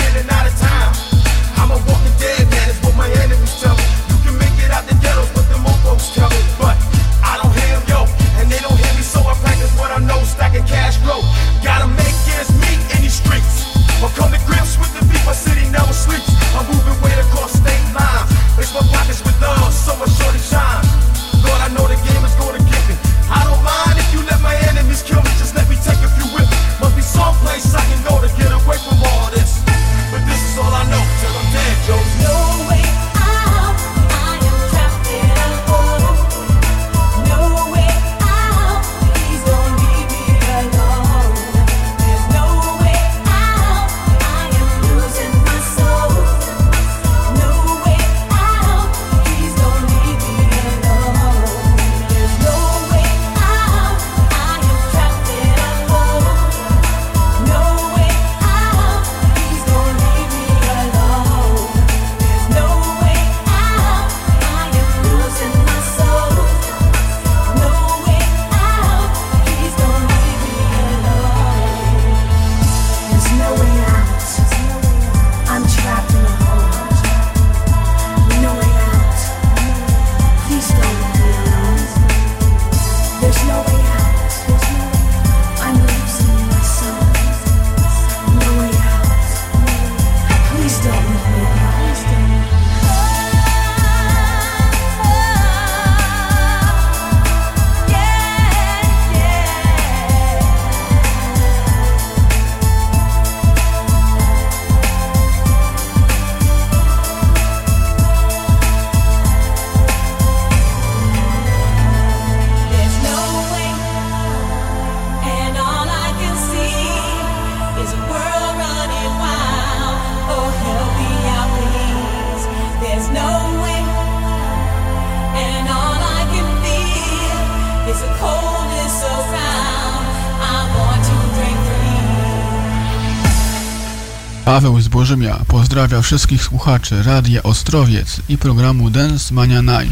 But the more Paweł z Bożymia pozdrawia wszystkich słuchaczy Radia Ostrowiec i programu Dance Mania Night.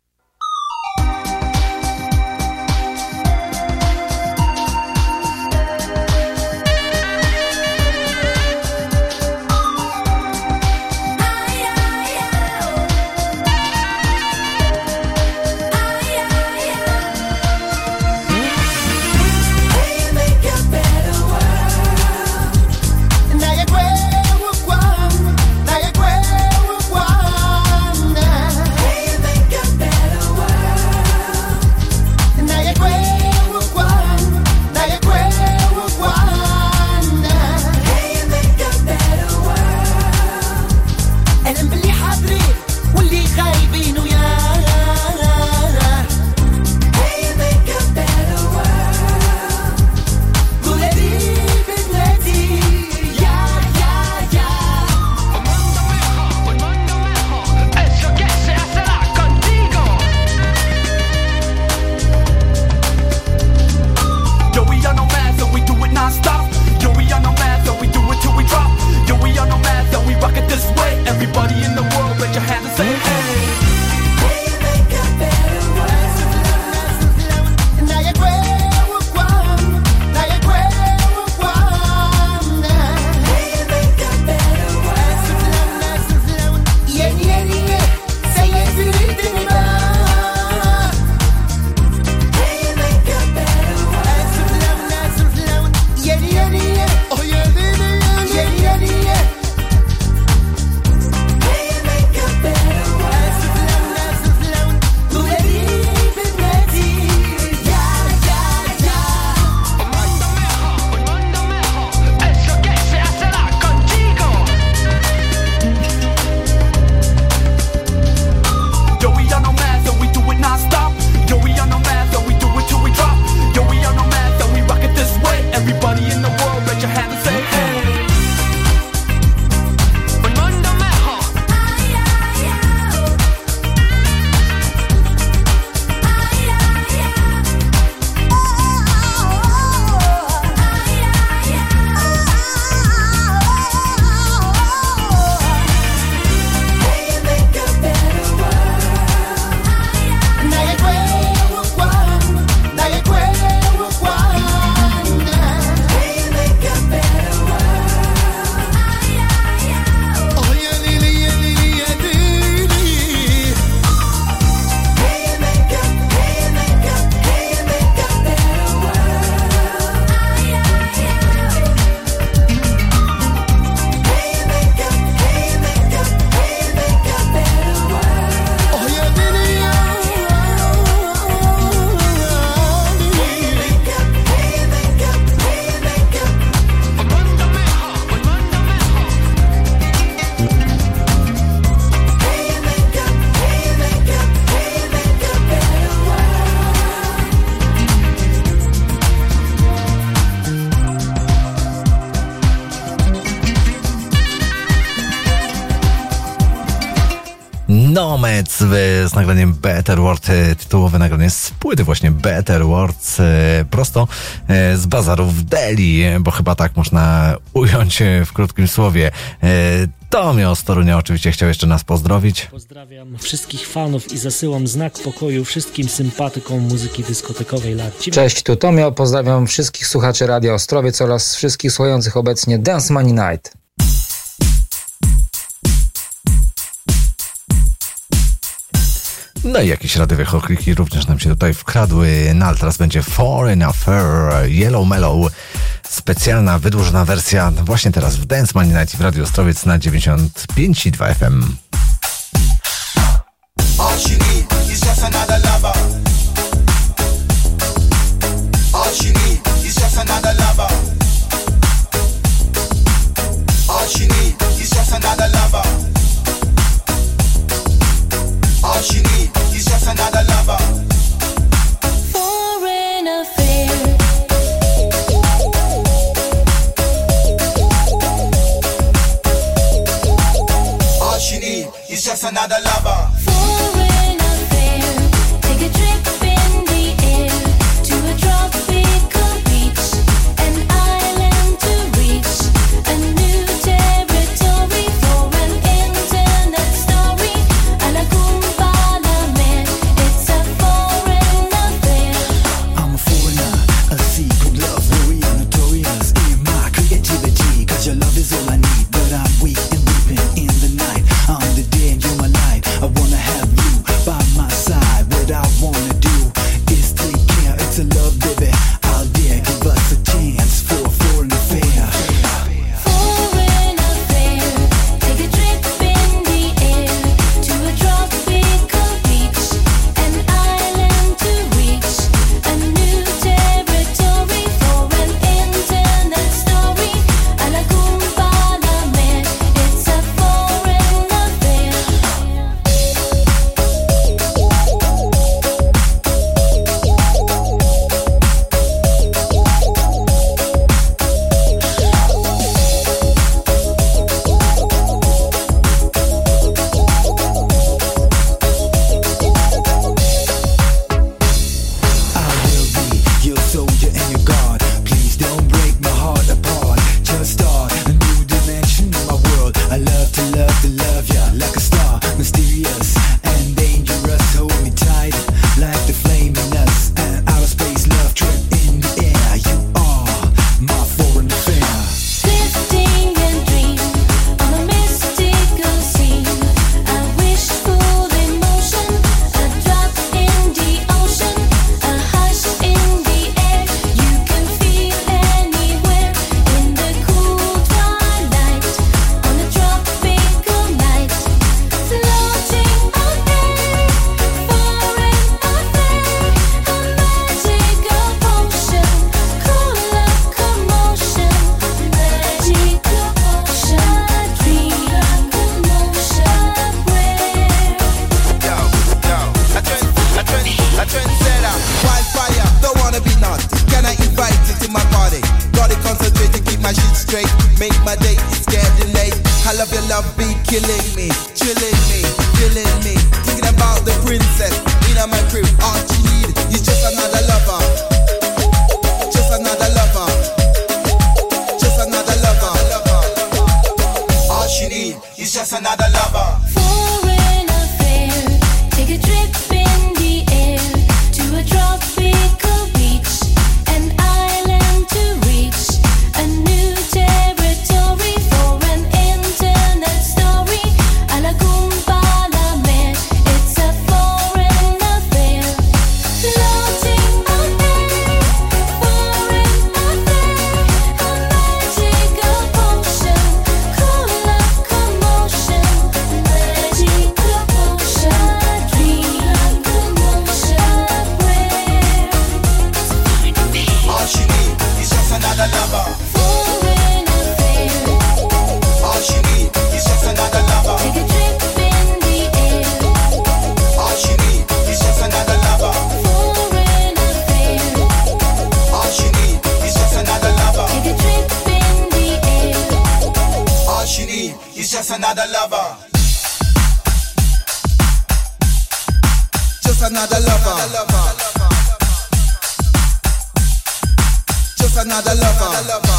Nomec z nagraniem Better World, tytułowe nagranie z płyty właśnie Better Words, prosto z bazarów w Delhi, bo chyba tak można ująć w krótkim słowie. Tomio z Torunia oczywiście chciał jeszcze nas pozdrowić. Pozdrawiam wszystkich fanów i zasyłam znak pokoju wszystkim sympatykom muzyki dyskotekowej lat 90. Cześć, tu Tomio, pozdrawiam wszystkich słuchaczy Radia Ostrowiec oraz wszystkich słuchających obecnie Dance Mania Night. No i jakieś radiowe chokliki również nam się tutaj wkradły. No ale teraz będzie Foreign Affair, Yellow Mellow. Specjalna, wydłużona wersja właśnie teraz w Dance Mania Night w Radio Ostrowiec na 95,2 FM. All she need is just another lover. All she need is just another lover. All she need is just another lover. All she need is just another lover. Foreign affair. All she need is just another lover. Foreign affair. Take a trip in the air to a tropical beach, an island to reach, a new territory. straight. Make my day, it's getting late. I love your love be killing me, chilling me, killing me. Thinking about the princess in my crib. All she need is just another lover. Just another lover. Just another lover. All she need is just another lover. Foreign affair, take a trip in the air to a tropical beach, an island to reach, a new territory for an internet story. A la Cumba la Mer, it's a foreign affair. Floating on air, foreign affair, a magical potion, cool up commotion, magical potion, dream commotion, prayer. All she need is just another lover. Foreign affair, All she need is just another lover. take a trip in the air. All she need is just another lover. Foreign affair, All she need is just another lover. take a trip in the air. All she need is just another lover. Just another lover. Just another lover.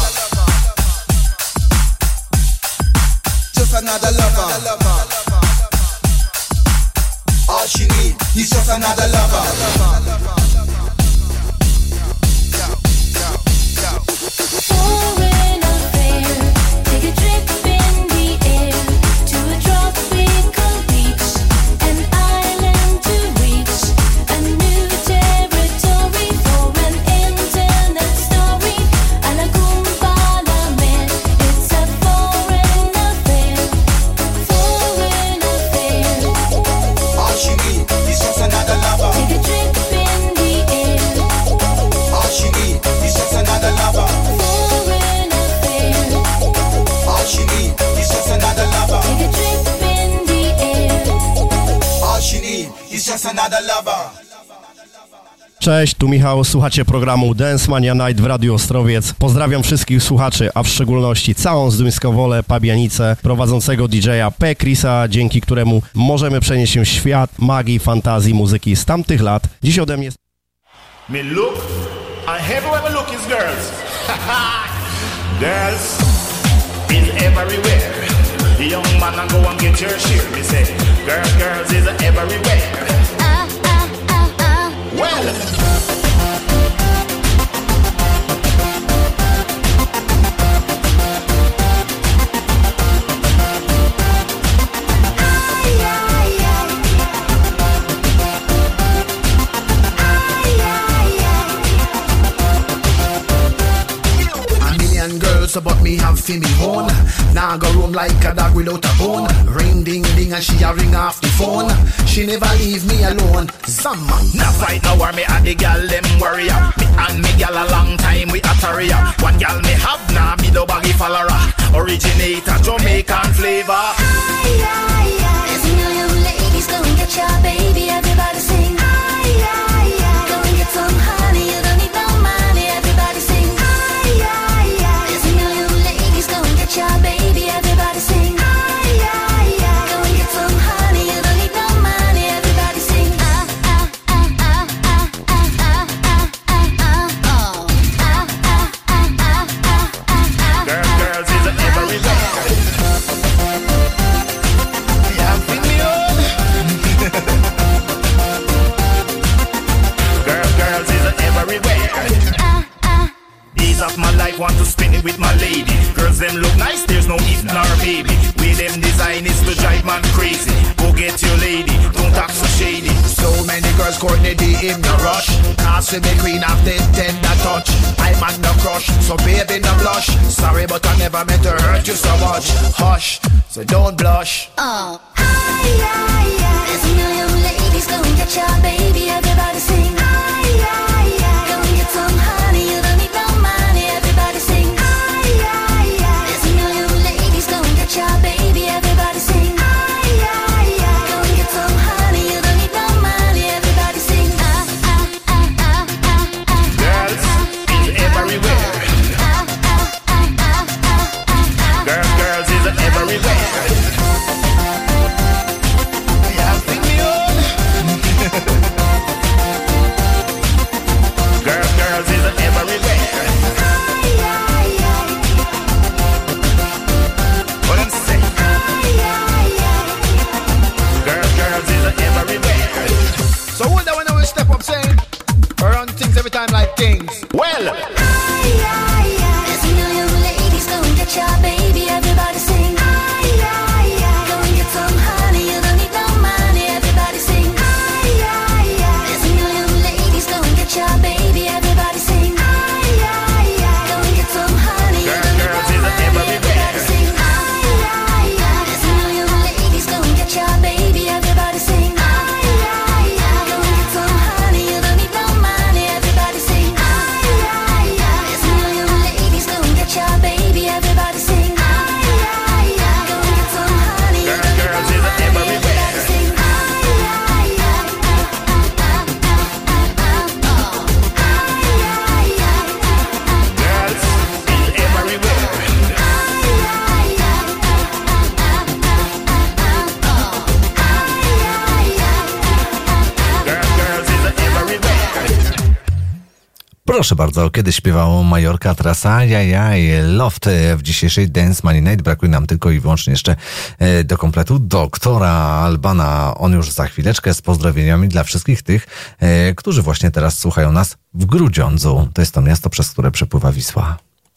Just another lover. All she need is just another lover. Foreign affair, take a trip in the air to a tropical beach, an island to reach, a new territory for an internet story. A la Cumba la Mer, it's a foreign affair. Foreign affair, All she need is just another lover. take a trip in the air. All she need is just another lover. Foreign affair, All she need is just another lover. take a trip in the air. All she need is just another lover. Cześć, tu Michał, słuchacie programu Dance Mania Night w Radiu Ostrowiec. Pozdrawiam wszystkich słuchaczy, a w szczególności całą Zduńską Wolę, Pabianicę, prowadzącego DJ-a P. Chrisa, dzięki któremu możemy przenieść się w świat magii, fantazji, muzyki z tamtych lat. Dziś ode mnie... Me look, and everywhere me look is girls. Girls is everywhere. The young man and go and get your share. Me say, girls is everywhere. Well. Girls, but me have fi me own. Now go roam like a dog without a bone. Ring ding ding and she a ring off the phone. She never leave me alone. Some man Now fight no war, me and the gal them warrior. Me and me gal a long time we a tarrier. One gal me have now me the baggy follower. Originator Jamaican flavor. There's a million ladies, go and get your baby. Everybody sing. Go and get some honey, you don't need no money. Everybody sing. There's a million ladies, go and get your baby. Everybody sing. Go and get some honey, you don't need no money. Everybody sing. Girls is everywhere. Yeah, bring me on. Girls is everywhere. Days of my life, want to spend it with my lady. Girls them look nice, there's no if nor baby. Way them design is to drive man crazy. Go get your lady, don't act so shady. so many girls coordinating in the rush. Cause we be queen of the tender touch. I'm on the crush, so baby no blush. Sorry but I never meant to hurt you so much. Hush, so don't blush. Oh, there's a million ladies, go and get your baby. Everybody sing. Go and get some honey, you don't need no money. Everybody sing. There's a million ladies, go and get your baby. Everybody sing. Go and get some honey, you don't need no money. Everybody sing. Girls is everywhere. There's a million ladies, go and get your baby. Everybody sing. Go and get some honey, you don't need no money. Everybody sing. There's a million ladies, go and get your baby. Everybody sing. Go and get some honey, you don't need no money. Everybody sing. There's a million ladies, go and get your baby. Everybody sing. Go and get some honey, you don't need no money. Everybody sing. There's a million ladies, go and get your baby. Everybody sing. Go and get some honey, you don't need no money. Everybody sing. Proszę bardzo, kiedy śpiewał Majorka, teraz ajajaj, Loft w dzisiejszej Dance Money Night. Brakuje nam tylko i wyłącznie jeszcze do kompletu doktora Albana. On już za chwileczkę z pozdrowieniami dla wszystkich tych, którzy właśnie teraz słuchają nas w Grudziądzu. To jest to miasto, przez które przepływa Wisła.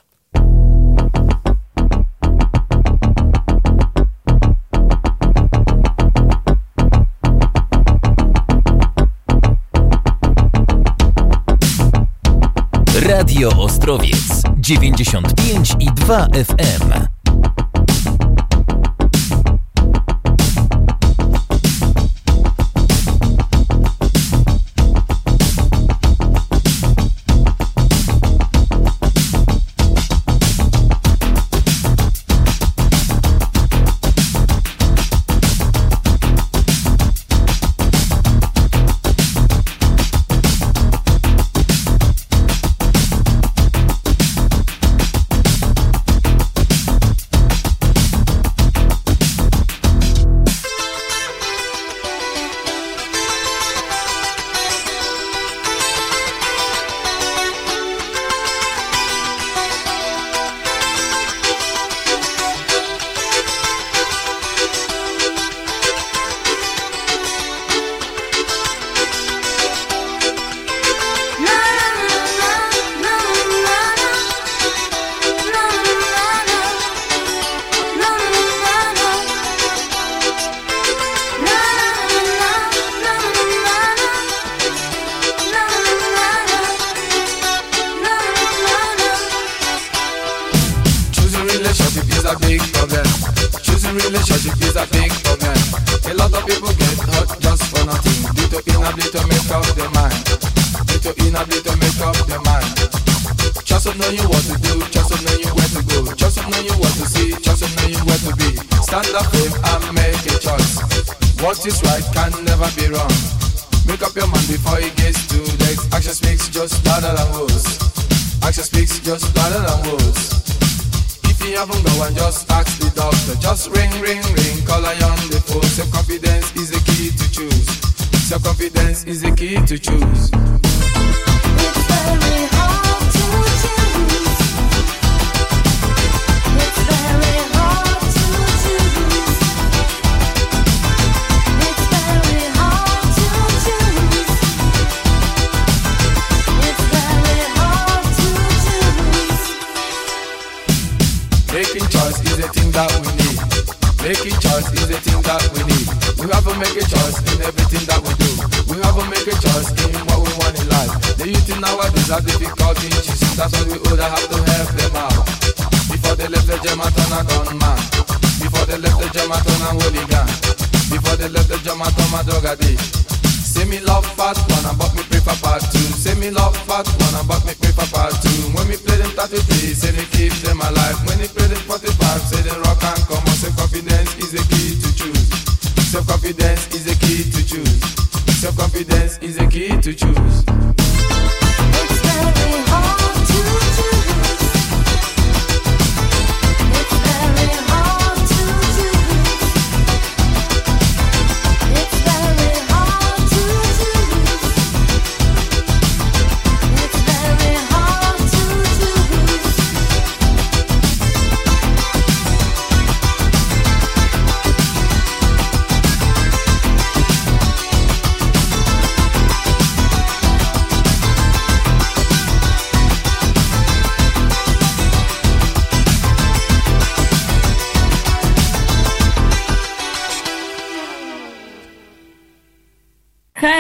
Radio Ostrowiec 95,2 FM.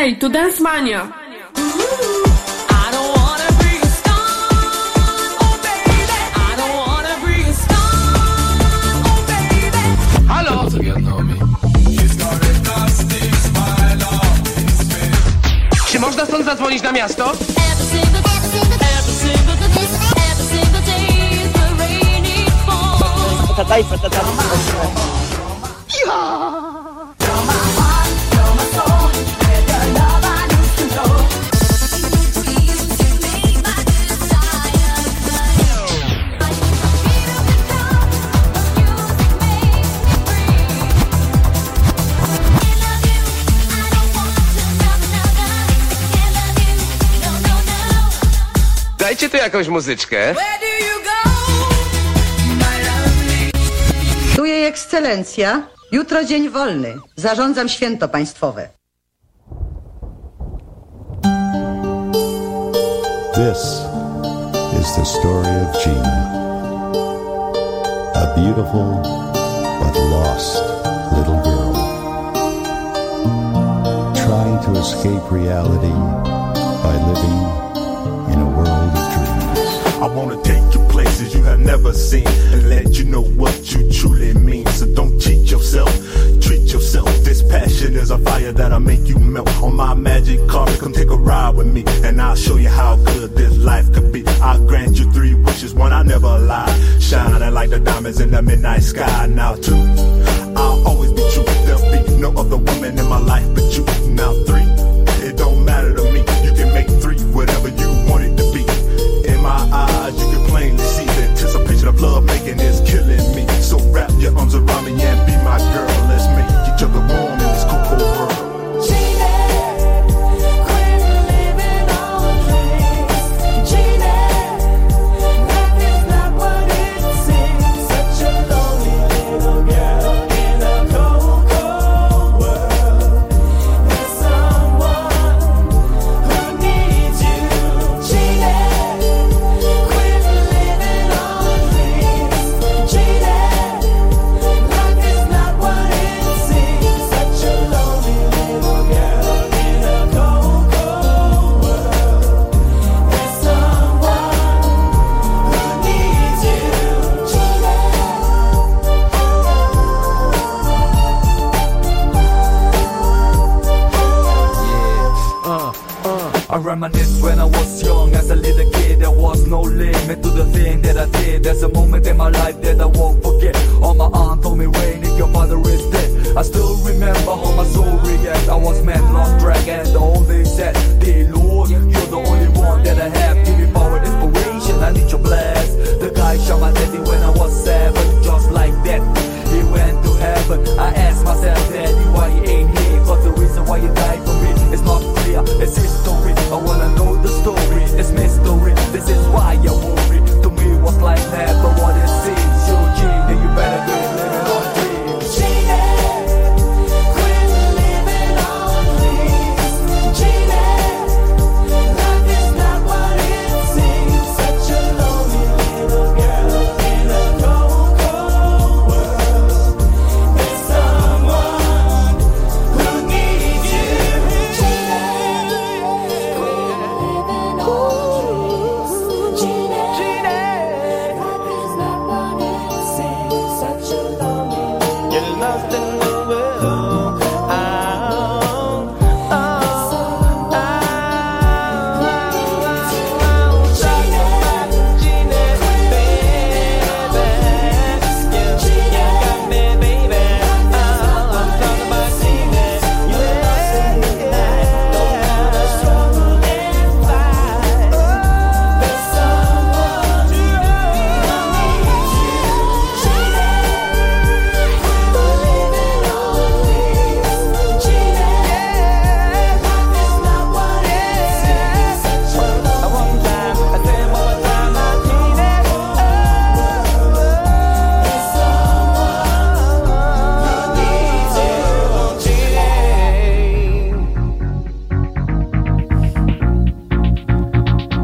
Hej, tu Dance Mania. Halo! Czy można stąd zadzwonić na miasto? Dajcie tu jakąś muzyczkę. Tu jej ekscelencja. Jutro dzień wolny. Zarządzam święto państwowe. This is the story of Gina, a beautiful but lost little girl, trying to escape reality by living in a world of dreams. I wanna take you places you have never seen and let you know what you truly mean. So don't cheat yourself, treat yourself. This passion is a fire that'll make you melt. On my magic carpet, come take a ride with me and I'll show you how good this life could be. I'll grant you 3 wishes, 1 I never lie, shining like the diamonds in the midnight sky. Now 2, I'll always be true. There'll be no other woman in my life but you. Now 3, it don't matter to me. You can make 3 whatever you want it to be. In my eyes, you can plainly see the anticipation of love making is killing me. So wrap your arms around me and be my girl. Let's make each other warm in this cold, cold world. I reminisce when I was young as a little kid. There was no limit to the thing that I did. There's a moment in my life that I won't forget. Oh, my aunt told me, Rainy, your father is dead. I still remember how my soul reacted. I was mad, lost track, and the whole day said, dear Lord, you're the only one that I have. Give me power and inspiration, I need your blast. The guy shot my daddy when I was 7, just like that. He went to heaven. I asked myself, Daddy, why he ain't here? Cause the reason why he died for me is not clear. It's history. I wanna know the story. It's mystery. This is why I worry. To me, what's life never what it seems. You Gina, you better be living on dreams. Gina, quit living on dreams. Gina, life is not what it seems. Such a lonely little girl in a cold, cold world. There's someone who needs you. Gina, quit living on dreams. Gina, life is not what it seems. Such a lonely you're lost in the world.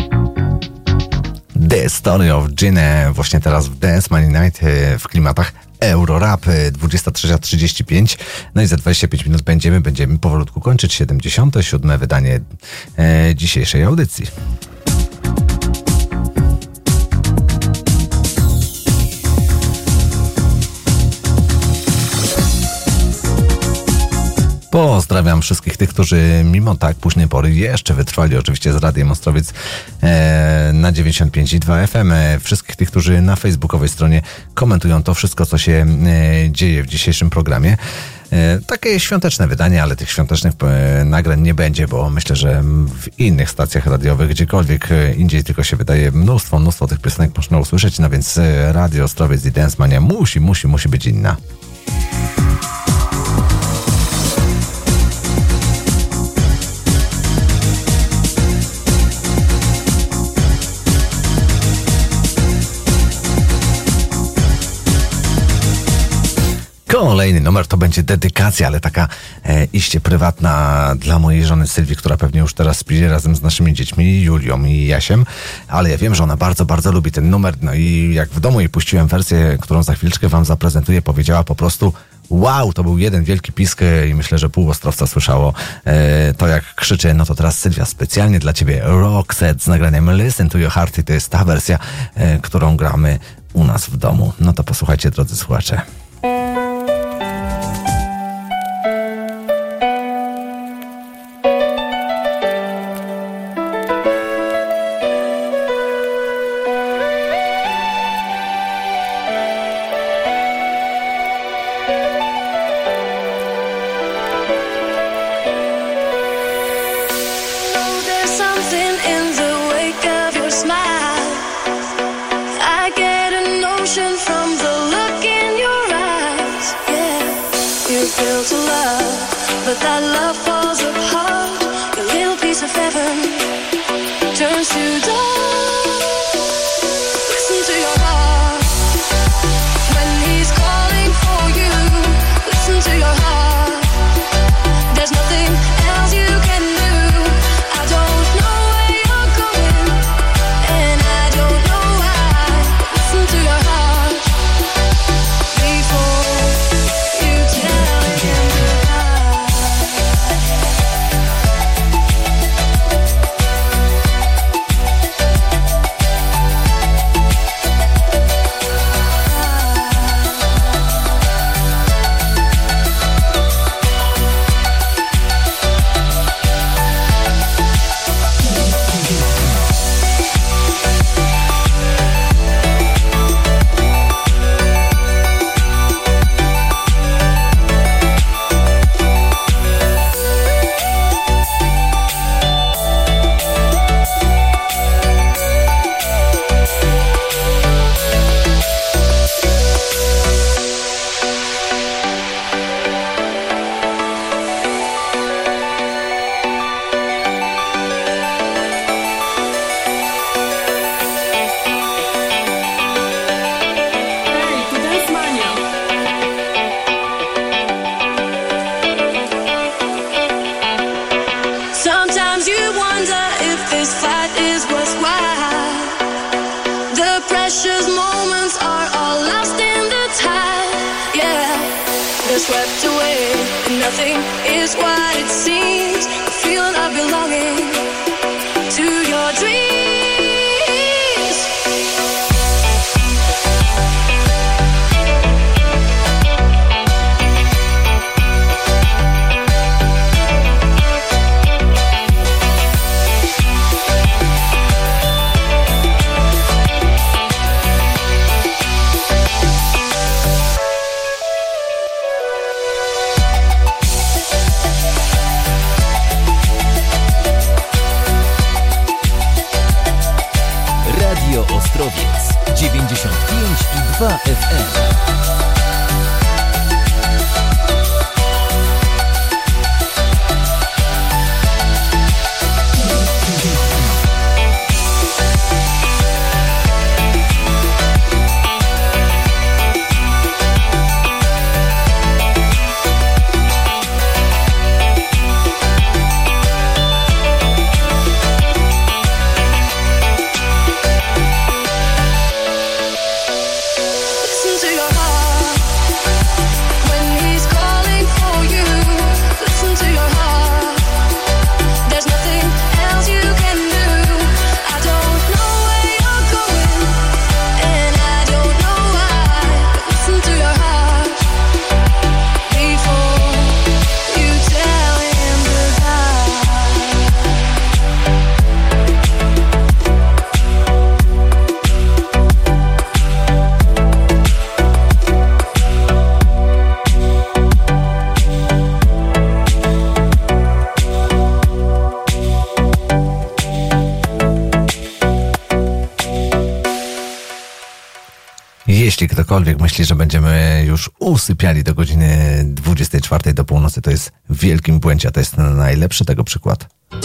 The Story of Gina właśnie teraz w Dance Money Night w klimatach Eurorap, 23:35. No i za 25 minut będziemy powolutku kończyć 77. wydanie dzisiejszej audycji. Pozdrawiam wszystkich tych, którzy mimo tak późnej pory jeszcze wytrwali oczywiście z Radiem Ostrowiec na 95,2 FM. Wszystkich tych, którzy na facebookowej stronie komentują to wszystko, co się dzieje w dzisiejszym programie. Takie świąteczne wydanie, ale tych świątecznych nagrań nie będzie, bo myślę, że w innych stacjach radiowych, gdziekolwiek indziej tylko się wydaje, mnóstwo tych piosenek można usłyszeć, no więc Radio Ostrowiec i Dance Mania musi być inna. Kolejny numer to będzie dedykacja, ale taka iście prywatna dla mojej żony Sylwii, która pewnie już teraz śpi razem z naszymi dziećmi, Julią i Jasiem, ale ja wiem, że ona bardzo lubi ten numer, no i jak w domu jej puściłem wersję, którą za chwileczkę wam zaprezentuję, powiedziała po prostu wow, to był jeden wielki pisk i myślę, że pół Ostrowca słyszało to, jak krzyczy. No to teraz Sylwia, specjalnie dla ciebie Roxette z nagraniem Listen to Your Heart i to jest ta wersja, którą gramy u nas w domu. No to posłuchajcie, drodzy słuchacze. Ostrowiec 95,2 FM. Listen to your heart. Jeśli ktokolwiek myśli, że będziemy już usypiali do godziny 24 do północy, to jest w wielkim błędzie, a to jest najlepszy tego przykład.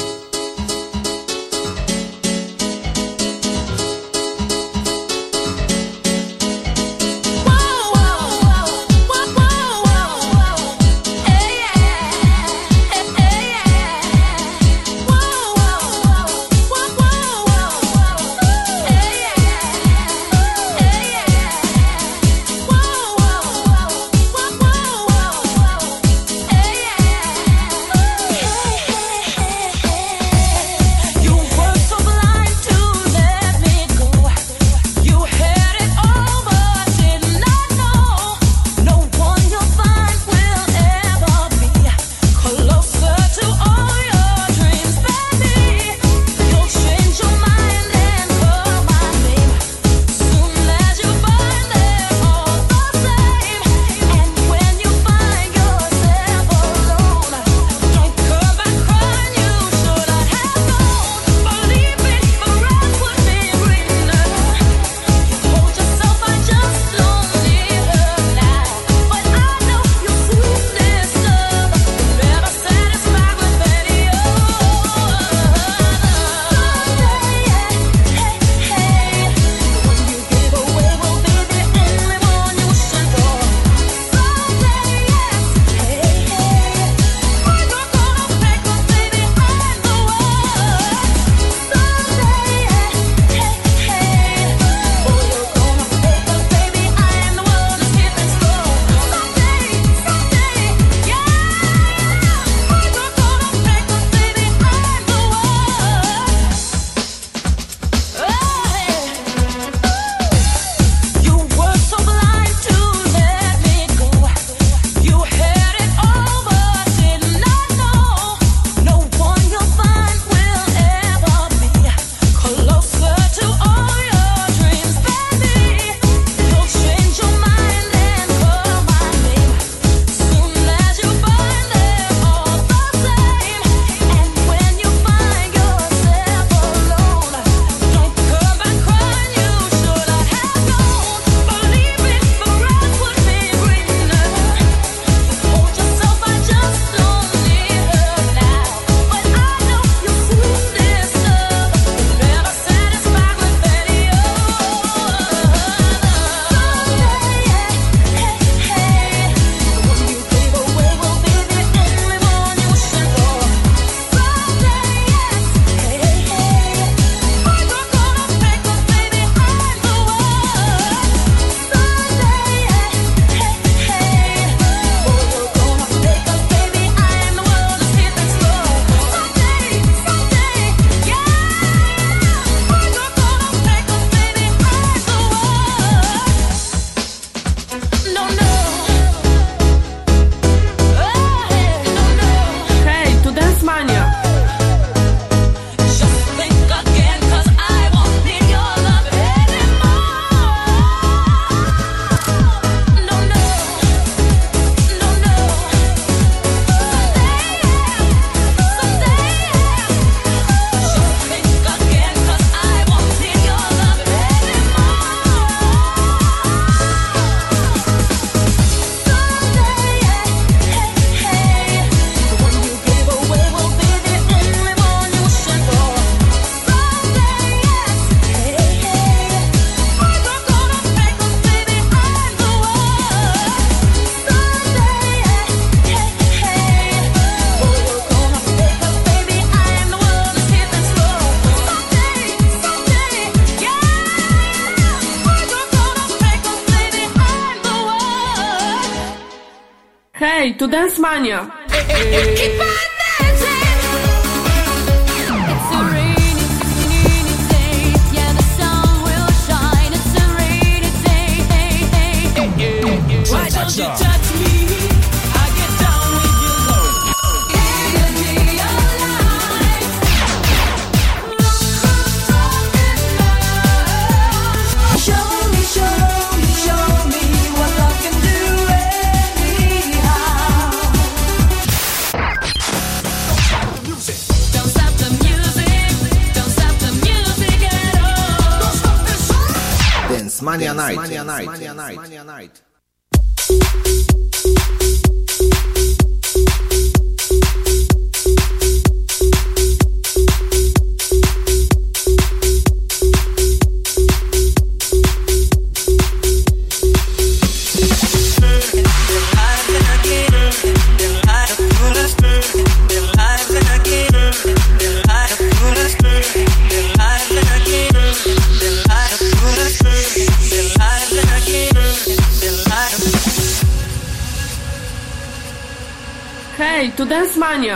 Hej, tu Dance Mania! Why don't you touch me? I get down with your love. Energy alive. Show me, show me, show me what love can do anyhow. Don't stop the music. Don't stop the music at all. Dance Mania Night. Hej, tu Dance Mania!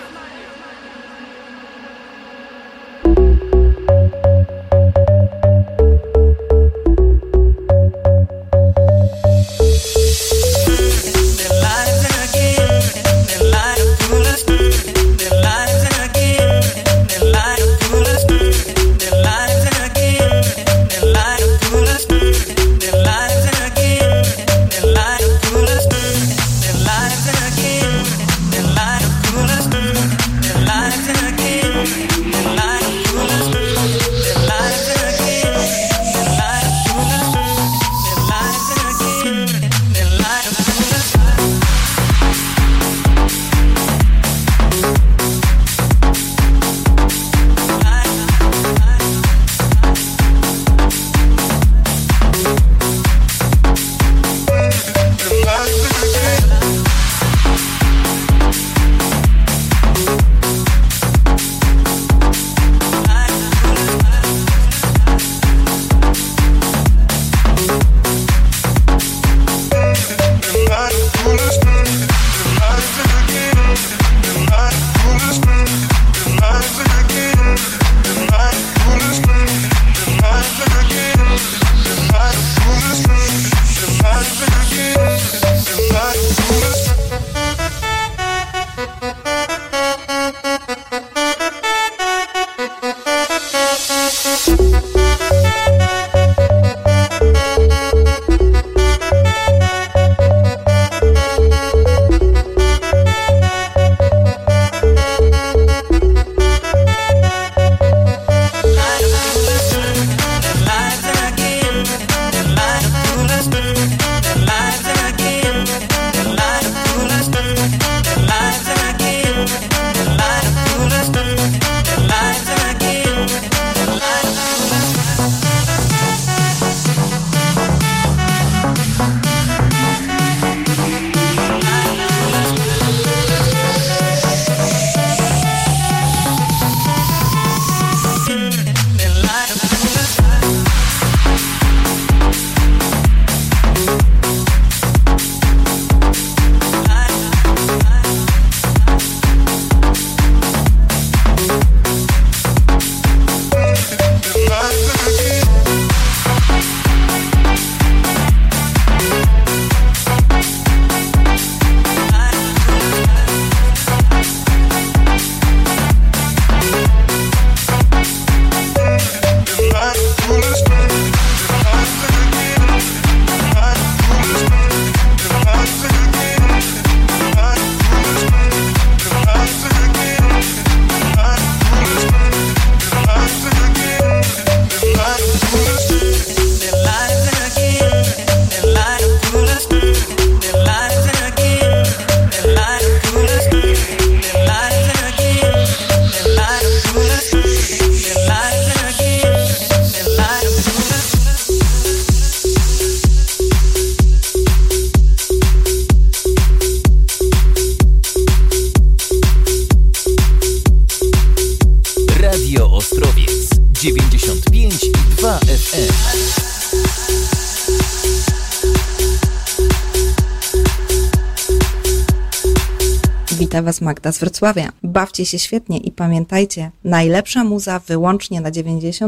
Wita Was Magda z Wrocławia. Bawcie się świetnie i pamiętajcie, najlepsza muza wyłącznie na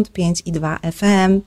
95,2 FM.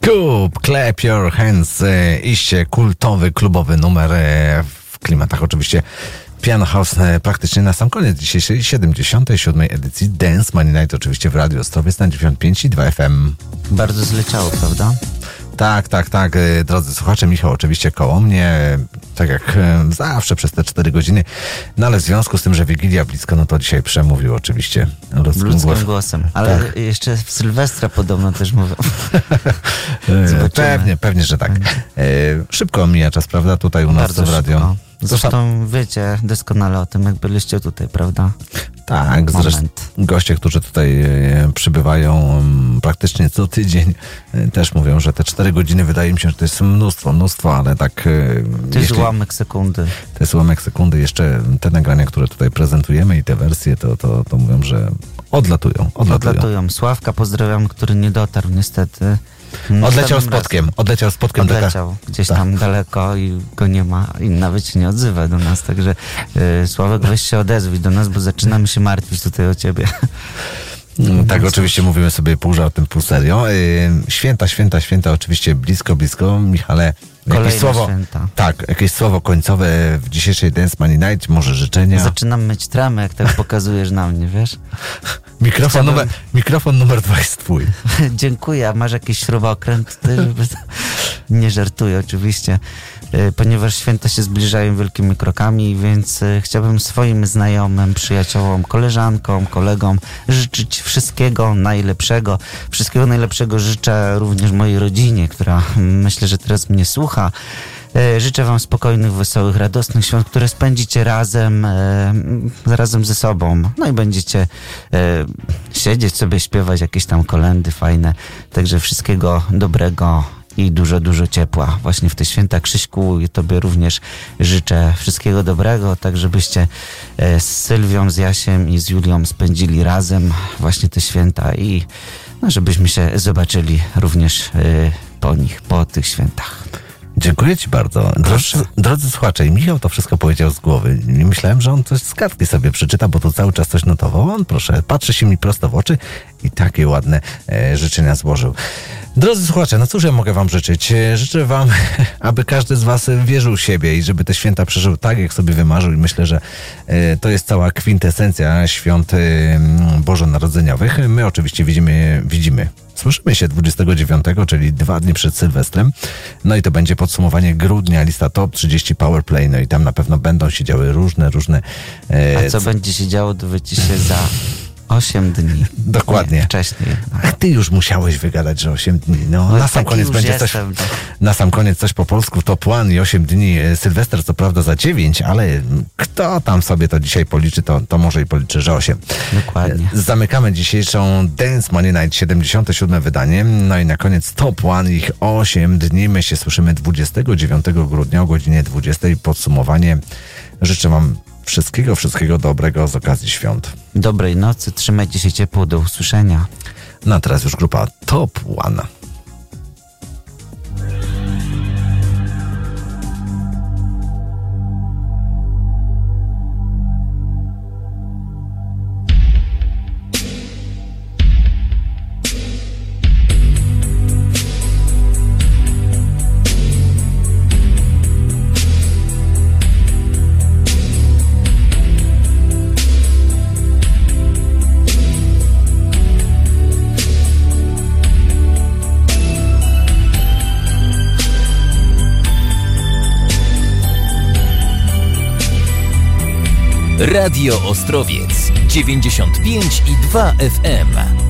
Scoop, Clap Your Hands, iście kultowy, klubowy numer w klimatach oczywiście Piano House praktycznie na sam koniec dzisiejszej 77. edycji Dance Money Night, oczywiście w Radiu Ostrowiec na 95,2 FM. Bardzo zleciało, prawda? Tak, drodzy słuchacze, Michał oczywiście koło mnie, tak jak zawsze przez te 4 godziny, no ale w związku z tym, że Wigilia blisko, no to dzisiaj przemówił oczywiście ludzkim głosem. Ale tak. Jeszcze w Sylwestra podobno też mówią. Pewnie, że tak. Szybko mija czas, prawda, tutaj u nas w radio. Zresztą wiecie doskonale o tym, jak byliście tutaj, prawda? Tak, zresztą goście, którzy tutaj przybywają praktycznie co tydzień, też mówią, że te 4 godziny wydaje mi się, że to jest mnóstwo, ale tak... To jest ułamek sekundy. To jest ułamek sekundy. Jeszcze te nagrania, które tutaj prezentujemy i te wersje, to mówią, że odlatują. Sławka pozdrawiam, który nie dotarł niestety. Odleciał z Podkiem. Odleciał gdzieś tam daleko i go nie ma i nawet się nie odzywa do nas, także Sławek, weź się odezwij do nas, bo zaczynamy się martwić tutaj o ciebie. Tak, oczywiście mówimy sobie pół żartem, pół serio. Święta oczywiście blisko. Michale, jakieś słowo, święta. Tak, jakieś słowo końcowe w dzisiejszej Dance Money Night, może życzenia. Zaczynam myć tramę, jak tak pokazujesz na mnie, wiesz? Mikrofon numer 2 jest twój. Dziękuję, a masz jakiś śrubokręt? Żeby... Nie żartuję oczywiście, ponieważ święta się zbliżają wielkimi krokami, więc chciałbym swoim znajomym, przyjaciołom, koleżankom, kolegom życzyć wszystkiego najlepszego. Wszystkiego najlepszego życzę również mojej rodzinie, która myślę, że teraz mnie słucha. Życzę wam spokojnych, wesołych, radosnych świąt, które spędzicie razem ze sobą. No i będziecie siedzieć sobie, śpiewać jakieś tam kolędy fajne. Także wszystkiego dobrego i dużo ciepła właśnie w te święta. Krzyśku, i tobie również życzę wszystkiego dobrego, tak żebyście z Sylwią, z Jasiem i z Julią spędzili razem właśnie te święta i no, żebyśmy się zobaczyli również po tych świętach. Dziękuję ci bardzo. Drodzy słuchacze, Michał to wszystko powiedział z głowy. Myślałem, że on coś z kartki sobie przeczyta, bo tu cały czas coś notował. On, proszę, patrzy się mi prosto w oczy i takie ładne życzenia złożył. Drodzy słuchacze, no cóż ja mogę wam życzyć? Życzę wam, aby każdy z was wierzył w siebie i żeby te święta przeżył tak, jak sobie wymarzył i myślę, że to jest cała kwintesencja świąt bożonarodzeniowych. My oczywiście widzimy. Słyszymy się 29, czyli 2 dni przed Sylwestrem. No i to będzie podsumowanie grudnia, lista Top 30 Powerplay. No i tam na pewno będą się działy różne... A co będzie się działo, dowiecie się za 8 dni. Dokładnie. Nie, wcześniej. Ach, ty już musiałeś wygadać, że 8 dni. No na sam koniec będzie coś. Na sam koniec coś po polsku. Top 1 i 8 dni. Sylwester co prawda za 9, ale kto tam sobie to dzisiaj policzy, to może i policzy, że 8. Dokładnie. Zamykamy dzisiejszą Dance Money Night 77 wydanie. No i na koniec Top 1 ich 8 dni. My się słyszymy 29 grudnia o godzinie 20. Podsumowanie. Życzę wam wszystkiego dobrego z okazji świąt. Dobrej nocy, trzymajcie się ciepło, do usłyszenia. No a teraz już grupa Top 1. Radio Ostrowiec 95,2 FM.